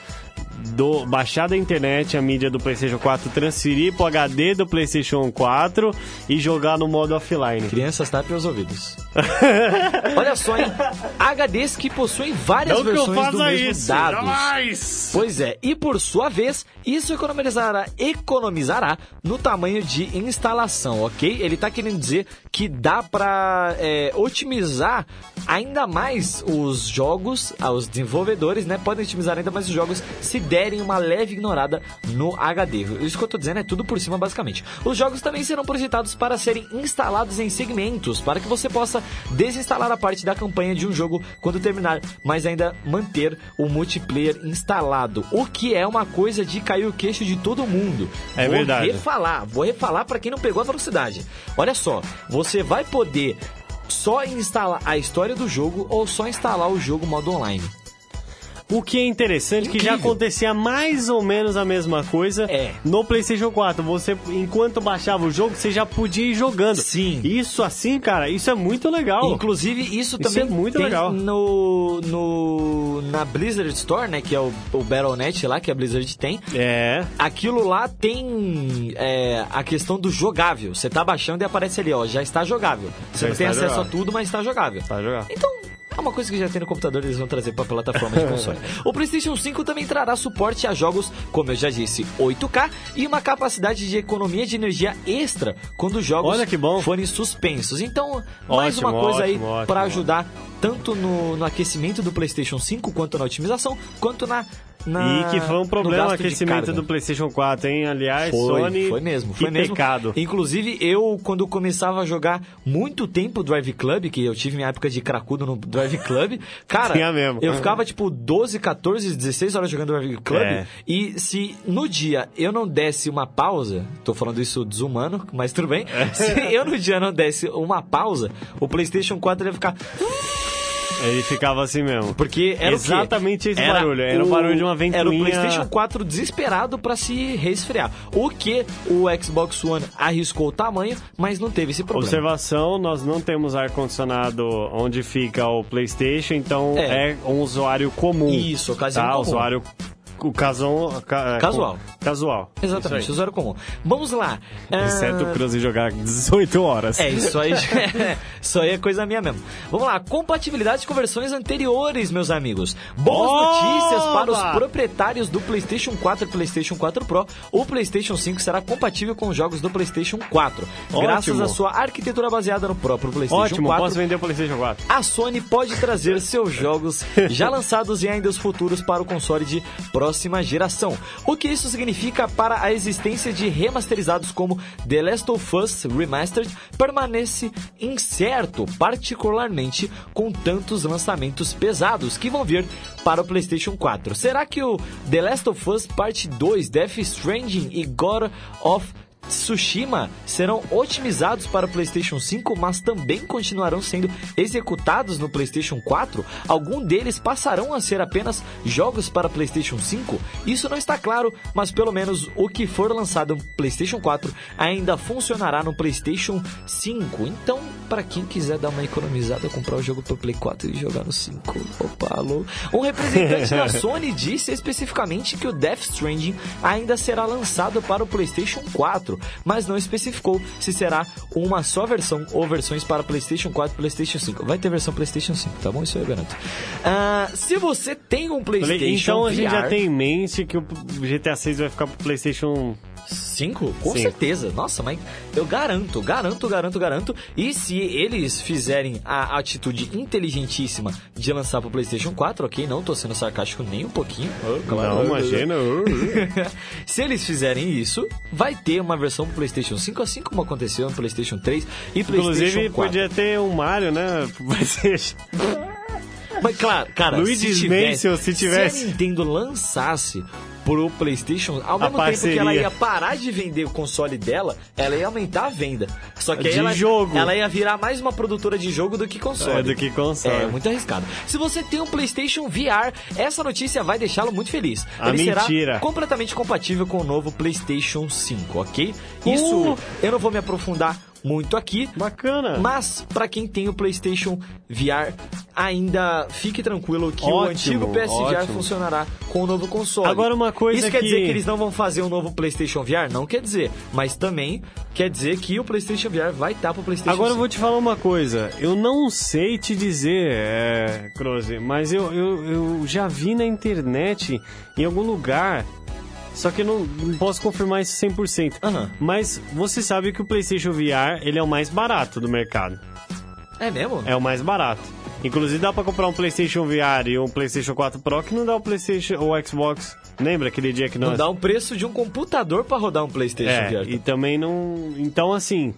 Speaker 2: do baixar da internet a mídia do PlayStation quatro, transferir pro H D do PlayStation quatro e jogar no modo offline.
Speaker 3: Crianças, tapem os ouvidos. Olha só, hein? H Ds que possuem várias
Speaker 2: Não que eu
Speaker 3: versões do
Speaker 2: faça
Speaker 3: mesmo
Speaker 2: isso,
Speaker 3: dados.
Speaker 2: jamais!
Speaker 3: Pois é, e por sua vez, isso economizará, economizará no tamanho de instalação, ok? Ele tá querendo dizer que dá pra é, otimizar ainda mais os jogos, ah, os desenvolvedores, né? Podem otimizar ainda mais os jogos se derem uma leve ignorada no H D. Isso que eu tô dizendo é tudo por cima, basicamente. Os jogos também serão projetados para serem instalados em segmentos, para que você possa desinstalar a parte da campanha de um jogo quando terminar, mas ainda manter o multiplayer instalado, o que é uma coisa de cair o queixo de todo mundo.
Speaker 2: É
Speaker 3: vou
Speaker 2: verdade.
Speaker 3: refalar, vou refalar para quem não pegou a velocidade. Olha só, você vai poder só instalar a história do jogo ou só instalar o jogo modo online.
Speaker 2: O que é interessante, que já
Speaker 3: Incrível.
Speaker 2: acontecia mais ou menos a mesma coisa
Speaker 3: É.
Speaker 2: no PlayStation quatro. Você, enquanto baixava o jogo, você já podia ir jogando.
Speaker 3: Sim.
Speaker 2: Isso assim, cara, isso é muito legal.
Speaker 3: Inclusive, isso
Speaker 2: Isso
Speaker 3: também
Speaker 2: é muito
Speaker 3: tem
Speaker 2: legal.
Speaker 3: no, no na Blizzard Store, né, que é o, o Battle ponto net lá, que a Blizzard tem.
Speaker 2: É.
Speaker 3: Aquilo lá tem é, a questão do jogável. Você tá baixando e aparece ali, ó, já está jogável. Você
Speaker 2: Já
Speaker 3: não tem
Speaker 2: está
Speaker 3: acesso
Speaker 2: jogável.
Speaker 3: a tudo, mas está jogável.
Speaker 2: Tá jogando.
Speaker 3: Então, é uma coisa que já tem no computador, eles vão trazer para a plataforma de console. O PlayStation cinco também trará suporte a jogos, como eu já disse, oito K e uma capacidade de economia de energia extra quando os jogos
Speaker 2: Olha que bom.
Speaker 3: forem suspensos. Então, mais
Speaker 2: Ótimo,
Speaker 3: uma coisa aí
Speaker 2: ótimo, ótimo,
Speaker 3: para
Speaker 2: ótimo.
Speaker 3: ajudar tanto no, no aquecimento do PlayStation cinco, quanto na otimização, quanto na na
Speaker 2: E que foi um problema o aquecimento do PlayStation quatro, hein? Aliás,
Speaker 3: foi,
Speaker 2: Sony,
Speaker 3: foi mesmo,
Speaker 2: que
Speaker 3: foi mesmo.
Speaker 2: pecado.
Speaker 3: Inclusive, eu, quando começava a jogar muito tempo Drive Club, que eu tive minha época de cracudo no Drive Club, cara,
Speaker 2: Tinha mesmo.
Speaker 3: eu ficava tipo doze, catorze, dezesseis horas jogando Drive Club,
Speaker 2: É.
Speaker 3: e se no dia eu não desse uma pausa, tô falando isso desumano, mas tudo bem, se eu no dia não desse uma pausa, o PlayStation quatro ia ficar...
Speaker 2: Ele ficava assim mesmo.
Speaker 3: Porque era
Speaker 2: Exatamente
Speaker 3: o
Speaker 2: esse
Speaker 3: era
Speaker 2: barulho. Era o barulho de uma ventoinha.
Speaker 3: Era o PlayStation quatro desesperado pra se resfriar. O que o Xbox One arriscou o tamanho, mas não teve esse problema.
Speaker 2: Observação, nós não temos ar-condicionado onde fica o PlayStation, então é,
Speaker 3: É.
Speaker 2: um usuário comum.
Speaker 3: Isso, ocasião
Speaker 2: tá?
Speaker 3: comum.
Speaker 2: Usuário o casão, ca,
Speaker 3: Casual.
Speaker 2: Com, casual.
Speaker 3: Exatamente,
Speaker 2: Isso aí.
Speaker 3: usuário comum. Vamos lá. Ah,
Speaker 2: Exceto o Cruz jogar dezoito horas.
Speaker 3: É, isso aí, isso aí é coisa minha mesmo. Vamos lá, compatibilidade com versões anteriores, meus amigos. Boas
Speaker 2: Oba!
Speaker 3: notícias para os proprietários do PlayStation quatro e PlayStation quatro Pro. O PlayStation cinco será compatível com os jogos do PlayStation quatro.
Speaker 2: Ótimo.
Speaker 3: Graças à sua arquitetura baseada no próprio PlayStation
Speaker 2: Ótimo,
Speaker 3: quatro.
Speaker 2: posso vender o PlayStation quatro.
Speaker 3: A Sony pode trazer seus jogos já lançados e ainda os futuros para o console de próxima geração. O que isso significa para a existência de remasterizados como The Last of Us Remastered permanece incerto, particularmente com tantos lançamentos pesados que vão vir para o PlayStation quatro. Será que o The Last of Us Parte dois, Death Stranding e God of Tsushima serão otimizados para o PlayStation cinco, mas também continuarão sendo executados no PlayStation quatro? Algum deles passarão a ser apenas jogos para PlayStation cinco? Isso não está claro, mas pelo menos o que for lançado no PlayStation quatro ainda funcionará no PlayStation cinco. Então, para quem quiser dar uma economizada, comprar o jogo para o Play quatro e jogar no cinco. Opa, alô. Um representante da Sony disse especificamente que o Death Stranding ainda será lançado para o PlayStation quatro, mas não especificou se será uma só versão ou versões para PlayStation quatro e PlayStation cinco. Vai ter versão PlayStation cinco, tá bom? Isso eu garanto. Uh, se você tem um PlayStation
Speaker 2: Então a gente
Speaker 3: V R...
Speaker 2: já tem em mente que o G T A seis vai ficar pro PlayStation
Speaker 3: cinco? Com
Speaker 2: Sim.
Speaker 3: certeza. Nossa, mas eu garanto, garanto, garanto, garanto. E se eles fizerem a atitude inteligentíssima de lançar pro PlayStation quatro, ok? Não tô sendo sarcástico nem um pouquinho. Oh,
Speaker 2: Não, imagina.
Speaker 3: Se eles fizerem isso, vai ter uma versão pro PlayStation cinco, assim como aconteceu no PlayStation três e PlayStation
Speaker 2: Inclusive,
Speaker 3: quatro.
Speaker 2: podia ter um Mario, né? Vai ser...
Speaker 3: Mas claro, cara,
Speaker 2: Luigi's
Speaker 3: se tivesse,
Speaker 2: Mansion, se tivesse-
Speaker 3: se a Nintendo lançasse pro PlayStation, ao mesmo tempo
Speaker 2: parceria.
Speaker 3: que ela ia parar de vender o console dela, ela ia aumentar a venda. Só que aí
Speaker 2: De
Speaker 3: ela,
Speaker 2: jogo.
Speaker 3: ela ia virar mais uma produtora de jogo do que console.
Speaker 2: É, do que console.
Speaker 3: É, muito arriscado. Se você tem um PlayStation V R, essa notícia vai deixá-lo muito feliz.
Speaker 2: Ah,
Speaker 3: Ele
Speaker 2: mentira.
Speaker 3: será completamente compatível com o novo PlayStation cinco, ok? Isso,
Speaker 2: Uh!
Speaker 3: eu não vou me aprofundar muito aqui.
Speaker 2: Bacana.
Speaker 3: Mas, pra quem tem o PlayStation V R, ainda fique tranquilo que o
Speaker 2: Ótimo,
Speaker 3: antigo P S V R
Speaker 2: ótimo.
Speaker 3: funcionará com o novo console.
Speaker 2: Agora uma coisa
Speaker 3: Isso quer
Speaker 2: que-
Speaker 3: dizer que eles não vão fazer um novo PlayStation V R? Não quer dizer. Mas também quer dizer que o PlayStation V R vai estar pro PlayStation
Speaker 2: Agora eu
Speaker 3: cinco.
Speaker 2: vou te falar uma coisa. Eu não sei te dizer, é, Croze, mas eu, eu, eu já vi na internet, em algum lugar, só que eu não, não posso confirmar isso cem por cento.
Speaker 3: Aham.
Speaker 2: Mas você sabe que o PlayStation V R, ele é o mais barato do mercado.
Speaker 3: É mesmo?
Speaker 2: É o mais barato. Inclusive dá pra comprar um PlayStation V R e um PlayStation quatro Pro que não dá o PlayStation ou o Xbox. Lembra aquele dia que nós...
Speaker 3: Não dá o preço de um computador pra rodar um PlayStation V
Speaker 2: É,
Speaker 3: R.
Speaker 2: e também não... Então, assim,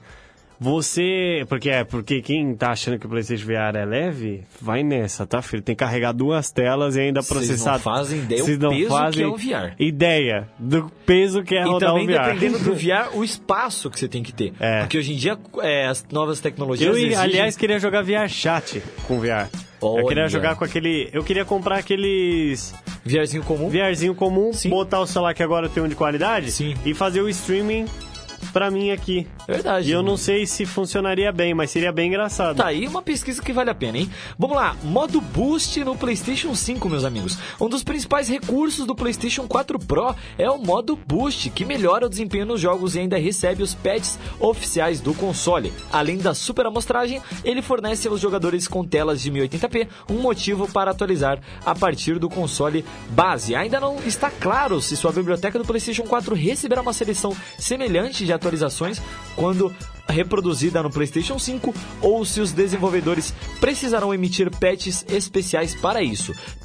Speaker 2: você... Porque é, porque quem tá achando que o PlayStation V R é leve, vai nessa, tá, filho? Tem que carregar duas telas e ainda
Speaker 3: Vocês
Speaker 2: processar...
Speaker 3: não fazem ideia
Speaker 2: Vocês
Speaker 3: o
Speaker 2: não
Speaker 3: peso
Speaker 2: fazem
Speaker 3: que é um V R.
Speaker 2: ideia do peso que é
Speaker 3: E
Speaker 2: rodar
Speaker 3: também
Speaker 2: um V R.
Speaker 3: dependendo do V R, o espaço que você tem que ter.
Speaker 2: É.
Speaker 3: Porque hoje em dia, é, as novas tecnologias
Speaker 2: Eu,
Speaker 3: exigem...
Speaker 2: aliás, queria jogar V R Chat com V R. Eu queria
Speaker 3: Olha.
Speaker 2: jogar com aquele... Eu queria comprar aqueles...
Speaker 3: VRzinho comum?
Speaker 2: VRzinho comum,
Speaker 3: Sim.
Speaker 2: botar o celular que agora eu tenho de qualidade
Speaker 3: Sim.
Speaker 2: e fazer o streaming pra mim aqui.
Speaker 3: Verdade.
Speaker 2: E eu não sei se funcionaria bem, mas seria bem engraçado.
Speaker 3: Tá aí uma pesquisa que vale a pena, hein? Vamos lá, modo boost no PlayStation cinco, meus amigos. Um dos principais recursos do PlayStation quatro Pro é o modo boost, que melhora o desempenho nos jogos e ainda recebe os patches oficiais do console. Além da super amostragem, ele fornece aos jogadores com telas de mil e oitenta p um motivo para atualizar a partir do console base. Ainda não está claro se sua biblioteca do PlayStation quatro receberá uma seleção semelhante de atualizações quando reproduzida no PlayStation cinco ou se os desenvolvedores precisarão emitir patches especiais para isso.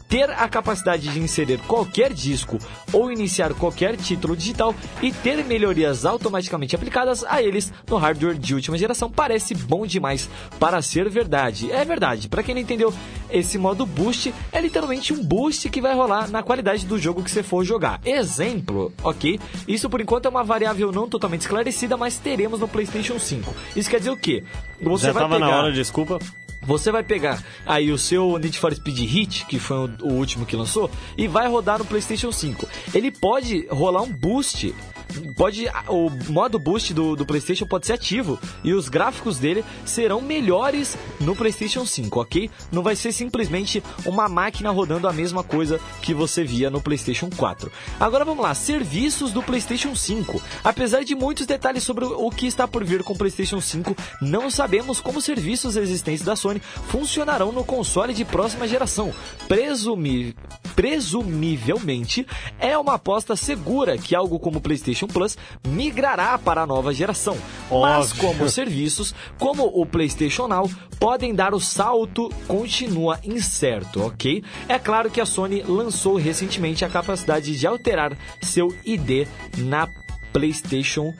Speaker 3: ter a capacidade de inserir qualquer disco ou iniciar qualquer título digital e ter melhorias automaticamente aplicadas a eles no hardware de última geração parece bom demais para ser verdade. É verdade, para quem não entendeu, esse modo boost é literalmente um boost que vai rolar na qualidade do jogo que você for jogar. Exemplo, ok? Isso por enquanto é uma variável não totalmente esclarecida, mas teremos no PlayStation cinco. Isso quer dizer o quê? Você
Speaker 2: Já
Speaker 3: vai
Speaker 2: tava
Speaker 3: pegar...
Speaker 2: na hora, desculpa.
Speaker 3: Você vai pegar aí o seu Need for Speed Heat, que foi o, o último que lançou, e vai rodar no PlayStation cinco. Ele pode rolar um boost, pode o modo boost do, do PlayStation pode ser ativo e os gráficos dele serão melhores no PlayStation cinco, ok? Não vai ser simplesmente uma máquina rodando a mesma coisa que você via no PlayStation quatro. Agora vamos lá, serviços do PlayStation cinco. Apesar de muitos detalhes sobre o que está por vir com o PlayStation cinco, não sabemos como serviços existentes da Sony funcionarão no console de próxima geração. Presumi... Presumivelmente, é uma aposta segura que algo como o PlayStation Plus migrará para a nova geração.
Speaker 2: Óbvio.
Speaker 3: Mas como serviços, como o PlayStation Now, podem dar o salto, continua incerto, ok? É claro que a Sony lançou recentemente a capacidade de alterar seu I D na PlayStation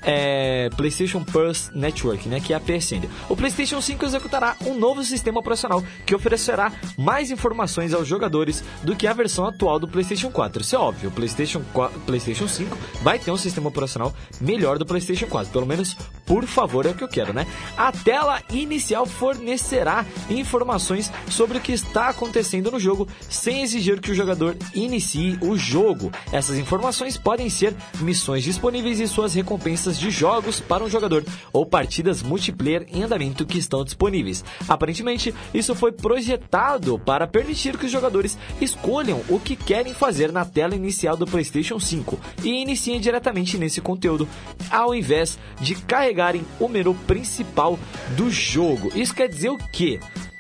Speaker 3: É, PlayStation Plus Network, né, que é a P S N. O PlayStation cinco executará um novo sistema operacional que oferecerá mais informações aos jogadores do que a versão atual do PlayStation quatro. Isso é óbvio, o PlayStation, quatro, PlayStation cinco vai ter um sistema operacional melhor do PlayStation quatro, pelo menos por favor é o que eu quero, né? A tela inicial fornecerá informações sobre o que está acontecendo no jogo sem exigir que o jogador inicie o jogo. Essas informações podem ser missões disponíveis e suas recompensas de jogos para um jogador ou partidas multiplayer em andamento que estão disponíveis. Aparentemente, isso foi projetado para permitir que os jogadores escolham o que querem fazer na tela inicial do PlayStation cinco e iniciem diretamente nesse conteúdo, ao invés de carregarem o menu principal do jogo. Isso quer dizer o quê?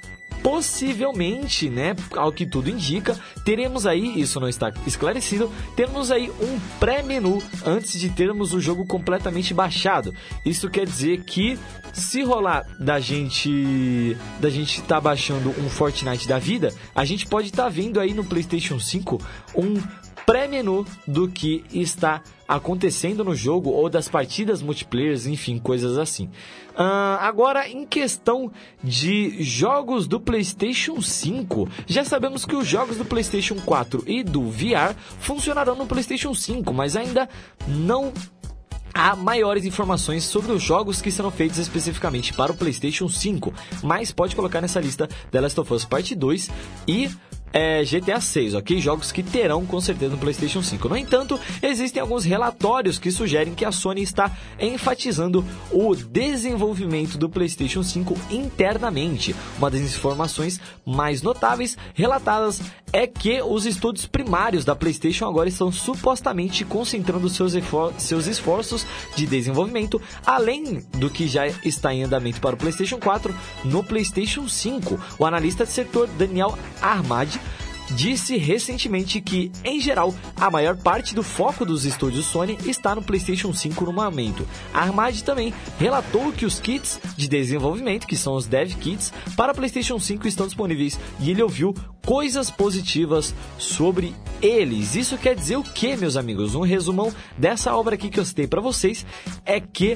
Speaker 3: Possivelmente, né, ao que tudo indica, teremos aí, isso não está esclarecido, teremos aí um pré-menu antes de termos o jogo completamente baixado. Isso quer dizer que se rolar da gente da gente tá baixando um Fortnite da vida, a gente pode estar tá vendo aí no PlayStation cinco um pré-menu do que está acontecendo no jogo ou das partidas multiplayer, enfim, coisas assim. Uh, agora, em questão de jogos do PlayStation cinco, já sabemos que os jogos do PlayStation quatro e do V R funcionarão no PlayStation cinco, mas ainda não há maiores informações sobre os jogos que serão feitos especificamente para o PlayStation cinco, mas pode colocar nessa lista The Last of Us Parte dois e É, G T A seis, ok? Jogos que terão com certeza no PlayStation cinco. No entanto, existem alguns relatórios que sugerem que a Sony está enfatizando o desenvolvimento do PlayStation cinco internamente. Uma das informações mais notáveis relatadas é que os estúdios primários da PlayStation agora estão supostamente concentrando seus, efor- seus esforços de desenvolvimento, além do que já está em andamento para o PlayStation quatro, no PlayStation cinco. O analista de setor Daniel Ahmad disse recentemente que, em geral, a maior parte do foco dos estúdios Sony está no PlayStation cinco no momento. A Ahmad também relatou que os kits de desenvolvimento, que são os Dev Kits, para PlayStation cinco estão disponíveis e ele ouviu coisas positivas sobre eles. Isso quer dizer o que, meus amigos? Um resumão dessa obra aqui que eu citei para vocês é que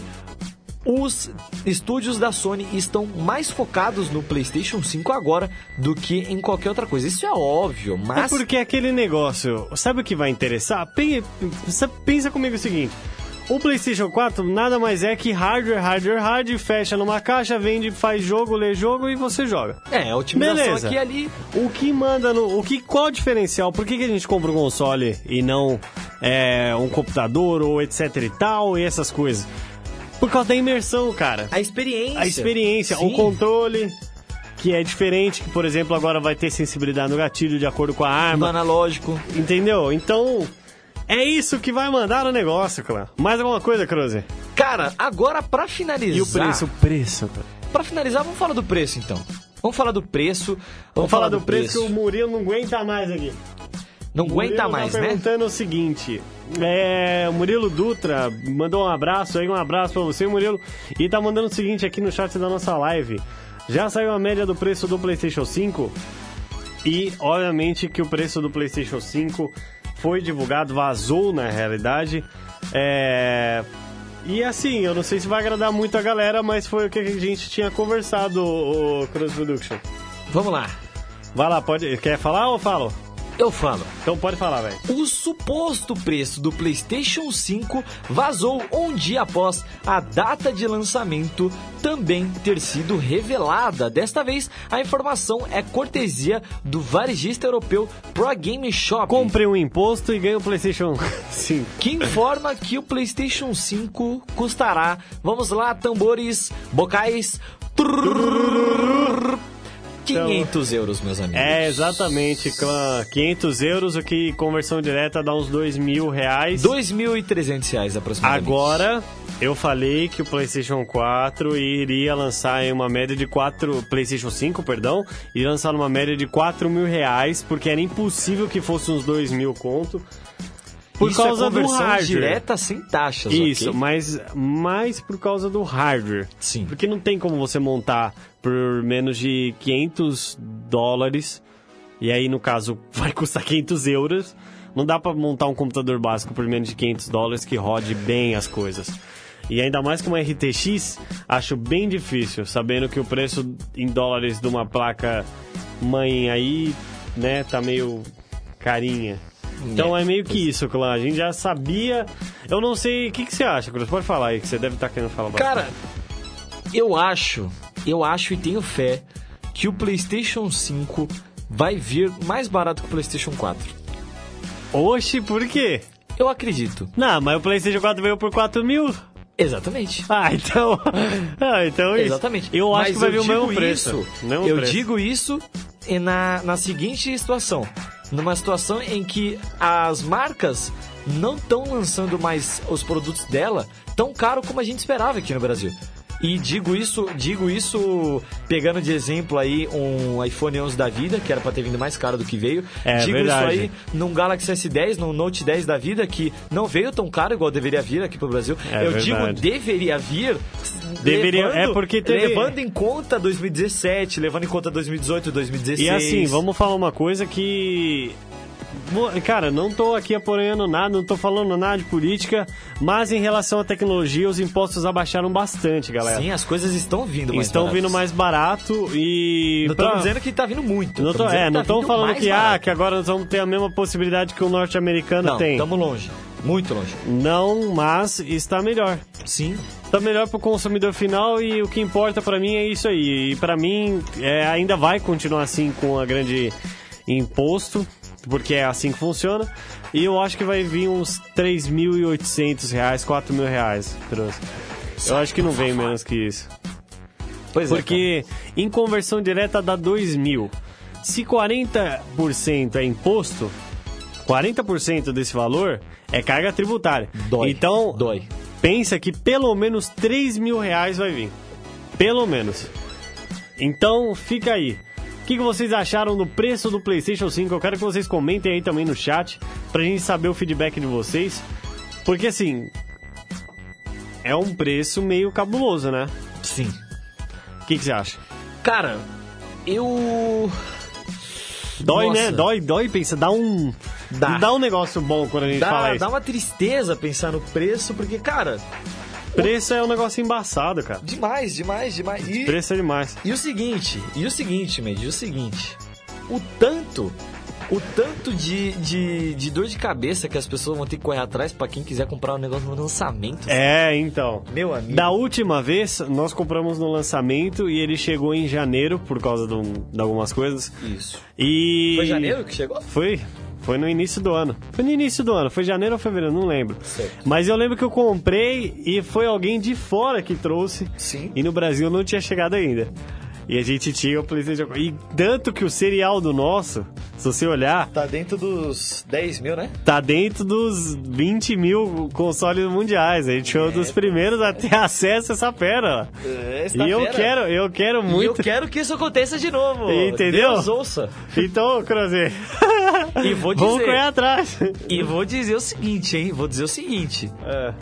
Speaker 3: os estúdios da Sony estão mais focados no PlayStation cinco agora do que em qualquer outra coisa. Isso é óbvio, mas...
Speaker 2: É porque aquele negócio, sabe o que vai interessar? Pensa, pensa comigo o seguinte, o PlayStation quatro nada mais é que hardware, hardware, hardware, fecha numa caixa, vende, faz jogo, lê jogo e você joga.
Speaker 3: É, a otimização
Speaker 2: Beleza.
Speaker 3: aqui e ali...
Speaker 2: O que manda no... O que, qual o diferencial? Por que, que a gente compra um console e não é, um computador ou etc e tal e essas coisas? Por causa da imersão, cara.
Speaker 3: A experiência.
Speaker 2: A experiência,
Speaker 3: Sim.
Speaker 2: o controle, que é diferente, que, por exemplo, agora vai ter sensibilidade no gatilho de acordo com a arma.
Speaker 3: No analógico.
Speaker 2: Entendeu? Então, é isso que vai mandar no negócio, cara. Mais alguma coisa, Cruze?
Speaker 3: Cara, agora pra finalizar...
Speaker 2: E o preço? O preço, cara.
Speaker 3: Pra finalizar, vamos falar do preço, então. Vamos falar do preço. Vamos,
Speaker 2: vamos falar do, do preço, preço que o Murilo não aguenta mais aqui.
Speaker 3: Não aguenta mais,
Speaker 2: tá
Speaker 3: né?
Speaker 2: perguntando o seguinte, é, o Murilo Dutra mandou um abraço aí, um abraço pra você, Murilo, e tá mandando o seguinte aqui no chat da nossa live. Já saiu a média do preço do PlayStation cinco? E, obviamente, que o preço do PlayStation cinco foi divulgado, vazou na realidade. É... E assim, eu não sei se vai agradar muito a galera, mas foi o que a gente tinha conversado, o Cross Production.
Speaker 3: Vamos lá.
Speaker 2: Vai lá, pode... quer falar ou falo?
Speaker 3: Eu falo.
Speaker 2: Então pode falar, velho.
Speaker 3: O suposto preço do PlayStation cinco vazou um dia após a data de lançamento também ter sido revelada. Desta vez, a informação é cortesia do varejista europeu Pro Game Shop.
Speaker 2: Compre um imposto e ganhe o PlayStation cinco.
Speaker 3: Que informa que o PlayStation cinco custará, vamos lá, tambores, bocais, quinhentos euros, meus amigos.
Speaker 2: É, exatamente, quinhentos euros, o que conversão direta dá uns dois mil reais.
Speaker 3: dois mil e trezentos reais aproximadamente.
Speaker 2: Agora, eu falei que o PlayStation quatro iria lançar em uma média de quatro... PlayStation cinco, perdão, iria lançar numa média de quatro mil reais, porque era impossível que fosse uns dois mil conto. Por
Speaker 3: Isso
Speaker 2: causa
Speaker 3: é conversão
Speaker 2: do hardware.
Speaker 3: direta sem taxas,
Speaker 2: Isso,
Speaker 3: okay?
Speaker 2: mas mais por causa do hardware.
Speaker 3: Sim.
Speaker 2: Porque não tem como você montar por menos de quinhentos dólares, e aí, no caso, vai custar quinhentos euros. Não dá pra montar um computador básico por menos de quinhentos dólares que rode bem as coisas. E ainda mais com uma R T X, acho bem difícil, sabendo que o preço em dólares de uma placa mãe aí, né, tá meio carinha. Então é, é meio que isso, Clã. A gente já sabia. Eu não sei. O que, que você acha, Cruz? Pode falar aí, que você deve estar querendo falar bastante.
Speaker 3: Cara, eu acho, eu acho e tenho fé que o PlayStation cinco vai vir mais barato que o PlayStation quatro.
Speaker 2: Oxi, por quê?
Speaker 3: Eu acredito.
Speaker 2: Não, mas o PlayStation quatro veio por quatro mil.
Speaker 3: Exatamente.
Speaker 2: Ah, então. Ah, então isso.
Speaker 3: Exatamente.
Speaker 2: Eu acho
Speaker 3: mas
Speaker 2: que vai vir
Speaker 3: eu
Speaker 2: o mesmo
Speaker 3: digo
Speaker 2: preço.
Speaker 3: Isso,
Speaker 2: mesmo
Speaker 3: eu
Speaker 2: preço.
Speaker 3: digo isso na, na seguinte situação. Numa situação em que as marcas não estão lançando mais os produtos dela tão caro como a gente esperava aqui no Brasil. E digo isso, digo isso pegando de exemplo aí um iPhone onze da vida, que era pra ter vindo mais caro do que veio.
Speaker 2: É,
Speaker 3: digo
Speaker 2: verdade.
Speaker 3: isso aí num Galaxy S dez, num Note dez da vida, que não veio tão caro igual deveria vir aqui pro Brasil.
Speaker 2: É
Speaker 3: Eu
Speaker 2: verdade.
Speaker 3: digo deveria vir...
Speaker 2: Deveria,
Speaker 3: levando,
Speaker 2: é porque teve...
Speaker 3: levando em conta dois mil e dezessete, levando em conta dois mil e dezoito, dois mil e dezesseis.
Speaker 2: E assim, vamos falar uma coisa que... Cara, não tô aqui apoiando nada, não tô falando nada de política, mas em relação à tecnologia, os impostos abaixaram bastante, galera.
Speaker 3: Sim, as coisas estão vindo mais
Speaker 2: Estão
Speaker 3: baratas.
Speaker 2: vindo mais barato e...
Speaker 3: Não
Speaker 2: pra...
Speaker 3: estamos dizendo que tá vindo muito.
Speaker 2: Não tô, é, não estão
Speaker 3: tá
Speaker 2: falando que, ah,
Speaker 3: barato.
Speaker 2: que agora nós vamos ter a mesma possibilidade que o norte-americano
Speaker 3: Não,
Speaker 2: tem.
Speaker 3: estamos longe. Muito longe.
Speaker 2: Não, mas está melhor.
Speaker 3: Sim.
Speaker 2: Tá melhor pro consumidor final e o que importa pra mim é isso aí. E pra mim, é, ainda vai continuar assim com a grande imposto, porque é assim que funciona. E eu acho que vai vir uns três mil e oitocentos reais, quatro mil reais. Eu acho que não vem menos que isso.
Speaker 3: Pois é.
Speaker 2: Porque em conversão direta dá dois mil. Se quarenta por cento é imposto, quarenta por cento desse valor é carga tributária.
Speaker 3: Dói.
Speaker 2: Então,
Speaker 3: Dói.
Speaker 2: pensa que pelo menos três mil reais vai vir. Pelo menos. Então, fica aí. O que, que vocês acharam do preço do PlayStation cinco? Eu quero que vocês comentem aí também no chat, pra gente saber o feedback de vocês. Porque, assim, é um preço meio cabuloso, né?
Speaker 3: Sim.
Speaker 2: O que, que você acha?
Speaker 3: Cara, eu...
Speaker 2: Dói,
Speaker 3: Nossa.
Speaker 2: né? Dói, dói, pensa, dá um...
Speaker 3: Dá.
Speaker 2: Dá um negócio bom quando a gente fala
Speaker 3: Dá,
Speaker 2: isso.
Speaker 3: dá uma tristeza pensar no preço, porque, cara...
Speaker 2: Preço é um negócio embaçado, cara.
Speaker 3: Demais, demais, demais. E,
Speaker 2: Preço é demais.
Speaker 3: e o seguinte, e o seguinte, Med, e o seguinte... O tanto... O tanto de, de, de dor de cabeça que as pessoas vão ter que correr atrás pra quem quiser comprar um negócio no lançamento.
Speaker 2: É, então.
Speaker 3: Meu amigo.
Speaker 2: Da última vez, nós compramos no lançamento e ele chegou em janeiro, por causa de, um, de algumas coisas.
Speaker 3: Isso.
Speaker 2: E...
Speaker 3: Foi janeiro que chegou?
Speaker 2: Foi. Foi no início do ano. Foi no início do ano. Foi janeiro ou fevereiro, não lembro.
Speaker 3: Certo.
Speaker 2: Mas eu lembro que eu comprei e foi alguém de fora que trouxe.
Speaker 3: Sim.
Speaker 2: E no Brasil não tinha chegado ainda. E a gente tinha o PlayStation... E tanto que o serial do nosso, se você olhar,
Speaker 3: Tá dentro dos dez mil, né?
Speaker 2: tá dentro dos vinte mil consoles mundiais. A gente foi um dos primeiros a ter acesso a essa pérola.
Speaker 3: É,
Speaker 2: E eu quero, eu quero
Speaker 3: E eu
Speaker 2: muito...
Speaker 3: quero que isso aconteça de novo.
Speaker 2: Entendeu?
Speaker 3: Deus ouça.
Speaker 2: Então, Cruzeiro,
Speaker 3: E vou dizer...
Speaker 2: vamos correr atrás.
Speaker 3: E vou dizer o seguinte, hein? Vou dizer o seguinte.
Speaker 2: É.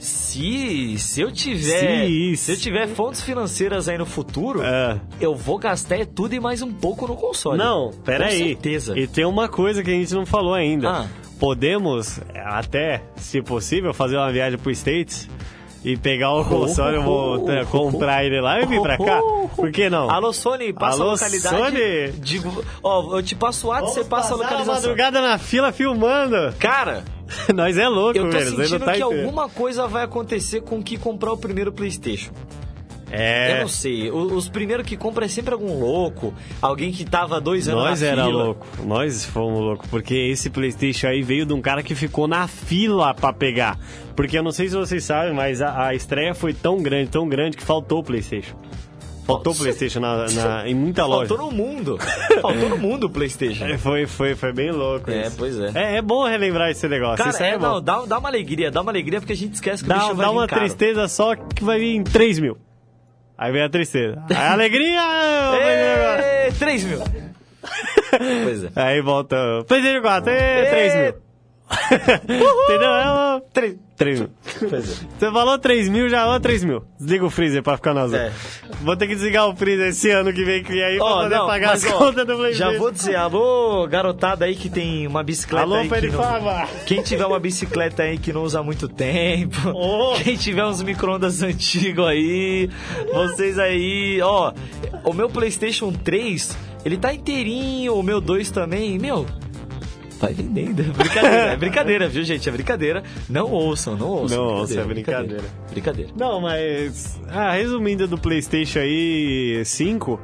Speaker 3: Se, se eu tiver
Speaker 2: Se-
Speaker 3: se eu tiver fontes financeiras aí no futuro,
Speaker 2: É.
Speaker 3: eu vou gastar é tudo e mais um pouco no console.
Speaker 2: Não,
Speaker 3: Com
Speaker 2: peraí.
Speaker 3: certeza.
Speaker 2: E tem uma coisa que a gente não falou ainda.
Speaker 3: Ah.
Speaker 2: Podemos, até, se possível, fazer uma viagem pro States e pegar o console, eu vou é, comprar ele lá e vir pra cá. Por que não?
Speaker 3: Alô, Sony, passa
Speaker 2: Alô,
Speaker 3: a localidade.
Speaker 2: Sony?
Speaker 3: Digo, ó, eu te passo o WhatsApp, você passa a
Speaker 2: Passar
Speaker 3: localização.
Speaker 2: madrugada na fila filmando.
Speaker 3: Cara,
Speaker 2: Nós é louco,
Speaker 3: eu tô
Speaker 2: velho. Você não
Speaker 3: sentindo
Speaker 2: tá
Speaker 3: que
Speaker 2: entendendo.
Speaker 3: alguma coisa vai acontecer com que comprar o primeiro PlayStation. Eu
Speaker 2: É,
Speaker 3: não sei. O- Os primeiros que compram é sempre algum louco. Alguém que tava dois anos
Speaker 2: nós
Speaker 3: na
Speaker 2: era
Speaker 3: fila.
Speaker 2: louco. Nós fomos loucos. Porque esse PlayStation aí veio de um cara que ficou na fila pra pegar. Porque eu não sei se vocês sabem, mas a, a estreia foi tão grande, tão grande que faltou o PlayStation. Faltou o PlayStation na, na- em muita loja.
Speaker 3: Faltou no mundo. Faltou no mundo o PlayStation.
Speaker 2: É, Foi, foi, foi bem louco
Speaker 3: É,
Speaker 2: isso.
Speaker 3: pois é.
Speaker 2: É, é bom relembrar esse negócio.
Speaker 3: Cara,
Speaker 2: isso aí
Speaker 3: é,
Speaker 2: é bom.
Speaker 3: não, dá, dá uma alegria, dá uma alegria porque a gente esquece que o
Speaker 2: Dá,
Speaker 3: bicho vai
Speaker 2: dá
Speaker 3: vir
Speaker 2: uma
Speaker 3: caro.
Speaker 2: tristeza só que vai vir em três mil. Aí vem a tristeza. Aí a alegria... vai vir agora.
Speaker 3: Ê, três mil. Pois é.
Speaker 2: Aí volta... PlayStation quatro, ê, três mil. Entendeu? É,
Speaker 3: Três.
Speaker 2: três mil.
Speaker 3: Pois é.
Speaker 2: Você falou três mil, já ó, três mil. Desliga o freezer pra ficar na zona.
Speaker 3: É.
Speaker 2: Vou ter que desligar o freezer esse ano que vem aí pra
Speaker 3: Ó,
Speaker 2: poder
Speaker 3: não,
Speaker 2: pagar
Speaker 3: mas,
Speaker 2: as
Speaker 3: ó,
Speaker 2: contas do PlayStation.
Speaker 3: já vou dizer, alô, garotada aí que tem uma bicicleta
Speaker 2: Alô,
Speaker 3: aí que não...
Speaker 2: Perifava.
Speaker 3: Quem tiver uma bicicleta aí que não usa há muito tempo,
Speaker 2: Oh.
Speaker 3: quem tiver uns micro-ondas antigos aí, vocês aí, ó, o meu PlayStation três, ele tá inteirinho, o meu dois também, meu... Vai vendendo. Brincadeira, é brincadeira, viu, gente? É brincadeira. Não ouçam, não ouçam.
Speaker 2: Não ouçam, é
Speaker 3: Brincadeira. Brincadeira.
Speaker 2: Não, mas... Ah, resumindo do PlayStation aí cinco...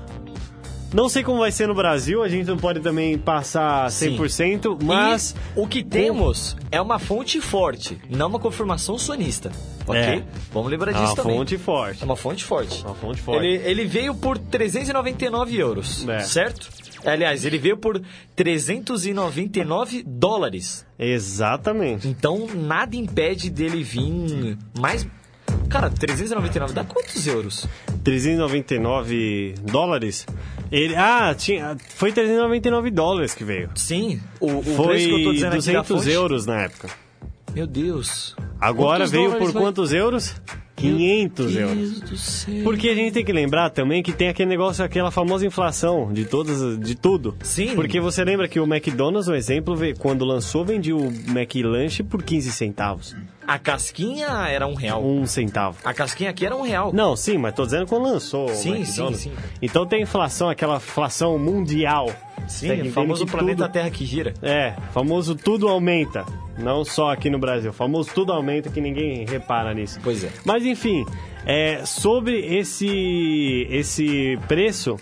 Speaker 2: Não sei como vai ser no Brasil, a gente não pode também passar cem por cento, mas...
Speaker 3: E o que temos é uma fonte forte, não uma confirmação sonista. Ok?
Speaker 2: É.
Speaker 3: Vamos lembrar
Speaker 2: É
Speaker 3: disso
Speaker 2: uma
Speaker 3: também.
Speaker 2: fonte forte.
Speaker 3: É uma fonte forte.
Speaker 2: Uma fonte forte.
Speaker 3: Ele, ele veio por trezentos e noventa e nove euros,
Speaker 2: É.
Speaker 3: certo? Aliás, ele veio por trezentos e noventa e nove dólares.
Speaker 2: Exatamente.
Speaker 3: Então, nada impede dele vir mais... Cara, trezentos e noventa e nove dá quantos euros?
Speaker 2: trezentos e noventa e nove dólares? Ele, ah, tinha, foi trezentos e noventa e nove dólares que veio.
Speaker 3: Sim, o, o
Speaker 2: Foi
Speaker 3: preço que eu tô dizendo aqui da
Speaker 2: duzentos
Speaker 3: fonte...
Speaker 2: euros na época.
Speaker 3: Meu Deus.
Speaker 2: Agora
Speaker 3: Quantos
Speaker 2: veio
Speaker 3: dólares
Speaker 2: por
Speaker 3: vai-
Speaker 2: quantos euros? quinhentos euros.
Speaker 3: Deus do céu.
Speaker 2: Porque a gente tem que lembrar também que tem aquele negócio, aquela famosa inflação de todas, de tudo.
Speaker 3: Sim.
Speaker 2: Porque você lembra que o McDonald's, um exemplo, ve- quando lançou, vendia o McLanche por quinze centavos.
Speaker 3: A casquinha era um real.
Speaker 2: Um centavo.
Speaker 3: A casquinha aqui era um real.
Speaker 2: Não, sim, mas tô dizendo quando lançou o
Speaker 3: Sim,
Speaker 2: McDonald's.
Speaker 3: sim, sim.
Speaker 2: Então tem inflação, aquela inflação mundial.
Speaker 3: Sim,
Speaker 2: Tem que
Speaker 3: o
Speaker 2: entender
Speaker 3: famoso
Speaker 2: que
Speaker 3: planeta
Speaker 2: tudo-
Speaker 3: Terra que gira.
Speaker 2: É, famoso tudo aumenta. Não só aqui no Brasil. Famoso tudo aumenta que ninguém repara nisso.
Speaker 3: Pois é.
Speaker 2: Mas enfim, é, sobre esse, esse preço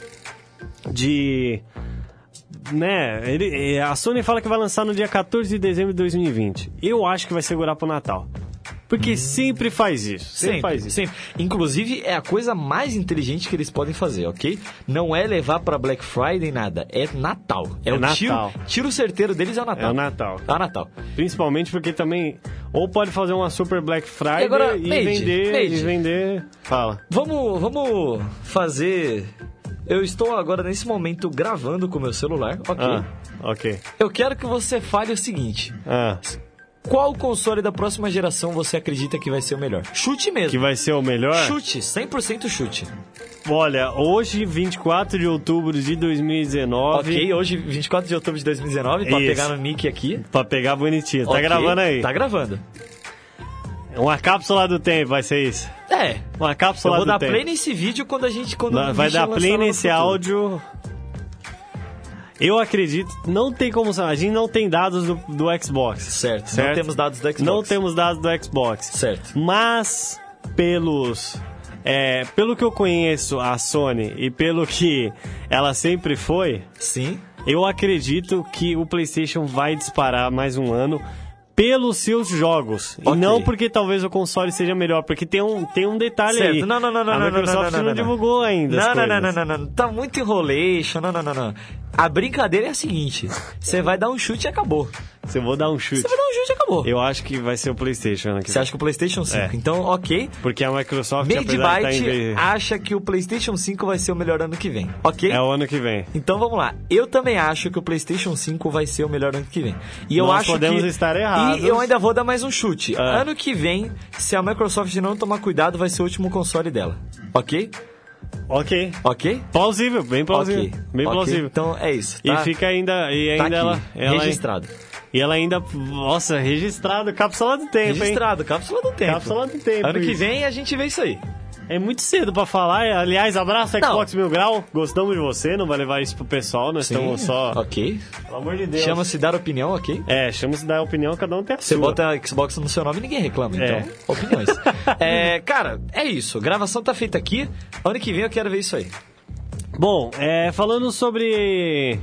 Speaker 2: de... Né, ele, a Sony fala que vai lançar no dia quatorze de dezembro de dois mil e vinte. Eu acho que vai segurar pro Natal. Porque sempre faz isso. Sempre,
Speaker 3: Sempre,
Speaker 2: faz isso.
Speaker 3: sempre. Inclusive, é a coisa mais inteligente que eles podem fazer, ok? Não é levar pra Black Friday nada, é Natal. É,
Speaker 2: É
Speaker 3: o
Speaker 2: Natal.
Speaker 3: Tiro, tiro certeiro deles é o Natal.
Speaker 2: É o Natal.
Speaker 3: É o Natal.
Speaker 2: Principalmente porque também... Ou pode fazer uma Super Black Friday
Speaker 3: E agora,
Speaker 2: e,
Speaker 3: Made,
Speaker 2: vender...
Speaker 3: Made.
Speaker 2: E vender... Fala.
Speaker 3: Vamos, vamos fazer... Eu estou agora, nesse momento, gravando com o meu celular, ok?
Speaker 2: Ah, ok.
Speaker 3: Eu quero que você fale o seguinte.
Speaker 2: Ah,
Speaker 3: Qual console da próxima geração você acredita que vai ser o melhor? Chute mesmo.
Speaker 2: que vai ser o melhor?
Speaker 3: Chute, cem por cento chute.
Speaker 2: Olha, hoje, vinte e quatro de outubro de dois mil e dezenove...
Speaker 3: Ok, hoje, vinte e quatro de outubro de dois mil e dezenove, pra
Speaker 2: Isso.
Speaker 3: pegar no mic aqui.
Speaker 2: Pra pegar bonitinho. Tá
Speaker 3: Ok,
Speaker 2: gravando aí.
Speaker 3: Tá gravando.
Speaker 2: Uma cápsula do tempo, vai ser isso.
Speaker 3: É.
Speaker 2: Uma
Speaker 3: Eu
Speaker 2: cápsula
Speaker 3: vou
Speaker 2: do
Speaker 3: dar
Speaker 2: tempo.
Speaker 3: play nesse vídeo quando a gente... Quando
Speaker 2: Não,
Speaker 3: o
Speaker 2: vai
Speaker 3: bicho
Speaker 2: dar
Speaker 3: lançar
Speaker 2: play
Speaker 3: lá no
Speaker 2: nesse
Speaker 3: futuro.
Speaker 2: áudio... Eu acredito... Não tem como... A gente não tem dados do, do Xbox.
Speaker 3: Certo,
Speaker 2: Certo?
Speaker 3: não temos dados do Xbox.
Speaker 2: Não temos dados do Xbox.
Speaker 3: Certo.
Speaker 2: Mas, pelos... É, pelo que eu conheço a Sony e pelo que ela sempre foi,
Speaker 3: Sim.
Speaker 2: eu acredito que o PlayStation vai disparar mais um ano pelos seus jogos.
Speaker 3: Ok.
Speaker 2: E não porque talvez o console seja melhor, porque tem um, tem um detalhe
Speaker 3: Certo.
Speaker 2: aí.
Speaker 3: Não, não, não, não,
Speaker 2: a
Speaker 3: não, não,
Speaker 2: Microsoft
Speaker 3: não, não,
Speaker 2: não,
Speaker 3: não, não.
Speaker 2: divulgou ainda as
Speaker 3: Não, não, não,
Speaker 2: coisas.
Speaker 3: não, não, não. Tá muito enrolation. Não, não, não, não. A brincadeira é a seguinte. Você vai dar um chute e acabou.
Speaker 2: Se eu vou dar um chute,
Speaker 3: Você vai dar um chute e acabou.
Speaker 2: eu acho que vai ser o PlayStation ano que
Speaker 3: Você
Speaker 2: vem.
Speaker 3: acha que o PlayStation cinco?
Speaker 2: É.
Speaker 3: Então, ok.
Speaker 2: Porque a Microsoft,
Speaker 3: Made
Speaker 2: apesar de
Speaker 3: Byte
Speaker 2: estar em...
Speaker 3: acha que o PlayStation cinco vai ser o melhor ano que vem. Ok?
Speaker 2: É o ano que vem.
Speaker 3: Então vamos lá. Eu também acho que o PlayStation cinco vai ser o melhor ano que vem. E eu
Speaker 2: Nós
Speaker 3: acho
Speaker 2: podemos
Speaker 3: que...
Speaker 2: estar errados. dados.
Speaker 3: E eu ainda vou dar mais um chute.
Speaker 2: Ah.
Speaker 3: Ano que vem, se a Microsoft não tomar cuidado, vai ser o último console dela. Ok?
Speaker 2: Ok.
Speaker 3: Ok?
Speaker 2: Plausível, bem plausível.
Speaker 3: Ok.
Speaker 2: Bem
Speaker 3: Ok.
Speaker 2: plausível.
Speaker 3: Então é isso.
Speaker 2: E
Speaker 3: Tá?
Speaker 2: fica ainda. E
Speaker 3: Tá
Speaker 2: ainda
Speaker 3: aqui,
Speaker 2: ela, ela.
Speaker 3: registrado.
Speaker 2: E ela ainda. Nossa, registrado, cápsula do tempo,
Speaker 3: Registrado, cápsula do tempo.
Speaker 2: hein? Cápsula do tempo.
Speaker 3: Ano que
Speaker 2: isso.
Speaker 3: vem a gente vê isso aí.
Speaker 2: É muito cedo pra falar. Aliás, abraço
Speaker 3: Não.
Speaker 2: Xbox Mil Grau. Gostamos de você, não vai levar isso pro pessoal, nós estamos só.
Speaker 3: Ok.
Speaker 2: Pelo amor de Deus.
Speaker 3: Chama-se dar opinião, ok?
Speaker 2: É, chama-se dar opinião, cada um tem a
Speaker 3: Você
Speaker 2: sua.
Speaker 3: bota Xbox no seu nome e ninguém reclama, então.
Speaker 2: É.
Speaker 3: Opiniões. É, cara, é isso. Gravação tá feita aqui. Ano que vem eu quero ver isso aí.
Speaker 2: Bom, é, falando sobre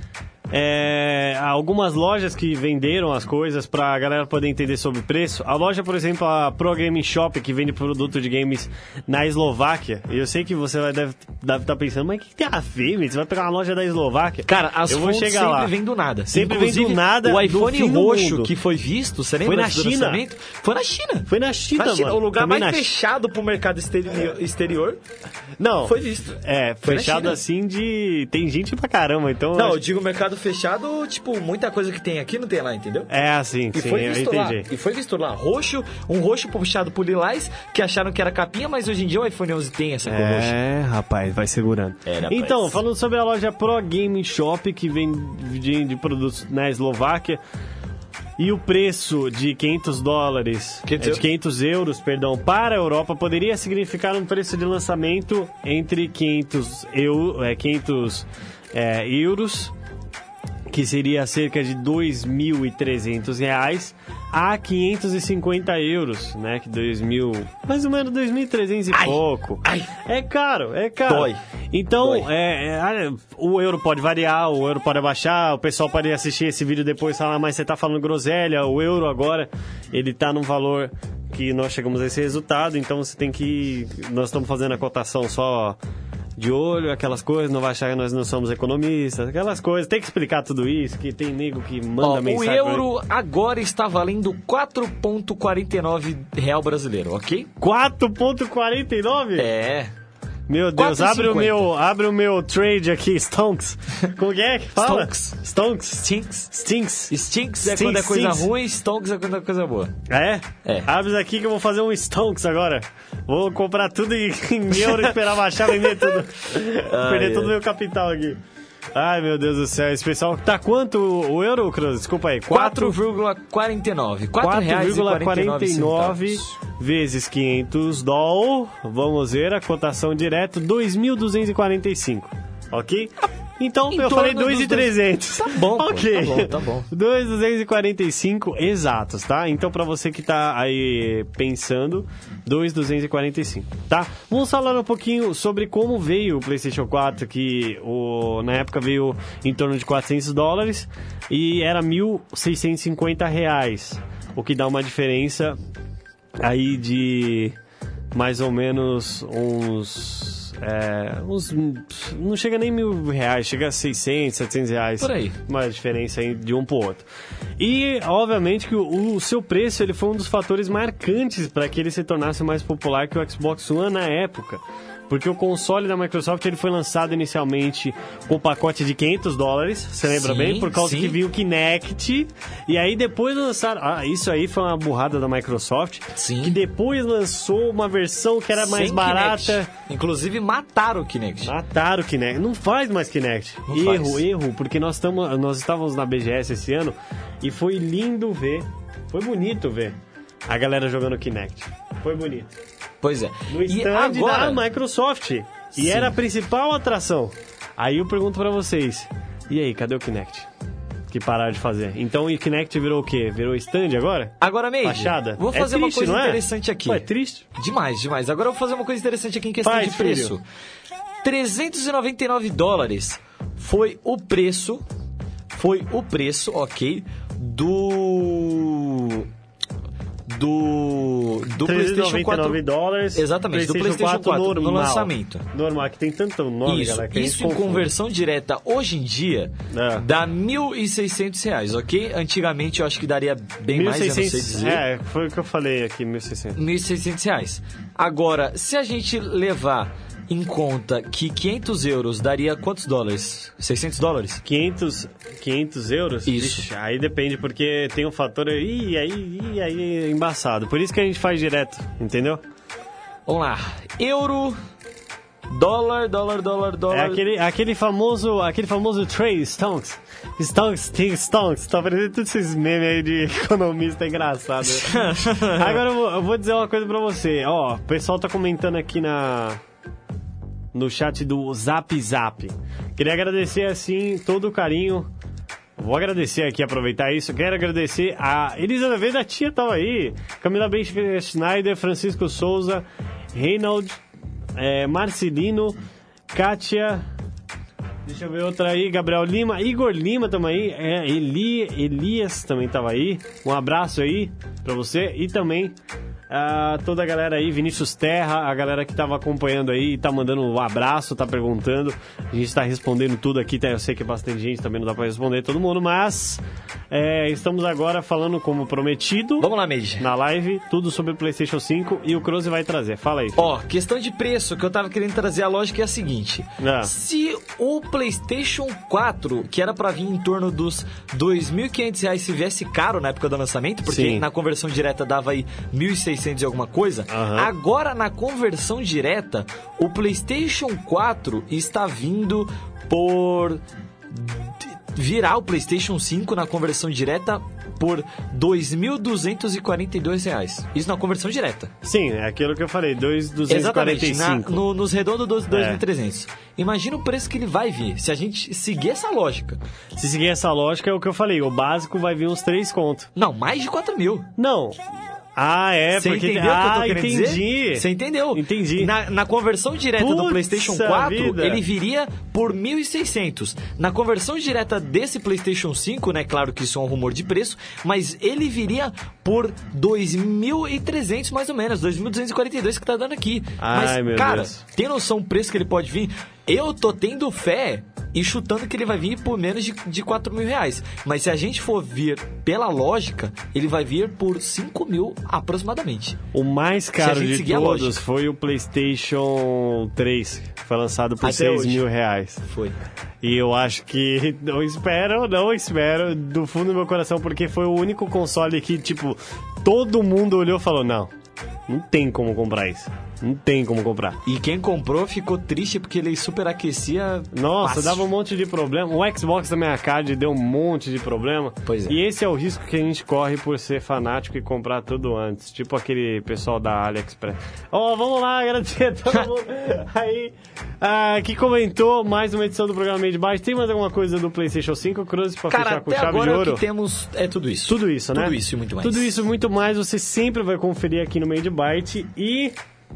Speaker 2: é, algumas lojas que venderam as coisas pra galera poder entender sobre preço. A loja, por exemplo, a Pro Gaming Shop, que vende produto de games na Eslováquia. E eu sei que você vai, deve estar pensando, mas o que, que tem a ver, meu? Você vai pegar uma loja da Eslováquia?
Speaker 3: Cara, as
Speaker 2: eu vou
Speaker 3: fontes
Speaker 2: chegar
Speaker 3: sempre
Speaker 2: lá.
Speaker 3: vêm do nada.
Speaker 2: Sempre vem
Speaker 3: Inclusive,
Speaker 2: do nada
Speaker 3: O
Speaker 2: do
Speaker 3: iPhone
Speaker 2: fim do
Speaker 3: roxo
Speaker 2: mundo.
Speaker 3: que foi visto, você lembra
Speaker 2: Foi na
Speaker 3: do
Speaker 2: China.
Speaker 3: lançamento? Foi na China.
Speaker 2: Foi na China,
Speaker 3: Na China,
Speaker 2: mano.
Speaker 3: o lugar
Speaker 2: Também
Speaker 3: mais
Speaker 2: na
Speaker 3: fechado pro mercado exterior, exterior
Speaker 2: Não.
Speaker 3: foi visto.
Speaker 2: É,
Speaker 3: Foi na
Speaker 2: fechado
Speaker 3: China.
Speaker 2: assim de... Tem gente pra caramba, então...
Speaker 3: Não,
Speaker 2: acho-
Speaker 3: eu digo mercado fechado, tipo, muita coisa que tem aqui não tem lá, entendeu?
Speaker 2: É assim,
Speaker 3: E
Speaker 2: sim,
Speaker 3: foi
Speaker 2: eu
Speaker 3: visto lá.
Speaker 2: entendi.
Speaker 3: E foi visto lá. Roxo, um roxo puxado por lilás, que acharam que era capinha, mas hoje em dia o iPhone onze tem essa cor roxa.
Speaker 2: É, rapaz, vai segurando.
Speaker 3: É, rapaz.
Speaker 2: Então, falando sobre a loja Pro Gaming Shop, que vende de produtos na Eslováquia, e o preço de quinhentos dólares,
Speaker 3: quinhentos
Speaker 2: é, de quinhentos euros, perdão, para a Europa, poderia significar um preço de lançamento entre quinhentos, eu, é, quinhentos é, euros, que seria cerca de dois mil e trezentos reais, a quinhentos e cinquenta euros, né? Que dois mil, mais ou menos dois mil e trezentos e
Speaker 3: Ai,
Speaker 2: pouco.
Speaker 3: ai.
Speaker 2: É caro, é caro.
Speaker 3: Dói.
Speaker 2: Então,
Speaker 3: Dói.
Speaker 2: é, é, o euro pode variar, o euro pode abaixar, o pessoal pode assistir esse vídeo depois e falar, mas você tá falando groselha, o euro agora, ele tá num valor que nós chegamos a esse resultado, então você tem que... Nós estamos fazendo a cotação só... de olho, aquelas coisas, não vai achar que nós não somos economistas, aquelas coisas, tem que explicar tudo isso, que tem nego que manda
Speaker 3: Ó, o
Speaker 2: mensagem. pra
Speaker 3: euro agora está valendo quatro reais e quarenta e nove real brasileiro, ok?
Speaker 2: quatro reais e quarenta e nove?
Speaker 3: É.
Speaker 2: Meu Deus,
Speaker 3: quatro e
Speaker 2: abre o,
Speaker 3: cinquenta.
Speaker 2: meu, abre o meu trade aqui, Stonks. Como que é que fala?
Speaker 3: Stonks.
Speaker 2: Stonks.
Speaker 3: Stinks.
Speaker 2: Stinks.
Speaker 3: Stinks é
Speaker 2: Stinks,
Speaker 3: quando é coisa
Speaker 2: stinks.
Speaker 3: ruim, stonks é quando é coisa boa.
Speaker 2: É?
Speaker 3: É.
Speaker 2: Abre isso aqui que eu vou fazer um Stonks agora. Vou comprar tudo em, em euro e esperar baixar, vender tudo. Perder
Speaker 3: ai.
Speaker 2: todo o meu capital aqui. Ai, meu Deus do céu. Esse pessoal... Tá quanto o euro, Cruz? Desculpa aí.
Speaker 3: quatro vírgula quarenta e nove. quatro reais e quarenta e nove
Speaker 2: quatro vírgula quarenta e nove
Speaker 3: centavos.
Speaker 2: vezes quinhentos dólares. Vamos ver a cotação direto. dois mil duzentos e quarenta e cinco. Ok? Então,
Speaker 3: Em
Speaker 2: eu
Speaker 3: torno
Speaker 2: falei
Speaker 3: dos
Speaker 2: dois mil e trezentos.
Speaker 3: Tá bom, pô,
Speaker 2: Ok.
Speaker 3: tá bom, tá bom.
Speaker 2: dois mil duzentos e quarenta e cinco exatos, tá? Então, pra você que tá aí pensando, dois mil duzentos e quarenta e cinco, tá? Vamos falar um pouquinho sobre como veio o PlayStation quatro, que o, na época veio em torno de quatrocentos dólares e era mil seiscentos e cinquenta reais, o que dá uma diferença aí de mais ou menos uns... É, uns, não chega nem mil reais, chega a seiscentos, setecentos reais.
Speaker 3: Por aí.
Speaker 2: Uma diferença aí de um pro outro. E, obviamente, que o, o seu preço ele foi um dos fatores marcantes para que ele se tornasse mais popular que o Xbox One na época. Porque o console da Microsoft ele foi lançado inicialmente com um pacote de quinhentos dólares, você lembra
Speaker 3: Sim,
Speaker 2: bem? Por causa
Speaker 3: sim.
Speaker 2: que vinha o Kinect. E aí depois lançaram... Ah, isso aí foi uma burrada da Microsoft.
Speaker 3: Sim.
Speaker 2: Que depois lançou uma versão que era mais
Speaker 3: Sem
Speaker 2: barata.
Speaker 3: Kinect. Inclusive mataram o Kinect.
Speaker 2: Mataram o Kinect. Não faz mais Kinect.
Speaker 3: Não
Speaker 2: erro,
Speaker 3: faz.
Speaker 2: erro. Porque nós, tamo, nós estávamos na B G S esse ano e foi lindo ver. Foi bonito ver a galera jogando Kinect. Foi bonito.
Speaker 3: Pois é.
Speaker 2: No
Speaker 3: E
Speaker 2: stand
Speaker 3: agora...
Speaker 2: da Microsoft. E
Speaker 3: Sim.
Speaker 2: era a principal atração. Aí eu pergunto pra vocês. E aí, cadê o Kinect? Que pararam de fazer. Então o Kinect virou o quê? Virou stand agora?
Speaker 3: Agora, Meide,
Speaker 2: Fachada?
Speaker 3: vou
Speaker 2: É
Speaker 3: fazer
Speaker 2: triste,
Speaker 3: uma coisa
Speaker 2: não é?
Speaker 3: interessante aqui.
Speaker 2: Pô, é triste.
Speaker 3: Demais, demais. Agora eu vou fazer uma coisa interessante aqui em questão
Speaker 2: Vai,
Speaker 3: de preço.
Speaker 2: filho.
Speaker 3: trezentos e noventa e nove dólares foi o preço, foi o preço, ok, do... Do... Do PlayStation quatro.
Speaker 2: dólares.
Speaker 3: Exatamente, do PlayStation quatro, no
Speaker 2: normal.
Speaker 3: lançamento.
Speaker 2: Normal, que tem tanto nome,
Speaker 3: Isso,
Speaker 2: galera. que a gente
Speaker 3: isso em
Speaker 2: confunde.
Speaker 3: conversão direta hoje em dia
Speaker 2: É.
Speaker 3: dá mil e seiscentos reais, ok? Antigamente eu acho que daria bem mais, eu não sei dizer.
Speaker 2: É, foi o que eu falei aqui, mil e seiscentos.
Speaker 3: mil e seiscentos reais. Agora, se a gente levar em conta que quinhentos euros daria quantos dólares? seiscentos dólares?
Speaker 2: quinhentos, quinhentos euros?
Speaker 3: Isso.
Speaker 2: Ixi, aí depende, porque tem um fator aí, aí, aí, aí é embaçado. Por isso que a gente faz direto, entendeu?
Speaker 3: Vamos lá. Euro, dólar, dólar, dólar, dólar.
Speaker 2: É aquele, aquele famoso, aquele famoso trade, stonks. Stonks, tem stonks. Tá parecendo todos esses memes aí de economista engraçado. Agora eu vou, eu vou dizer uma coisa pra você. Ó, o pessoal tá comentando aqui na... no chat do Zap Zap. Queria agradecer, assim, todo o carinho. Vou agradecer aqui, aproveitar isso. Quero agradecer a Elisa Azevedo, a tia tava aí. Camila Bench Schneider, Francisco Souza, Reinald, é, Marcelino, Kátia... Deixa eu ver outra aí, Gabriel Lima, Igor Lima também aí, é, Eli, Elias também tava aí. Um abraço aí pra você e também uh, toda a galera aí, Vinícius Terra, a galera que tava acompanhando aí, tá mandando um abraço, tá perguntando. A gente tá respondendo tudo aqui, tá? Eu sei que é bastante gente, também não dá pra responder todo mundo, mas é, estamos agora falando como prometido.
Speaker 3: Vamos lá, Mage.
Speaker 2: Na live, tudo sobre o PlayStation cinco e o Croze vai trazer. Fala aí.
Speaker 3: Ó, questão de preço, que eu tava querendo trazer a lógica é a seguinte.
Speaker 2: Ah.
Speaker 3: Se o PlayStation quatro, que era pra vir em torno dos dois mil e quinhentos reais, se viesse caro na época do lançamento, porque
Speaker 2: Sim.
Speaker 3: na conversão direta dava aí mil e seiscentos e alguma coisa,
Speaker 2: Aham.
Speaker 3: agora na conversão direta, o PlayStation quatro está vindo por... virar o PlayStation cinco na conversão direta por dois mil duzentos e quarenta e dois reais. Isso na conversão direta.
Speaker 2: Sim, é aquilo que eu falei, dois mil duzentos e quarenta e cinco.
Speaker 3: Exatamente, na, no, nos redondos dos dois mil e trezentos. É. Imagina o preço que ele vai vir, se a gente seguir essa lógica.
Speaker 2: Se seguir essa lógica, é o que eu falei, o básico vai vir uns três conto.
Speaker 3: Não, mais de quatro mil.
Speaker 2: Não. Ah, é,
Speaker 3: Você
Speaker 2: porque...
Speaker 3: entendeu o que eu tô
Speaker 2: ah,
Speaker 3: querendo
Speaker 2: entendi.
Speaker 3: dizer? Você entendeu?
Speaker 2: Entendi.
Speaker 3: Na, na conversão direta
Speaker 2: Putz,
Speaker 3: do PlayStation quatro,
Speaker 2: vida.
Speaker 3: ele viria por mil e seiscentos. Na conversão direta desse PlayStation cinco, né, claro que isso é um rumor de preço, mas ele viria por dois mil e trezentos mais ou menos, dois mil duzentos e quarenta e dois que tá dando aqui.
Speaker 2: Ai,
Speaker 3: mas,
Speaker 2: meu
Speaker 3: cara,
Speaker 2: Deus.
Speaker 3: tem noção do preço que ele pode vir? Eu tô tendo fé e chutando que ele vai vir por menos de, de quatro mil reais. Mas se a gente for vir pela lógica, ele vai vir por cinco mil aproximadamente.
Speaker 2: O mais caro
Speaker 3: gente
Speaker 2: de
Speaker 3: seguir a
Speaker 2: todos
Speaker 3: lógica.
Speaker 2: foi o PlayStation três, que foi lançado por
Speaker 3: Até
Speaker 2: seis
Speaker 3: hoje.
Speaker 2: mil reais.
Speaker 3: Foi.
Speaker 2: E eu acho que, não espero, não espero, do fundo do meu coração, porque foi o único console que, tipo, todo mundo olhou e falou, não, não tem como comprar isso. Não tem como comprar.
Speaker 3: E quem comprou ficou triste porque ele superaquecia.
Speaker 2: Nossa,
Speaker 3: fácil.
Speaker 2: dava um monte de problema. O Xbox também arcade deu um monte de problema.
Speaker 3: Pois é.
Speaker 2: E esse é o risco que a gente corre por ser fanático e comprar tudo antes. Tipo aquele pessoal da AliExpress. Ó, oh, vamos lá, agradecer a todo mundo aí ah, que comentou mais uma edição do programa Made by. Tem mais alguma coisa do PlayStation cinco, Cruz, pra
Speaker 3: Cara,
Speaker 2: fechar com
Speaker 3: até
Speaker 2: chave
Speaker 3: agora
Speaker 2: de ouro?
Speaker 3: o que temos é tudo isso.
Speaker 2: Tudo isso, né?
Speaker 3: Tudo isso e muito mais.
Speaker 2: Tudo isso e muito mais você sempre vai conferir aqui no Made Byte. E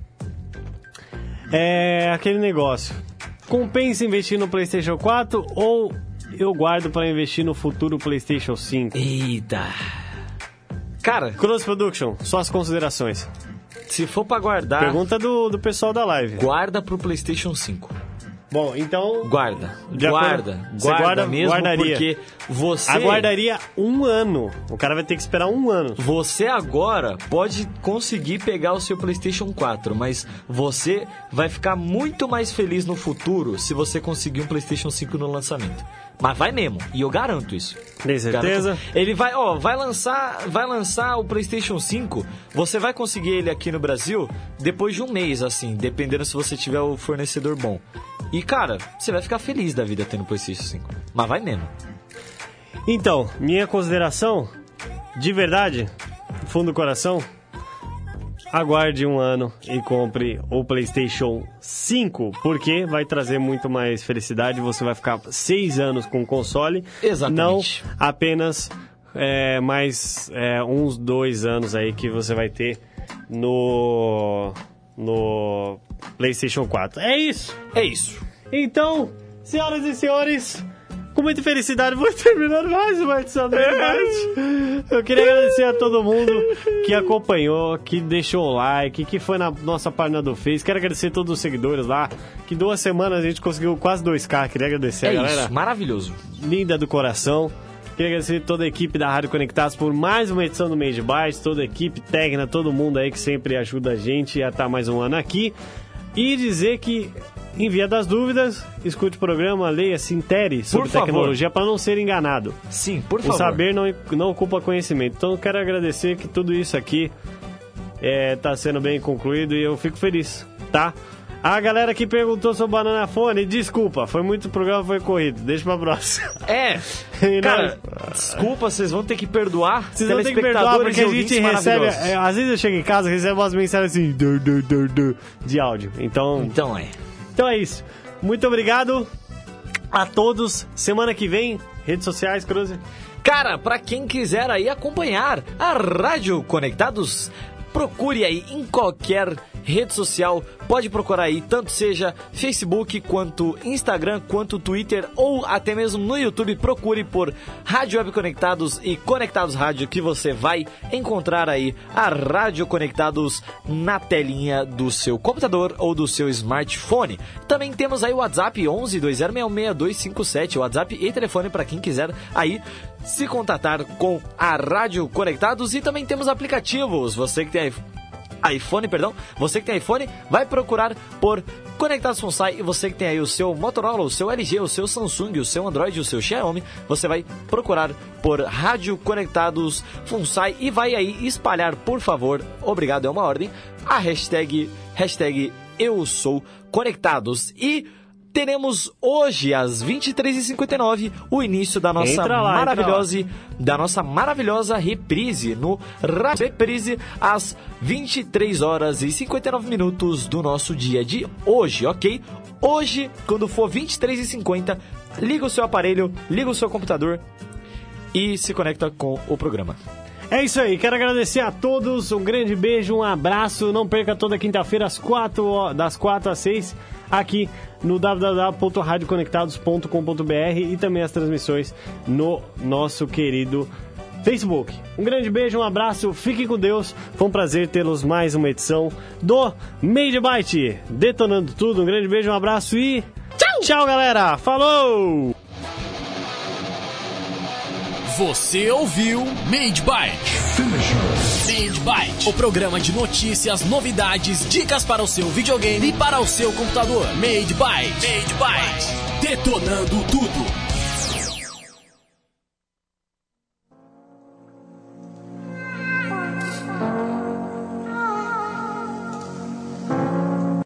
Speaker 2: é aquele negócio. Compensa investir no PlayStation quatro ou eu guardo para investir no futuro PlayStation cinco?
Speaker 3: Eita. Cara,
Speaker 2: Cross Production, suas considerações.
Speaker 3: se for pra guardar,
Speaker 2: Pergunta do, do pessoal da live.
Speaker 3: guarda pro PlayStation cinco.
Speaker 2: Bom, então...
Speaker 3: Guarda.
Speaker 2: De
Speaker 3: guarda.
Speaker 2: acordo. Você
Speaker 3: Guarda,
Speaker 2: guarda-
Speaker 3: mesmo
Speaker 2: guardaria.
Speaker 3: porque você...
Speaker 2: Aguardaria um ano. O cara vai ter que esperar um ano.
Speaker 3: Você agora pode conseguir pegar o seu PlayStation quatro, mas você vai ficar muito mais feliz no futuro se você conseguir um PlayStation cinco no lançamento. Mas vai mesmo, e eu garanto isso.
Speaker 2: Tem certeza?
Speaker 3: Garanto. Ele vai, ó, vai lançar, vai lançar o PlayStation cinco, você vai conseguir ele aqui no Brasil depois de um mês, assim, dependendo se você tiver o fornecedor bom. E, cara, você vai ficar feliz da vida tendo o PlayStation cinco. Mas vai mesmo.
Speaker 2: Então, minha consideração, de verdade, fundo do coração, aguarde um ano e compre o PlayStation cinco, porque vai trazer muito mais felicidade, você vai ficar seis anos com o console,
Speaker 3: Exatamente.
Speaker 2: não apenas é, mais é, uns dois anos aí que você vai ter no, no PlayStation quatro. É isso!
Speaker 3: É isso.
Speaker 2: Então, senhoras e senhores, com muita felicidade, vou terminar mais uma edição do Debate. Eu queria agradecer a todo mundo que acompanhou, que deixou o like, que foi na nossa página do Face. Quero agradecer a todos os seguidores lá, que duas semanas a gente conseguiu quase dois K. Queria agradecer
Speaker 3: É
Speaker 2: a galera
Speaker 3: isso, maravilhoso.
Speaker 2: linda do coração. Queria agradecer toda a equipe da Rádio Conectados por mais uma edição do Made Bytes, toda a equipe técnica, todo mundo aí que sempre ajuda a gente a estar mais um ano aqui. E dizer que, em via das dúvidas, escute o programa, leia, se intere sobre
Speaker 3: Por
Speaker 2: tecnologia para não ser enganado.
Speaker 3: Sim, por
Speaker 2: O
Speaker 3: favor.
Speaker 2: saber não, não ocupa conhecimento. Então eu quero agradecer que tudo isso aqui está sendo bem concluído e eu fico feliz, tá? A galera que perguntou sobre o Banana Phone, desculpa, foi muito programa, foi corrido. Deixa pra próxima.
Speaker 3: É,
Speaker 2: E
Speaker 3: cara,
Speaker 2: nós-
Speaker 3: desculpa, vocês vão ter que perdoar.
Speaker 2: Vocês vão ter que perdoar porque a gente recebe. É, às vezes eu chego em casa e recebo umas mensagens assim du, du, du, du, de áudio. Então,
Speaker 3: Então é.
Speaker 2: então é isso. Muito obrigado a todos. Semana que vem, redes sociais, Cruze.
Speaker 3: Cara, pra quem quiser aí acompanhar a Rádio Conectados, procure aí em qualquer rede social, pode procurar aí, tanto seja Facebook, quanto Instagram, quanto Twitter, ou até mesmo no YouTube, procure por Rádio Web Conectados e Conectados Rádio, que você vai encontrar aí a Rádio Conectados na telinha do seu computador ou do seu smartphone. Também temos aí o WhatsApp onze dois zero seis seis dois cinco sete, o WhatsApp e telefone para quem quiser aí se contatar com a Rádio Conectados. E também temos aplicativos, você que tem iPhone, perdão, você que tem iPhone, vai procurar por Conectados Funsai, e você que tem aí o seu Motorola, o seu L G, o seu Samsung, o seu Android, o seu Xiaomi, você vai procurar por Rádio Conectados Funsai e vai aí espalhar, por favor, obrigado, é uma ordem, a hashtag, hashtag Eu Sou Conectados. E teremos hoje, às vinte e três e cinquenta e nove, o início da nossa
Speaker 2: Entra lá,
Speaker 3: maravilhosa, da nossa maravilhosa reprise, no Rádio Reprise, às vinte e três horas e cinquenta e nove minutos do nosso dia de hoje, ok? Hoje, quando for vinte e três e cinquenta, liga o seu aparelho, liga o seu computador e se conecta com o programa.
Speaker 2: É isso aí, quero agradecer a todos, um grande beijo, um abraço. Não perca toda quinta-feira às quatro, ho- das quatro às seis, aqui no w w w ponto radio conectados ponto com ponto b r e também as transmissões no nosso querido Facebook. Um grande beijo, um abraço, fiquem com Deus. Foi um prazer tê-los mais uma edição do Made Byte, detonando tudo. Um grande beijo, um abraço e tchau, tchau galera, falou!
Speaker 1: Você ouviu Made Byte. Made Byte, o programa de notícias, novidades, dicas para o seu videogame e para o seu computador. Made Byte. Made Byte. Detonando tudo.